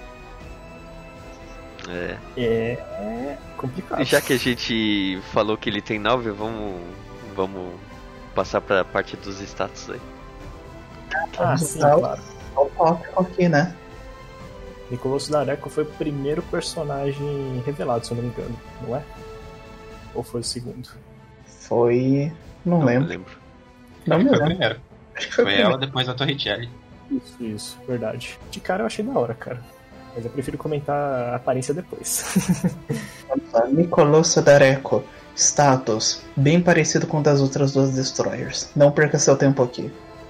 É. É, é complicado. E já que a gente falou que ele tem nove, vamos, vamos passar pra parte dos status aí. Ah, sim, Tá. claro. Só o tópico aqui, né? Nicolosso D'Areco foi o primeiro personagem revelado, se eu não me engano, não é? Ou foi o segundo? Foi. Não, Não me lembro. lembro. Não Acho me que foi o lembro. primeiro. Acho que foi o Foi primeiro. ela depois da Torricelli. Isso, isso, verdade. De cara eu achei da hora, cara. Mas eu prefiro comentar a aparência depois. Nicolò Sodareco. Status. Bem parecido com o das outras duas Destroyers. Não perca seu tempo aqui.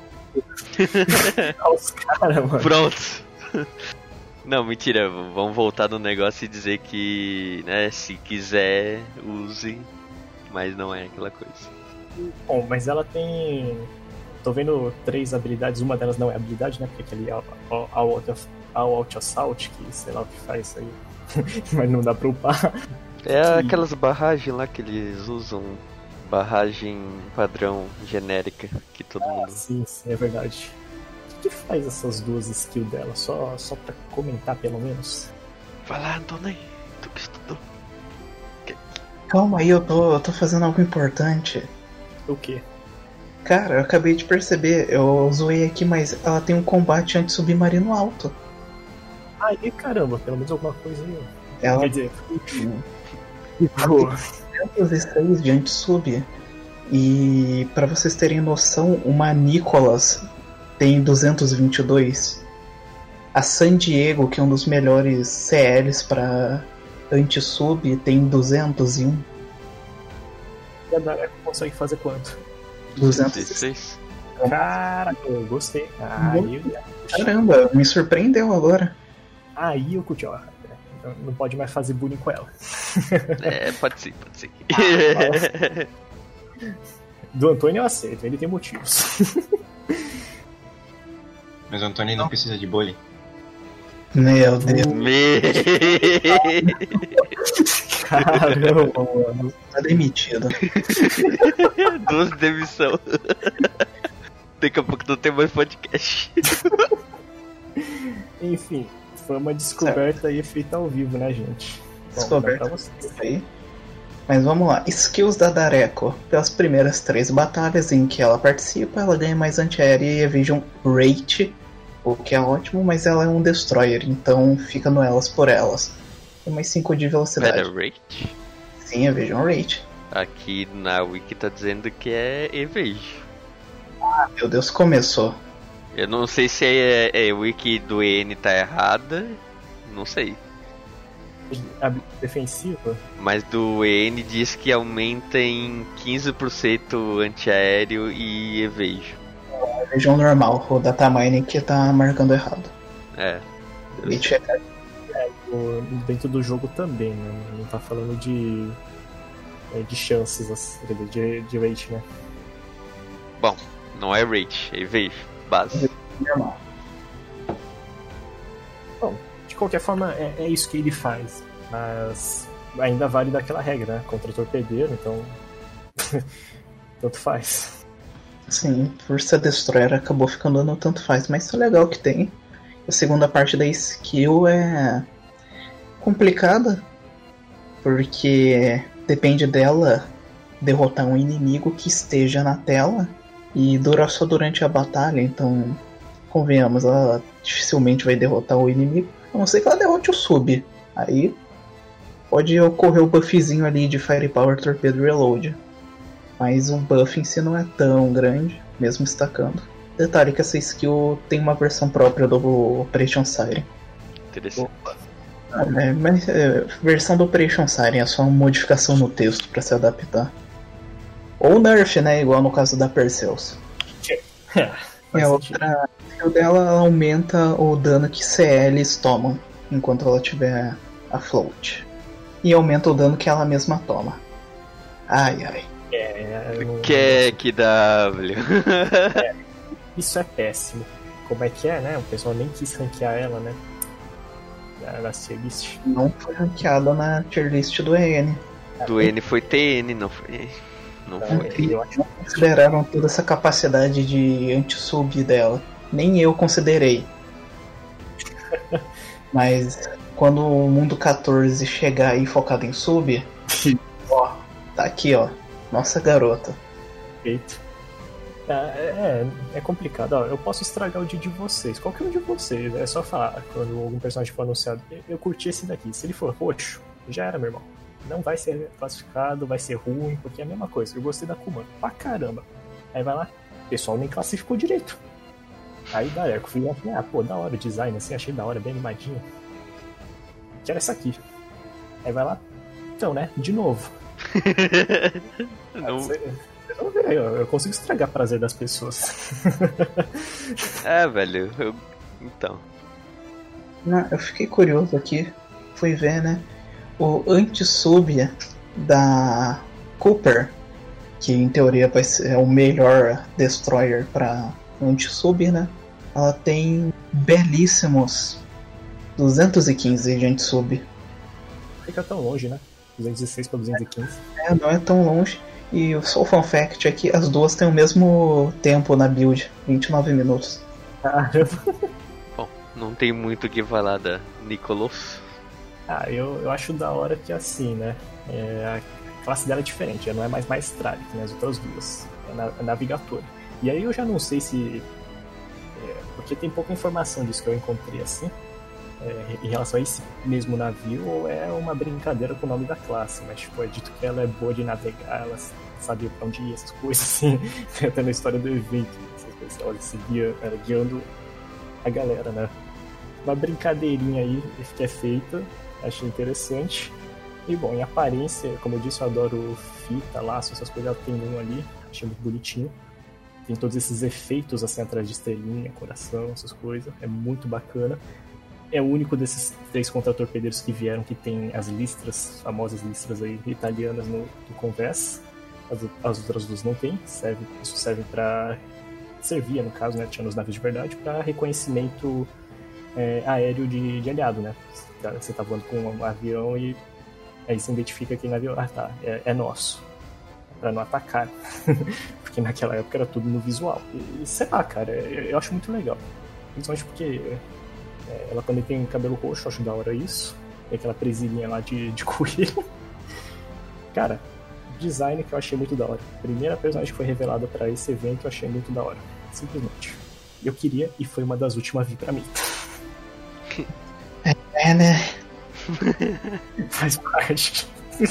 Olha os caras, mano. Pronto. Não, mentira, vamos voltar no negócio e dizer que, né, se quiser, use, mas não é aquela coisa. Bom, mas ela tem. Tô vendo três habilidades, uma delas não é habilidade, né? Porque aquele All, all, all, out, all Out Assault, que sei lá o que faz isso aí. Mas não dá pra upar. É Sim. aquelas barragens lá que eles usam, barragem padrão genérica, que todo mundo... Sim, sim, é verdade. O que, que faz essas duas skills dela? Só, só pra comentar, pelo menos. Vai lá, Antônio, tu que estudou. Calma aí, eu tô, eu tô fazendo algo importante. O quê? Cara, eu acabei de perceber, eu zoei aqui, mas ela tem um combate anti-submarino alto. Aí, caramba, pelo menos alguma coisa aí. Ela Quer dizer, tem ficou. duzentos e seis de anti-sub. E pra vocês terem noção, uma Nicholas tem duzentos e vinte e dois. A San Diego, que é um dos melhores C Ls pra anti-sub, tem duzentos e um. E a D'Areco consegue fazer quanto? duzentos e seis. dezesseis. Caraca, eu gostei. Aí, eu- Caramba, me surpreendeu agora. aí eu curti, ó. Então não pode mais fazer bullying com ela. É, pode ser, pode ser. Do Antônio eu aceito, ele tem motivos. Mas o Antônio não precisa de bullying. Meu Deus, Me... Caramba, mano. tá demitido. Duas demissão. Daqui a pouco não tem mais podcast. Enfim, foi uma descoberta aí feita ao vivo, né, gente? Bom, Descoberta. dá pra vocês. Isso aí. Mas vamos lá, skills da Dareko. Pelas primeiras três batalhas em que ela participa, ela ganha mais antiaérea e evasion rate, o que é ótimo, mas ela é um destroyer, então fica no elas por elas. Tem mais cinco de velocidade. Pera, rate? Sim, evasion rate. Aqui na wiki tá dizendo que é evade. Ah, meu Deus, começou. Eu não sei se é, é, é wiki do E N tá errada, não sei. A defensiva? Mas do E N diz que aumenta em quinze por cento antiaéreo e evade. É evasion normal, o datamining que tá marcando errado. É. Rate é... É, o- dentro do jogo também, né? Não tá falando de. é, de chances, assim, de, de rate, né? Bom, não é rate, é evade, base. normal. Bom, de qualquer forma, é, é isso que ele faz. Mas ainda vale daquela regra, né? Contra torpedeiro, então. Tanto faz. Sim, por ser destroyer acabou ficando no tanto faz, mas isso é legal que tem. A segunda parte da skill é complicada, porque depende dela derrotar um inimigo que esteja na tela e dura só durante a batalha, então convenhamos, ela dificilmente vai derrotar o inimigo, a não ser que ela derrote o sub. Aí pode ocorrer o buffzinho ali de Firepower, Torpedo e Reload. Mas o buff em si não é tão grande, mesmo estacando. Detalhe que essa skill tem uma versão própria do Operation Siren. Interessante. É, mas é, versão do Operation Siren é só uma modificação no texto para se adaptar. Ou nerf, né? Igual no caso da Perseus. É, E a outra skill dela ela aumenta o dano que C Ls tomam enquanto ela estiver afloat. E aumenta o dano que ela mesma toma. Ai ai. é, eu não- Que é que W. Isso é péssimo. Como é que é, né? O pessoal nem quis ranquear ela, né? Na tier list. Não foi ranqueada na tier list do E N. Do N foi T N, não foi. Não foi. Eu acho Não consideraram toda essa capacidade de anti-sub dela. Nem eu considerei. Mas quando o mundo quatorze chegar aí focado em sub, ó, tá aqui, ó. Nossa garota. perfeito. É, é, é complicado. Ó, eu posso estragar o dia de vocês. Qualquer um de vocês. É só falar quando algum personagem for anunciado. Eu, eu curti esse daqui. Se ele for roxo, já era, meu irmão. Não vai ser classificado, vai ser ruim, porque é a mesma coisa. Eu gostei da Kuma pra caramba. Aí vai lá, o pessoal nem classificou direito. Aí da Eco, fui lá, ah, pô, da hora o design, assim, achei da hora, bem animadinho. Quero essa aqui. Aí vai lá, então, né, de novo. Não- Vocês vão ver aí, ó, eu consigo estragar o prazer das pessoas. É, velho. eu- Então. Ah, eu fiquei curioso aqui. Fui ver, né? O anti-sub da Cooper, que em teoria vai ser o melhor destroyer pra anti-sub, né? Ela tem belíssimos duzentos e quinze de anti-sub. Fica tão longe, né? duzentos e seis para duzentos e quinze. É, não é tão longe. E o só fun fact é que as duas têm o mesmo tempo na build, vinte e nove minutos. Bom, não tem muito o que falar da Nicolos. Ah, eu, eu acho da hora que assim, né? É, a classe dela é diferente, ela não é mais maestrale que nem as outras duas. É, na, é navigadora. E aí eu já não sei se. É, porque tem pouca informação disso que eu encontrei assim. É, em relação a esse mesmo navio, ou é uma brincadeira com o nome da classe, mas tipo, é dito que ela é boa de navegar, ela sabia pra onde ir, essas coisas assim, até na história do evento, essas coisas, ela seguia ela guiando a galera, né? Uma brincadeirinha aí que é feita, achei interessante. E bom, em aparência, como eu disse, eu adoro fita, laço, essas coisas, ela tem um ali, achei muito bonitinho. Tem todos esses efeitos assim atrás de estrelinha, coração, essas coisas, é muito bacana. É o único desses três contra-torpedeiros que vieram que tem as listras, famosas listras aí italianas no, no Convés. As, as outras duas não tem. Serve, isso serve para servia, no caso, né? Tinha nos navios de verdade, para reconhecimento é, aéreo de, de aliado, né? Você tá voando com um avião e aí você identifica aquele navio, ah tá, é, é nosso. Pra não atacar. Porque naquela época era tudo no visual. E sei lá, cara, eu, eu acho muito legal. Principalmente porque. É, ela também tem cabelo roxo, acho da hora isso. Tem aquela presilhinha lá de, de coelho. Cara, design que eu achei muito da hora. Primeira personagem que foi revelada pra esse evento eu achei muito da hora. Simplesmente. Eu queria e foi uma das últimas a vir pra mim. É, né? Faz parte.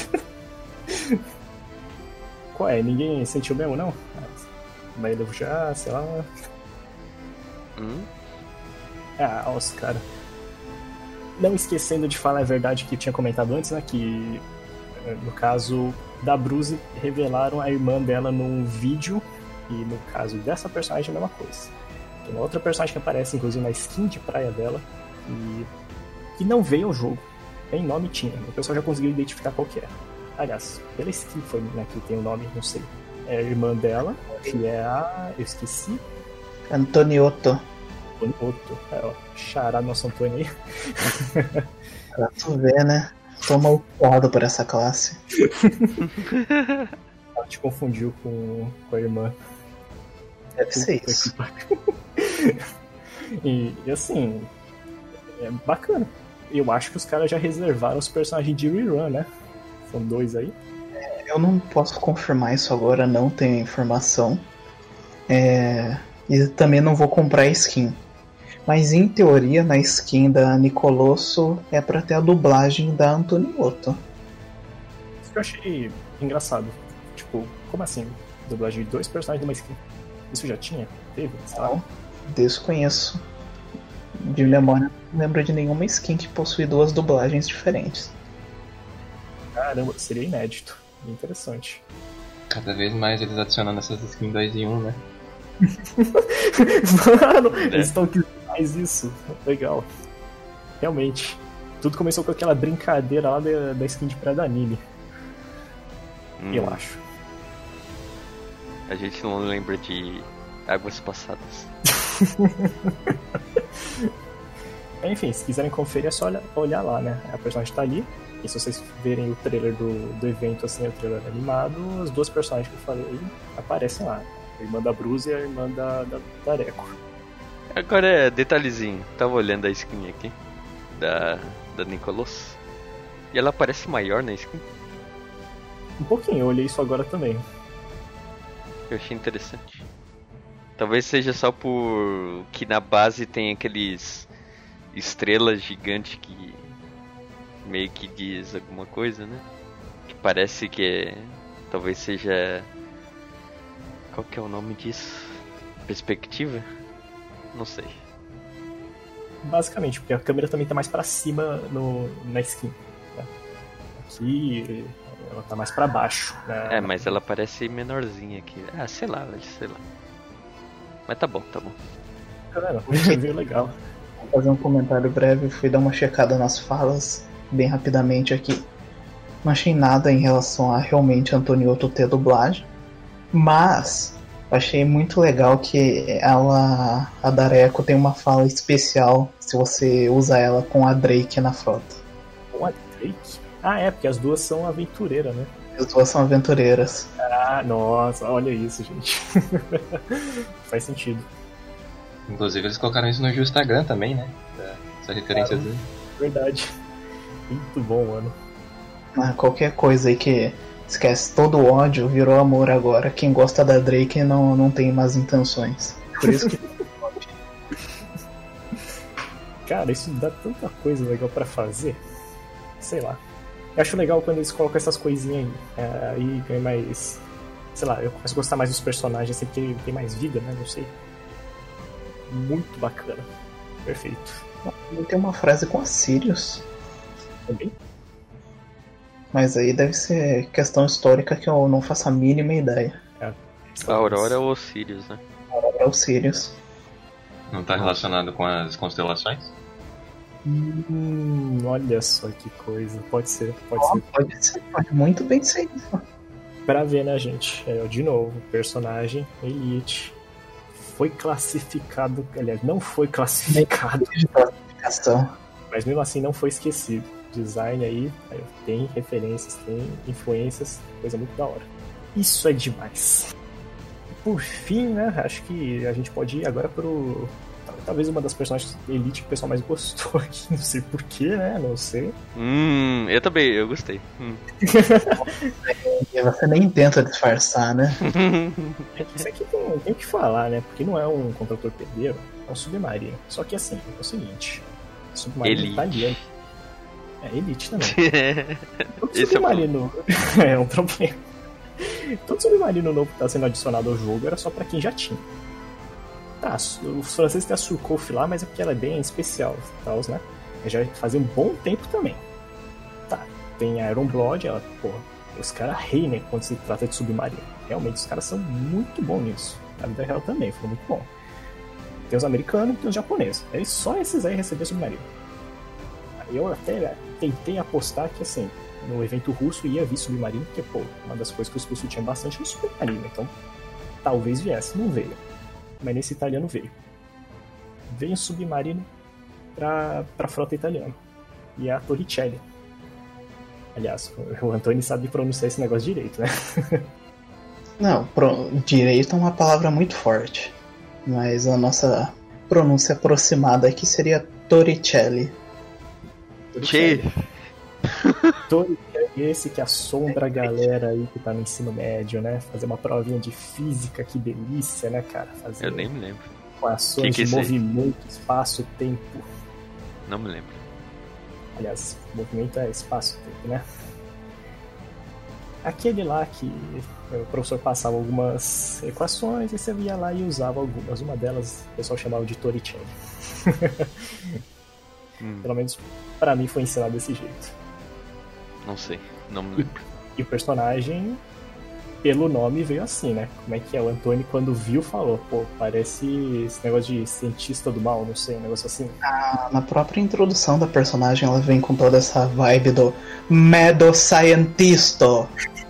Qual é? Ninguém sentiu mesmo, não? Mas eu já, sei lá. Hum? Ah, os cara. Não esquecendo de falar a verdade que eu tinha comentado antes, né? Que no caso da Bruce revelaram a irmã dela num vídeo. E no caso dessa personagem é a mesma coisa. Tem uma outra personagem que aparece, inclusive, na skin de praia dela. E que não veio ao jogo. Nem nome tinha. O pessoal já conseguiu identificar qual que é. Aliás, pela skin foi, né, que tem o nome, não sei. É a irmã dela, que é a... eu esqueci. Antoniotto. Antoniotto. É, ó, xará nosso Antônio aí. Pra tu ver, né? Tô maltado por essa classe. Ela te confundiu com, com a irmã. Deve ser isso. E, e assim, é bacana. Eu acho que os caras já reservaram os personagens de rerun, né? São dois aí. Eu não posso confirmar isso agora, não tenho informação. É... E também não vou comprar a skin. Mas em teoria, na skin da Nicolosso é pra ter a dublagem da Antoniotto. Isso que eu achei engraçado. Tipo, como assim? Dublagem de dois personagens de uma skin? Isso já tinha? Teve? Sabe? Não, desconheço. De memória, não lembro de nenhuma skin que possui duas dublagens diferentes. Caramba, seria inédito. Interessante. Cada vez mais eles adicionando essas skins dois em um, né? Mano, É. eles estão querendo mais isso. Legal. Realmente. Tudo começou com aquela brincadeira lá da, da skin de praia da anime. Hum, Eu acho. A gente não lembra de águas passadas. Enfim, se quiserem conferir é só olhar, olhar lá, né? A personagem tá ali. E se vocês verem o trailer do, do evento, assim, o trailer animado, as duas personagens que eu falei aparecem lá. A irmã da Bruce e a irmã da, da, da Reco. Agora é detalhezinho. Tava olhando a skin aqui. Da, da Nicolos. E ela parece maior na skin. Um pouquinho, eu olhei isso agora também. Eu achei interessante. Talvez seja só por que na base tem aqueles estrelas gigantes que meio que diz alguma coisa, né? Que parece que é... talvez seja... qual que é o nome disso? Perspectiva? Não sei. Basicamente, porque a câmera também tá mais pra cima no, na skin. Né? Aqui ela tá mais pra baixo. Né? É, mas ela parece menorzinha aqui. Ah, sei lá, velho, sei lá. Mas tá bom, tá bom. Tá vendo? Viu legal. Vou fazer um comentário breve, fui dar uma checada nas falas bem rapidamente aqui. Não achei nada em relação a realmente Antoniotto ter dublagem, mas achei muito legal que ela, a Dareko tem uma fala especial se você usa ela com a Drake na frota. Com a Drake? Ah, é, porque as duas são aventureiras, né? As duas são aventureiras. Ah, nossa, olha isso, gente. Faz sentido. Inclusive eles colocaram isso no Instagram também, né? Essa referência dele. Verdade. Muito bom, mano. Ah, qualquer coisa aí que esquece todo o ódio, virou amor agora. Quem gosta da Drake não, não tem más intenções. Por isso que. Cara, isso dá tanta coisa legal pra fazer. Sei lá. Eu acho legal quando eles colocam essas coisinhas aí. É, aí ganha mais. Sei lá, eu começo a gostar mais dos personagens assim, porque tem mais vida, né? Não sei. Muito bacana. Perfeito. Tem uma frase com a Sirius. Também? Mas aí deve ser questão histórica que eu não faço a mínima ideia. É, A Aurora ou Sirius, né? É o Sirius. Não tá relacionado com as constelações? Hum, olha só que coisa. Pode ser, pode Oh, ser. pode ser, pode muito bem ser isso. Pra ver, né, gente? É, de novo, personagem Elite foi classificado. Aliás, não foi classificado, De classificação. mas mesmo assim não foi esquecido. Design aí tem referências, tem influências, coisa muito da hora. Isso é demais. Por fim, né, acho que a gente pode ir agora pro talvez uma das personagens Elite que o pessoal mais gostou aqui, não sei porquê, né? Não sei. Hum, eu também, eu gostei. Hum. Você nem tenta disfarçar, né? Isso aqui tem, tem o que falar, né? Porque não é um contra-torpedeiro, é um submarino. Só que assim, é o seguinte: submarino Elite. italiano. É, Elite também. Todo Esse submarino é, é um problema. Todo submarino novo que tá sendo adicionado ao jogo era só pra quem já tinha. Tá, os franceses têm a Surcouf lá, mas é porque ela é bem especial, tal, né? Já fazia um bom tempo também. Tá, tem a Iron Blood, ela, porra, os caras rei, né, quando se trata de submarino. Realmente, os caras são muito bons nisso. Na vida real também, foi muito bom. Tem os americanos e tem os japoneses. Aí só esses aí receberam submarino. Aí eu até tentei apostar que, assim, no evento russo ia vir submarino, porque, pô, uma das coisas que os russos tinham bastante era o submarino, então talvez viesse, não veio. Mas nesse italiano veio. Veio um submarino pra, pra frota italiana. E é a Torricelli. Aliás, o Antônio sabe pronunciar esse negócio direito, né? Não, pro, direito é uma palavra muito forte. Mas a nossa pronúncia aproximada aqui seria Torricelli. Che. Torricelli, esse que assombra a galera aí que tá no ensino médio, né? Fazer uma provinha de física, que delícia, né, cara? Fazer Eu nem me lembro. equações Que que de é movimento, espaço, tempo. Não me lembro. Aliás, movimento é espaço-tempo, né? Aquele lá que o professor passava algumas equações e você ia lá e usava algumas. Uma delas o pessoal chamava de Torricelli. Hum, Pelo menos pra mim foi ensinado desse jeito. não sei, não me lembro. E o personagem, pelo nome, veio assim, né? Como é que é? O Antônio, quando viu, falou: pô, parece esse negócio de cientista do mal, não sei, um negócio assim. Ah, na própria introdução da personagem, ela vem com toda essa vibe do Mad Scientisto.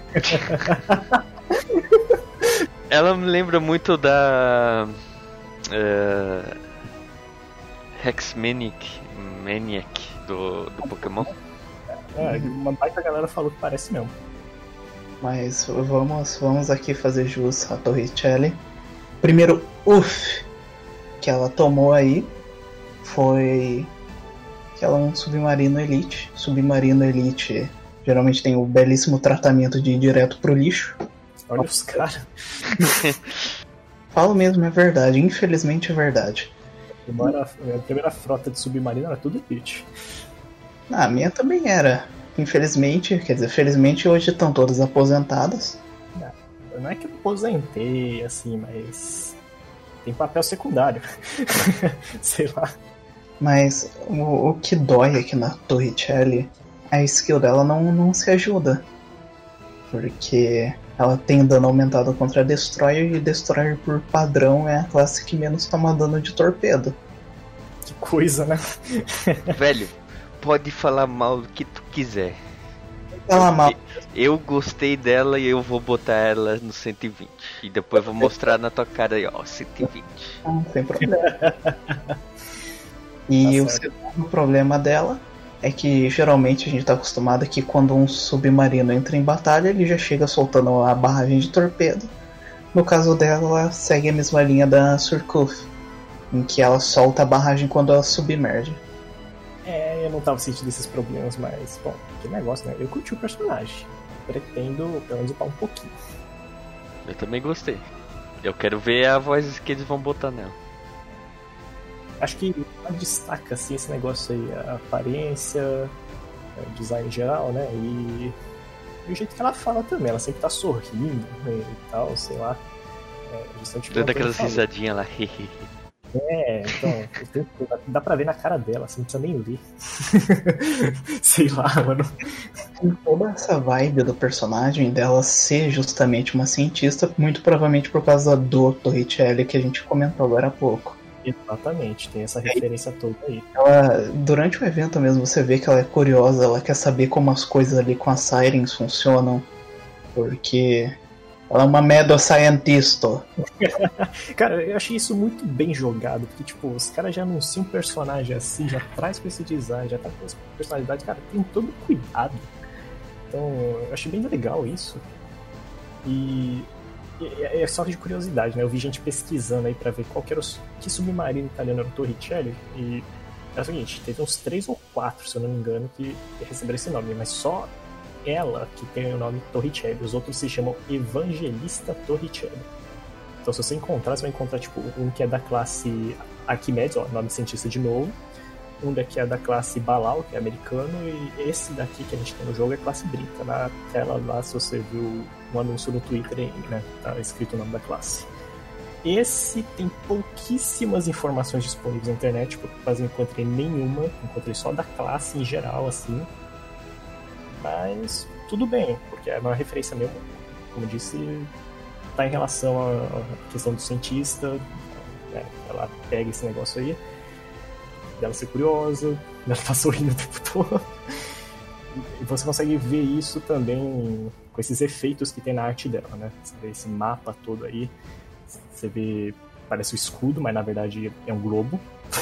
Ela me lembra muito da uh, Hexmaniac Maniac do, do Pokémon. É, uma baita galera falou que parece mesmo. Mas vamos, vamos aqui fazer jus a Torricelli. Primeiro uff que ela tomou aí foi que ela é um submarino elite. Submarino elite geralmente tem o belíssimo tratamento de ir direto pro lixo. Olha os caras. Falo mesmo, é verdade. Infelizmente é verdade. A primeira frota de submarino era tudo elite. Ah, a minha também era. Infelizmente, quer dizer, felizmente hoje estão todas aposentadas. Não é que eu aposentei, assim, mas tem papel secundário. Sei lá. Mas o, o que dói aqui na Torricelli, a skill dela não, não se ajuda. Porque ela tem dano aumentado contra Destroyer, e Destroyer por padrão é a classe que menos toma dano de torpedo. Que coisa, né? Velho, pode falar mal do que tu quiser. Ela mal. Eu gostei dela e eu vou botar ela no cento e vinte. E depois vou mostrar na tua cara aí, ó, cento e vinte. Não, sem problema. E Tá o certo. segundo problema dela é que geralmente a gente tá acostumado que quando um submarino entra em batalha, ele já chega soltando a barragem de torpedo. No caso dela, ela segue a mesma linha da Surcouf, em que ela solta a barragem quando ela submerge. É, eu não tava sentindo esses problemas, mas, bom, que negócio, né? Eu curti o personagem. Pretendo, pelo menos, upar um pouquinho. Eu também gostei. Eu quero ver a voz que eles vão botar nela. Acho que destaca, assim, esse negócio aí, a aparência, o design em geral, né? E, e o jeito que ela fala também. Ela sempre tá sorrindo, né, e tal, sei lá. É, justamente como Toda o Antônio aquela falou. risadinha lá. É, então, dá pra ver na cara dela, assim, não precisa nem ler. Sei lá, mano. Com toda essa vibe do personagem dela ser justamente uma cientista, muito provavelmente por causa do Torricelli que a gente comentou agora há pouco. Exatamente, tem essa referência toda aí. Ela, durante o evento mesmo, você vê que ela é curiosa, ela quer saber como as coisas ali com as Sirens funcionam, porque ela é uma Mad Scientist. Cara, eu achei isso muito bem jogado, porque, tipo, os caras já anunciam um personagem assim, já traz com esse design, já tá com essa personalidade, cara, tem todo cuidado. Então, eu achei bem legal isso. E é, é só de curiosidade, né? Eu vi gente pesquisando aí pra ver qual que era o que submarino italiano era o Torricelli, e é o seguinte, teve uns três ou quatro, se eu não me engano, que receberam esse nome, mas só ela que tem o nome Torricelli, os outros se chamam Evangelista Torricelli. Então se você encontrar, você vai encontrar tipo um que é da classe Arquimedes, ó, nome de cientista de novo, um daqui é da classe Balau, que é americano, e esse daqui que a gente tem no jogo é classe Brita. Na tela lá, se você viu um anúncio no Twitter, né, tá escrito o nome da classe. Esse tem pouquíssimas informações disponíveis na internet, porque quase não encontrei nenhuma, encontrei só da classe em geral, assim. Mas tudo bem, porque é uma referência mesmo, como eu disse, tá em relação à questão do cientista, né, ela pega esse negócio aí, dela ser curiosa, ela tá sorrindo o tempo todo. E você consegue ver isso também com esses efeitos que tem na arte dela, né? Você vê esse mapa todo aí, você vê, parece um escudo, mas na verdade é um globo.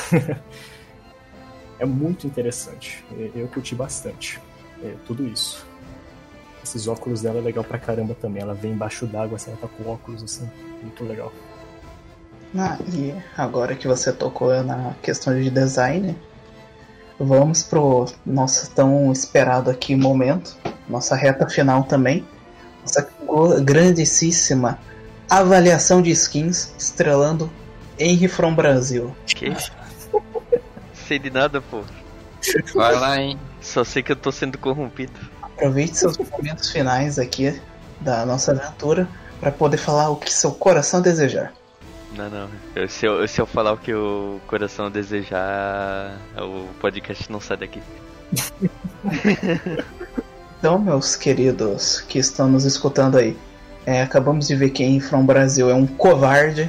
É muito interessante, eu curti bastante, é, tudo isso. Esses óculos dela é legal pra caramba também, ela vem embaixo d'água, assim, ela tá com óculos, assim, muito legal. Ah, e agora que você tocou na questão de design, vamos pro nosso tão esperado aqui momento, nossa reta final também, nossa grandíssima avaliação de skins, estrelando Henry from Brasil. Que? Sei de nada, pô. Vai lá, hein. Só sei que eu tô sendo corrompido. Aproveite seus momentos finais aqui da nossa aventura para poder falar o que seu coração desejar. Não, não. Eu, se, eu, se eu falar o que o coração desejar, o podcast não sai daqui. Então, meus queridos que estão nos escutando aí, é, acabamos de ver que Henry from Brasil é um covarde.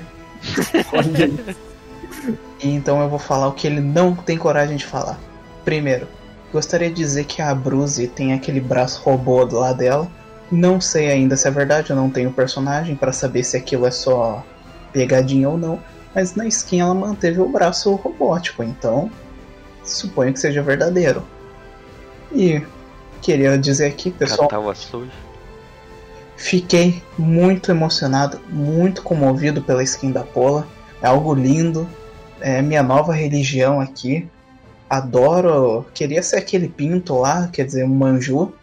E então eu vou falar o que ele não tem coragem de falar. Primeiro, gostaria de dizer que a Bruzi tem aquele braço robô lá dela. Não sei ainda se é verdade, eu não tenho personagem para saber se aquilo é só pegadinha ou não, mas na skin ela manteve o braço robótico, então suponho que seja verdadeiro. E queria dizer aqui, pessoal, fiquei muito emocionado, muito comovido pela skin da Pola, é algo lindo, é minha nova religião aqui, adoro, queria ser aquele pinto lá, quer dizer, um manju.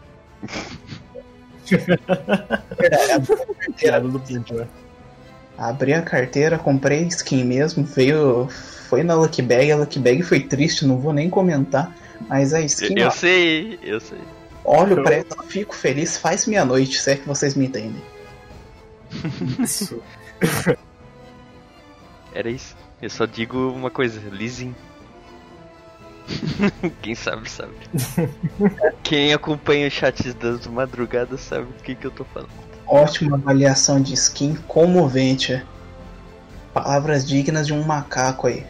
Tirado do pinto, né? Abri a carteira, comprei skin mesmo, veio, foi na Lucky Bag, a Lucky Bag foi triste, não vou nem comentar, mas a skin... Eu ó, sei, eu sei. Olho pra ela, fico feliz, faz minha noite, se é que vocês me entendem. Isso. Era isso. Eu só digo uma coisa, lisinho. Quem sabe, sabe. Quem acompanha os chats das madrugadas sabe do que, que eu tô falando. Ótima avaliação de skin, comovente. Palavras dignas de um macaco aí.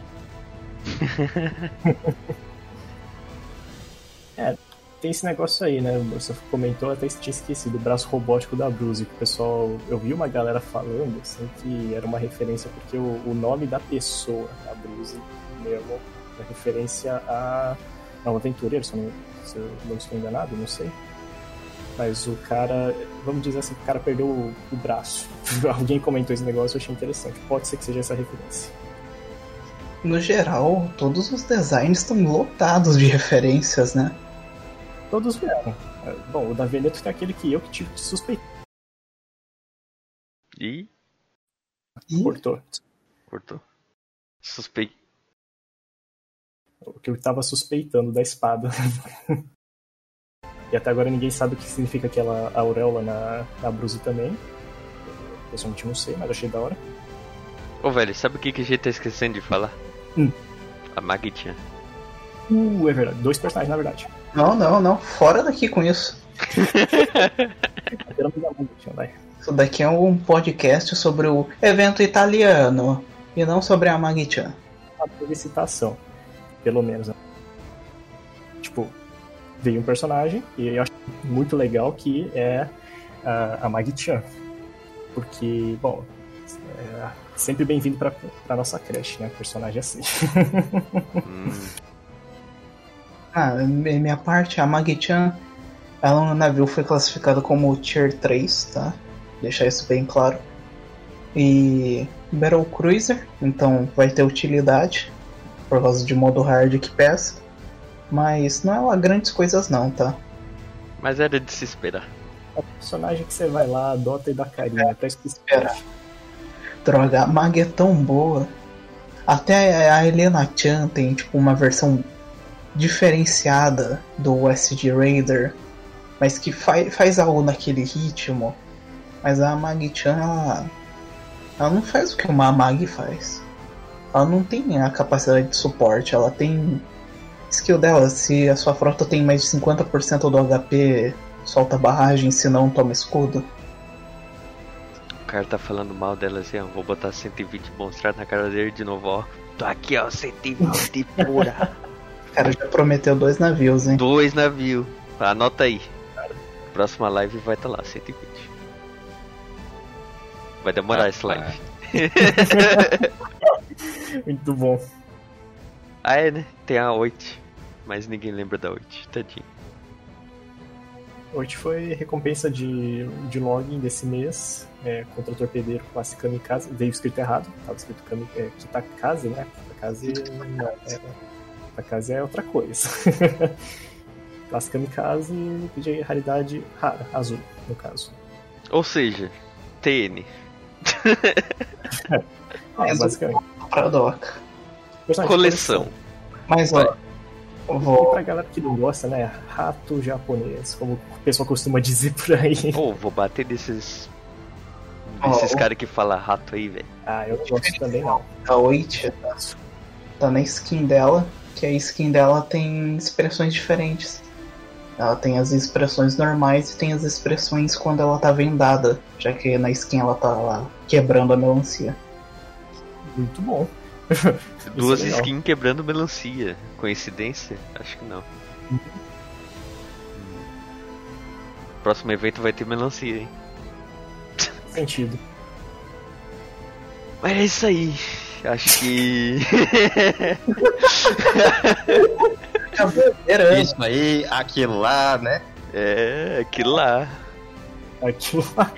É, tem esse negócio aí, né? Você comentou, até tinha esquecido, o braço robótico da Bruzi. O pessoal, eu vi uma galera falando assim, que era uma referência porque o, o nome da pessoa, a Bruzi, mesmo, é referência a, a um aventureiro, se eu, não, se eu não estou enganado, não sei. Mas o cara, vamos dizer assim, o cara perdeu o, o braço. Alguém comentou esse negócio, eu achei interessante. Pode ser que seja essa referência. No geral, todos os designs estão lotados de referências, né? Todos vieram. Bom, o da Veneto é aquele que eu que tive que suspeitar. E? Cortou. Cortou. Suspeito. O que eu tava suspeitando da espada. E até agora ninguém sabe o que significa aquela auréola na, na Bruzi também. Pessoalmente não sei, mas achei da hora. Ô velho, sabe o que, que a gente tá esquecendo de falar? Hum. A Magi-chan. Uh, é verdade. Dois personagens, na verdade. Não, não, não. Fora daqui com isso. Isso daqui é um podcast sobre o evento italiano e não sobre a Magi-chan. Uma publicitação, pelo menos. Né? Tipo, veio um personagem e eu acho muito legal que é a, a Magi-chan. Porque, bom, é sempre bem-vindo pra, pra nossa creche, né? Personagem assim. hum. Ah, minha parte, a Magi-chan, ela no navio foi classificada como Tier três, tá? Deixar isso bem claro. e Battle Cruiser, então vai ter utilidade por causa de modo hard que peça, mas não é lá grandes coisas não, tá? Mas era de se esperar. É o personagem que você vai lá, adota e dá carinho, até isso que espera. Droga, a Mag é tão boa. Até a Helena Chan tem tipo uma versão diferenciada do S G Raider, mas que faz, faz algo naquele ritmo. Mas a Mag-chan, ela, ela não faz o que uma Mag faz. Ela não tem a capacidade de suporte, ela tem skill dela. Se a sua frota tem mais de cinquenta por cento do H P, solta barragem, se não toma escudo. O cara tá falando mal dela assim, ó, vou botar cento e vinte monstros na cara dele de novo, ó. Tô aqui, ó, cento e vinte pura. O cara já prometeu dois navios, hein? Dois navios. Anota aí. Próxima live vai estar tá lá, cento e vinte. Vai demorar ah, essa live. Muito bom. Ah, é, né? Tem a oito. Mas ninguém lembra da oito, tadinho. Hoje foi recompensa de, de login desse mês, é, contra o torpedeiro classe Kamikaze. Veio escrito errado, estava escrito Kami, é, Kitakaze, né? Kitakaze não, é, Kitakaze é outra coisa. Classe Kamikaze de raridade rara, azul, no caso. Ou seja, T N. É, basicamente. Paradoxa. Coleção. Mas, ó, vou... E pra galera que não gosta, né? Rato japonês, como o pessoal costuma dizer por aí. Pô, vou bater desses. Desses oh, caras que falam rato aí, velho. Ah, eu gosto também não. A oito tá na skin dela, que a skin dela tem expressões diferentes. Ela tem as expressões normais e tem as expressões quando ela tá vendada, já que na skin ela tá lá quebrando a melancia. Muito bom. Duas skins quebrando melancia. Coincidência? Acho que não. Uhum. Próximo evento vai ter melancia, hein? Sentido. Mas é isso aí. Acho que. Isso aí, aquilo lá, né? É, aquilo lá. Aquilo lá.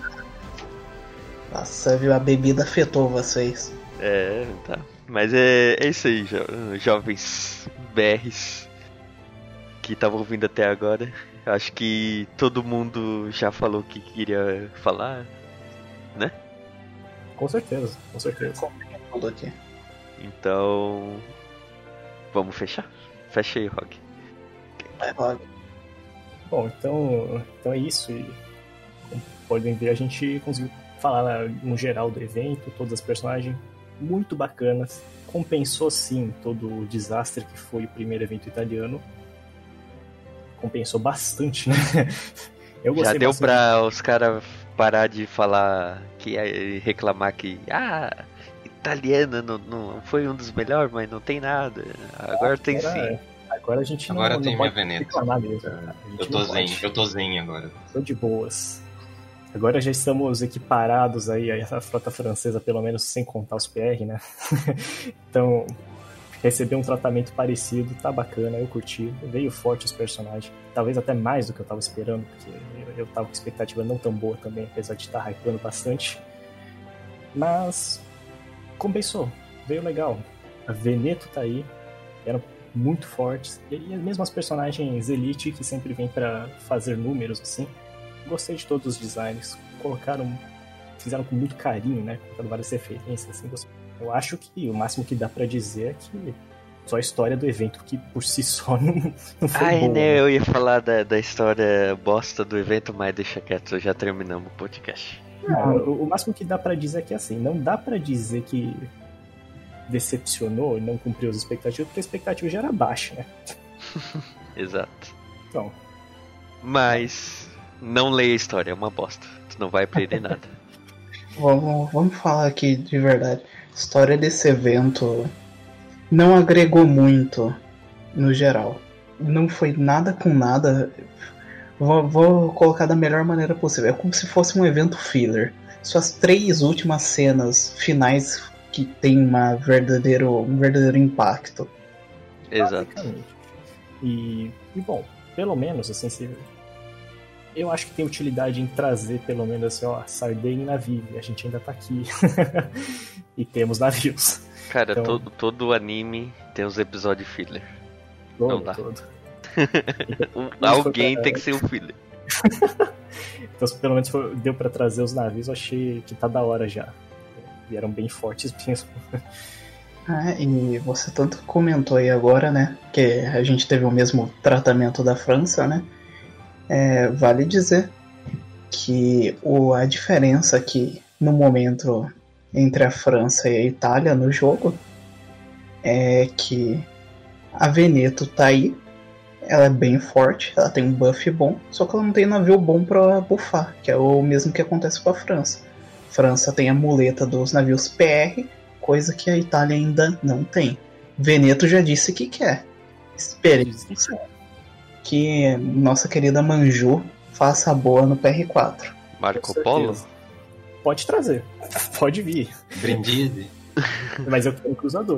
Nossa, viu? A bebida afetou vocês. É, tá. Mas é, é isso aí, jo jovens B Rs que estavam ouvindo até agora. Acho que todo mundo já falou o que queria falar, né? Com certeza, com certeza. Tudo aqui. Então, vamos fechar? Fecha aí, Rogue. Vai, Rogue. Bom, então, então é isso. E como podem ver, a gente conseguiu falar no geral do evento, todas as personagens muito bacanas. Compensou sim todo o desastre que foi o primeiro evento italiano. Compensou bastante, né? Eu Já deu bastante. Pra os caras parar de falar, que reclamar que ah, italiana não, não foi um dos melhores, mas não tem nada. Agora ah, tem agora, sim. Agora a gente não, agora não tem pode minha Veneta. reclamar mesmo. Eu tô zen, pode. eu tô zen agora. Tô de boas. Agora já estamos equiparados aí a frota francesa, pelo menos sem contar os P R, né? Então, receber um tratamento parecido, tá bacana, eu curti. Veio forte os personagens, talvez até mais do que eu tava esperando, porque eu, eu tava com expectativa não tão boa também, apesar de estar hypando bastante. Mas compensou, veio legal. A Veneto tá aí, eram muito fortes, e mesmo as personagens Elite que sempre vêm pra fazer números assim. Gostei de todos os designs, colocaram, fizeram com muito carinho, né? Colocando várias referências, assim. Eu acho que o máximo que dá pra dizer é que só a história do evento, que por si só não, não foi Ai, boa. né? Eu ia falar da, da história bosta do evento, mas deixa quieto, já terminamos o podcast. Não, o, o máximo que dá pra dizer é que assim, não dá pra dizer que decepcionou e não cumpriu as expectativas, porque a expectativa já era baixa, né? Exato. Então. Mas não leia a história, é uma bosta. Tu não vai aprender nada. Vamos, vamos falar aqui de verdade. A história desse evento não agregou muito no geral. Não foi nada com nada. Vou, vou colocar da melhor maneira possível. É como se fosse um evento filler. Suas três últimas cenas finais que tem uma verdadeiro, um verdadeiro impacto. Exato. E, e bom, pelo menos assim, se Eu acho que tem utilidade em trazer, pelo menos assim, ó, Sardenha e navio. A gente ainda tá aqui. E temos navios. Cara, Então- todo, todo anime tem os episódios filler. Não Todo, dá. todo. Um- Mas foi alguém pra- tem que ser um filler. Então, se pelo menos foi- deu pra trazer os navios, eu achei que tá da hora já. Vieram bem fortes mesmo. Ah, e você tanto comentou aí agora, né, que a gente teve o mesmo tratamento da França, né? É, vale dizer que o, a diferença aqui no momento entre a França e a Itália no jogo é que a Veneto tá aí, ela é bem forte, ela tem um buff bom, só que ela não tem navio bom pra buffar, que é o mesmo que acontece com a França. A França tem a muleta dos navios P R, coisa que a Itália ainda não tem. Veneto já disse que quer. Esperemos que nossa querida Manju faça a boa no P R quatro. Marco Com Polo? certeza. Pode trazer. Pode vir. Brindisi. Mas eu quero um cruzador.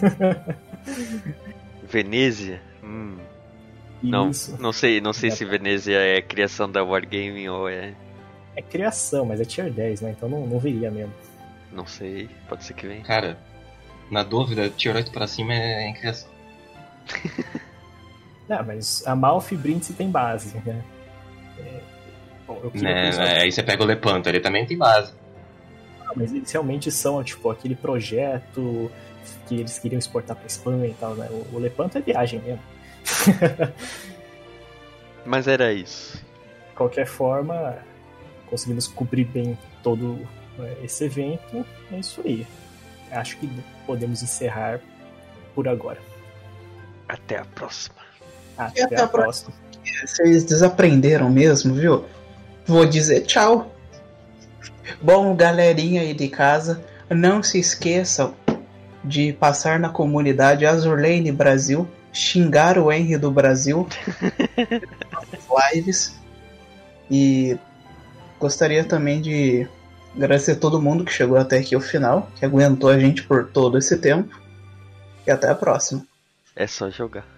Venezia? Hum. Não, Isso. não sei, não sei se Venezia é criação da Wargaming ou é. É criação, mas é tier dez, né? Então não, não viria mesmo. Não sei, pode ser que venha. Cara, na dúvida, tier oito pra cima é em criação. Não, mas a Malfi e Brindisi tem base, né? É, bom, eu queria Né, pensar- né, aí você pega o Lepanto, ele também tem base. Mas eles realmente são, tipo, aquele projeto que eles queriam exportar pra Espanha e tal, né? O, o Lepanto é viagem mesmo. Mas era isso. De qualquer forma, conseguimos cobrir bem todo é, esse evento. É isso aí. Acho que podemos encerrar por agora. Até a próxima. Até, até a a próxima. Vocês desaprenderam mesmo, viu? Vou dizer tchau. Bom, galerinha aí de casa, não se esqueçam de passar na comunidade Azurlane Brasil, xingar o Henry do Brasil nas lives. E gostaria também de agradecer a todo mundo que chegou até aqui ao final, que aguentou a gente por todo esse tempo. E até a próxima. É só jogar.